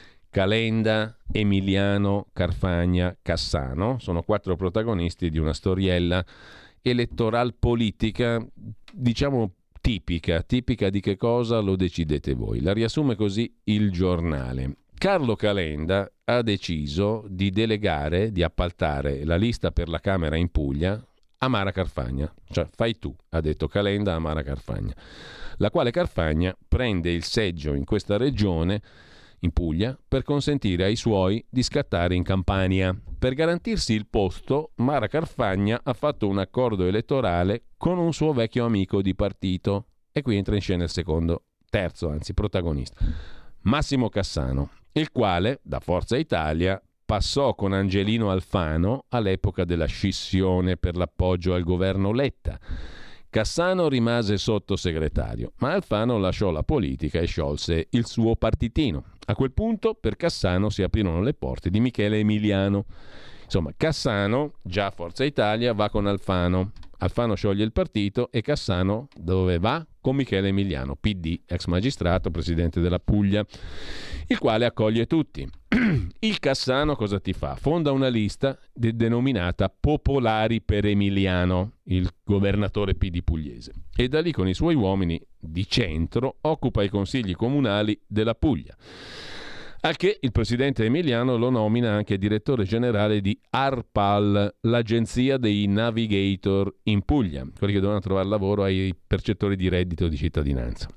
Calenda, Emiliano, Carfagna, Cassano sono quattro protagonisti di una storiella elettoral politica, diciamo tipica. Tipica di che cosa lo decidete voi. La riassume così Il Giornale. Carlo Calenda ha deciso di delegare, di appaltare la lista per la Camera in Puglia a Mara Carfagna. Cioè, fai tu, ha detto Calenda a Mara Carfagna, la quale Carfagna prende il seggio in questa regione in Puglia, per consentire ai suoi di scattare in Campania. Per garantirsi il posto, Mara Carfagna ha fatto un accordo elettorale con un suo vecchio amico di partito. E qui entra in scena il secondo, terzo anzi, protagonista, Massimo Cassano, il quale, da Forza Italia, passò con Angelino Alfano all'epoca della scissione per l'appoggio al governo Letta. Cassano rimase sottosegretario, ma Alfano lasciò la politica e sciolse il suo partitino. A quel punto per Cassano si aprirono le porte di Michele Emiliano. Insomma, Cassano, già Forza Italia, va con Alfano. Alfano scioglie il partito e Cassano dove va? Con Michele Emiliano, P D, ex magistrato, presidente della Puglia, il quale accoglie tutti. Il Cassano cosa ti fa? Fonda una lista de- denominata Popolari per Emiliano, il governatore P D pugliese, e da lì con i suoi uomini di centro occupa i consigli comunali della Puglia. Al che il presidente Emiliano lo nomina anche direttore generale di ARPAL, l'agenzia dei navigator in Puglia, quelli che dovevano trovare lavoro ai percettori di reddito di cittadinanza.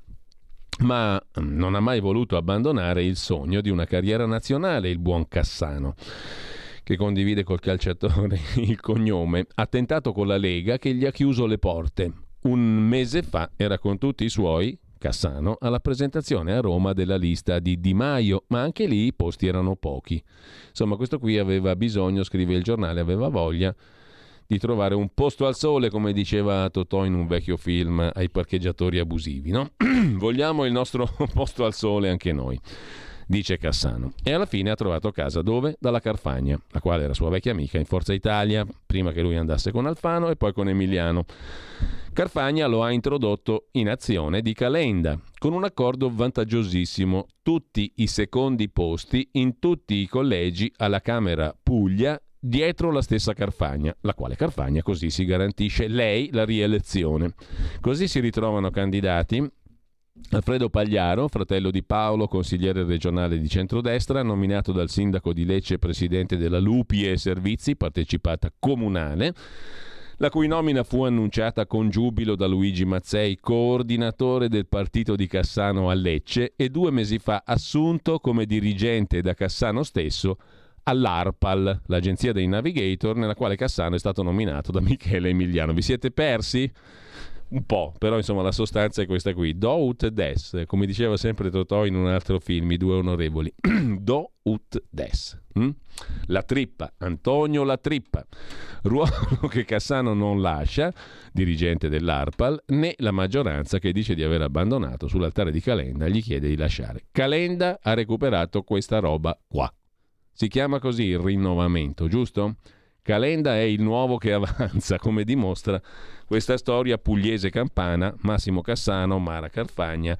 Ma non ha mai voluto abbandonare il sogno di una carriera nazionale, il buon Cassano, che condivide col calciatore il cognome. Ha tentato con la Lega, che gli ha chiuso le porte. Un mese fa era con tutti i suoi, Cassano, alla presentazione a Roma della lista di Di Maio, ma anche lì i posti erano pochi. Insomma, questo qui aveva bisogno, scrive il giornale, aveva voglia di trovare un posto al sole, come diceva Totò in un vecchio film ai parcheggiatori abusivi, no? Vogliamo il nostro posto al sole anche noi, dice Cassano. E alla fine ha trovato casa dove? Dalla Carfagna, la quale era sua vecchia amica in Forza Italia, prima che lui andasse con Alfano e poi con Emiliano. Carfagna lo ha introdotto in azione di Calenda, con un accordo vantaggiosissimo: tutti i secondi posti in tutti i collegi alla Camera Puglia dietro la stessa Carfagna, la quale Carfagna così si garantisce lei la rielezione. Così si ritrovano candidati Alfredo Pagliaro, fratello di Paolo, consigliere regionale di centrodestra, nominato dal sindaco di Lecce presidente della Lupi e Servizi, partecipata comunale, la cui nomina fu annunciata con giubilo da Luigi Mazzei, coordinatore del partito di Cassano a Lecce, e due mesi fa assunto come dirigente da Cassano stesso all'ARPAL, l'agenzia dei navigator, nella quale Cassano è stato nominato da Michele Emiliano. Vi siete persi? Un po', però insomma la sostanza è questa qui. Do ut des, come diceva sempre Totò in un altro film, I due onorevoli. Do ut des. Mm? La trippa, Antonio La Trippa, ruolo che Cassano non lascia, dirigente dell'ARPAL, né la maggioranza, che dice di aver abbandonato sull'altare di Calenda, gli chiede di lasciare. Calenda ha recuperato questa roba qua. Si chiama così il rinnovamento, giusto? Calenda è il nuovo che avanza, come dimostra questa storia pugliese campana, Massimo Cassano, Mara Carfagna,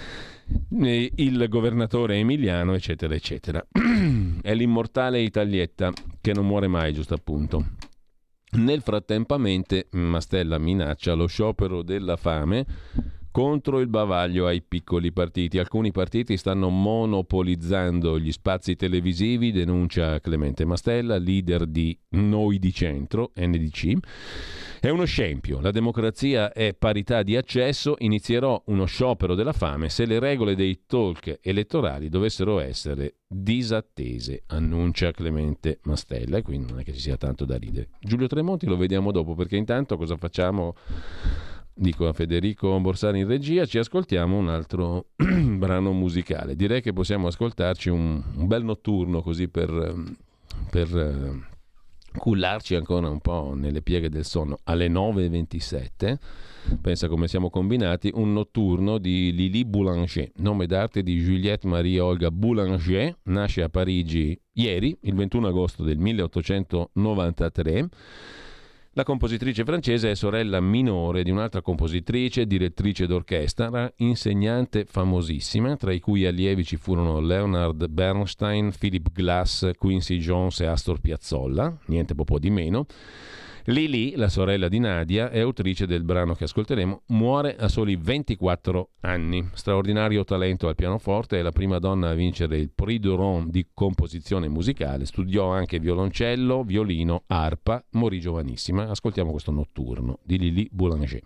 il governatore Emiliano, eccetera, eccetera. È l'immortale Italietta che non muore mai, giusto appunto. Nel frattempamente Mastella minaccia lo sciopero della fame contro il bavaglio ai piccoli partiti. Alcuni partiti stanno monopolizzando gli spazi televisivi, denuncia Clemente Mastella, leader di Noi di Centro, N D C. È uno scempio, la democrazia è parità di accesso, inizierò uno sciopero della fame se le regole dei talk elettorali dovessero essere disattese, annuncia Clemente Mastella, e quindi non è che ci sia tanto da ridere. Giulio Tremonti lo vediamo dopo, perché intanto cosa facciamo? Dico a Federico Borsari in regia, ci ascoltiamo un altro brano musicale. Direi che possiamo ascoltarci un, un bel notturno, così per, per uh, cullarci ancora un po' nelle pieghe del sonno. Alle nove e ventisette, pensa come siamo combinati, un notturno di Lili Boulanger, nome d'arte di Juliette Marie Olga Boulanger, nasce a Parigi ieri, il ventuno agosto del milleottocentonovantatré. La compositrice francese è sorella minore di un'altra compositrice, direttrice d'orchestra, insegnante famosissima, tra i cui allievi ci furono Leonard Bernstein, Philip Glass, Quincy Jones e Astor Piazzolla, niente po' di meno. Lili, la sorella di Nadia, è autrice del brano che ascolteremo, muore a soli ventiquattro anni. Straordinario talento al pianoforte, è la prima donna a vincere il Prix de Rome di composizione musicale, studiò anche violoncello, violino, arpa, morì giovanissima. Ascoltiamo questo notturno di Lili Boulanger.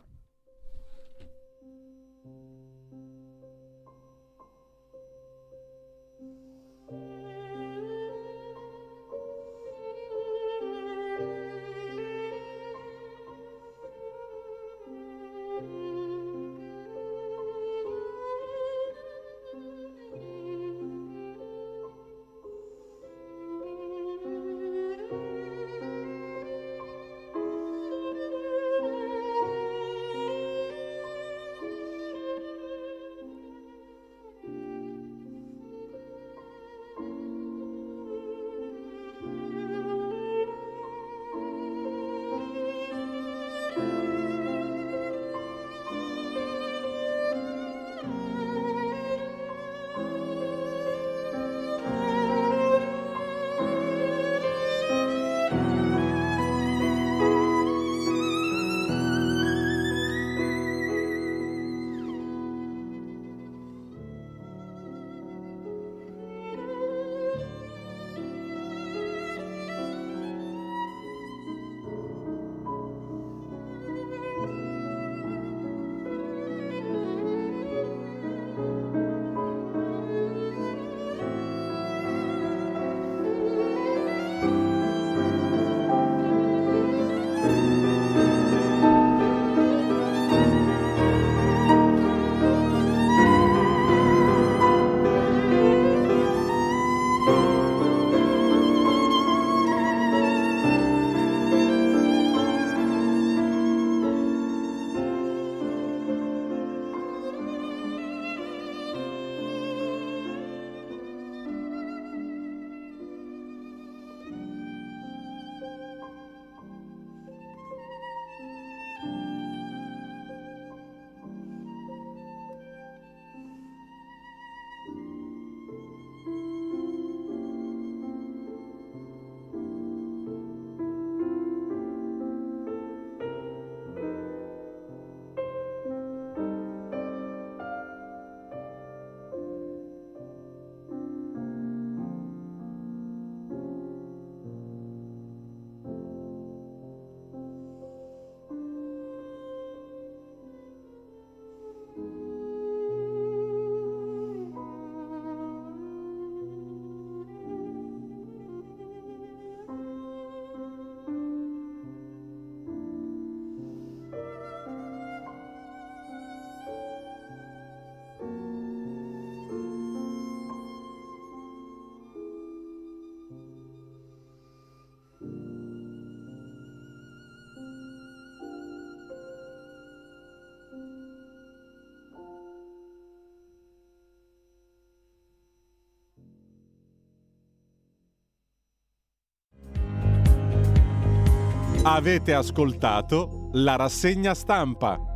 Avete ascoltato la rassegna stampa.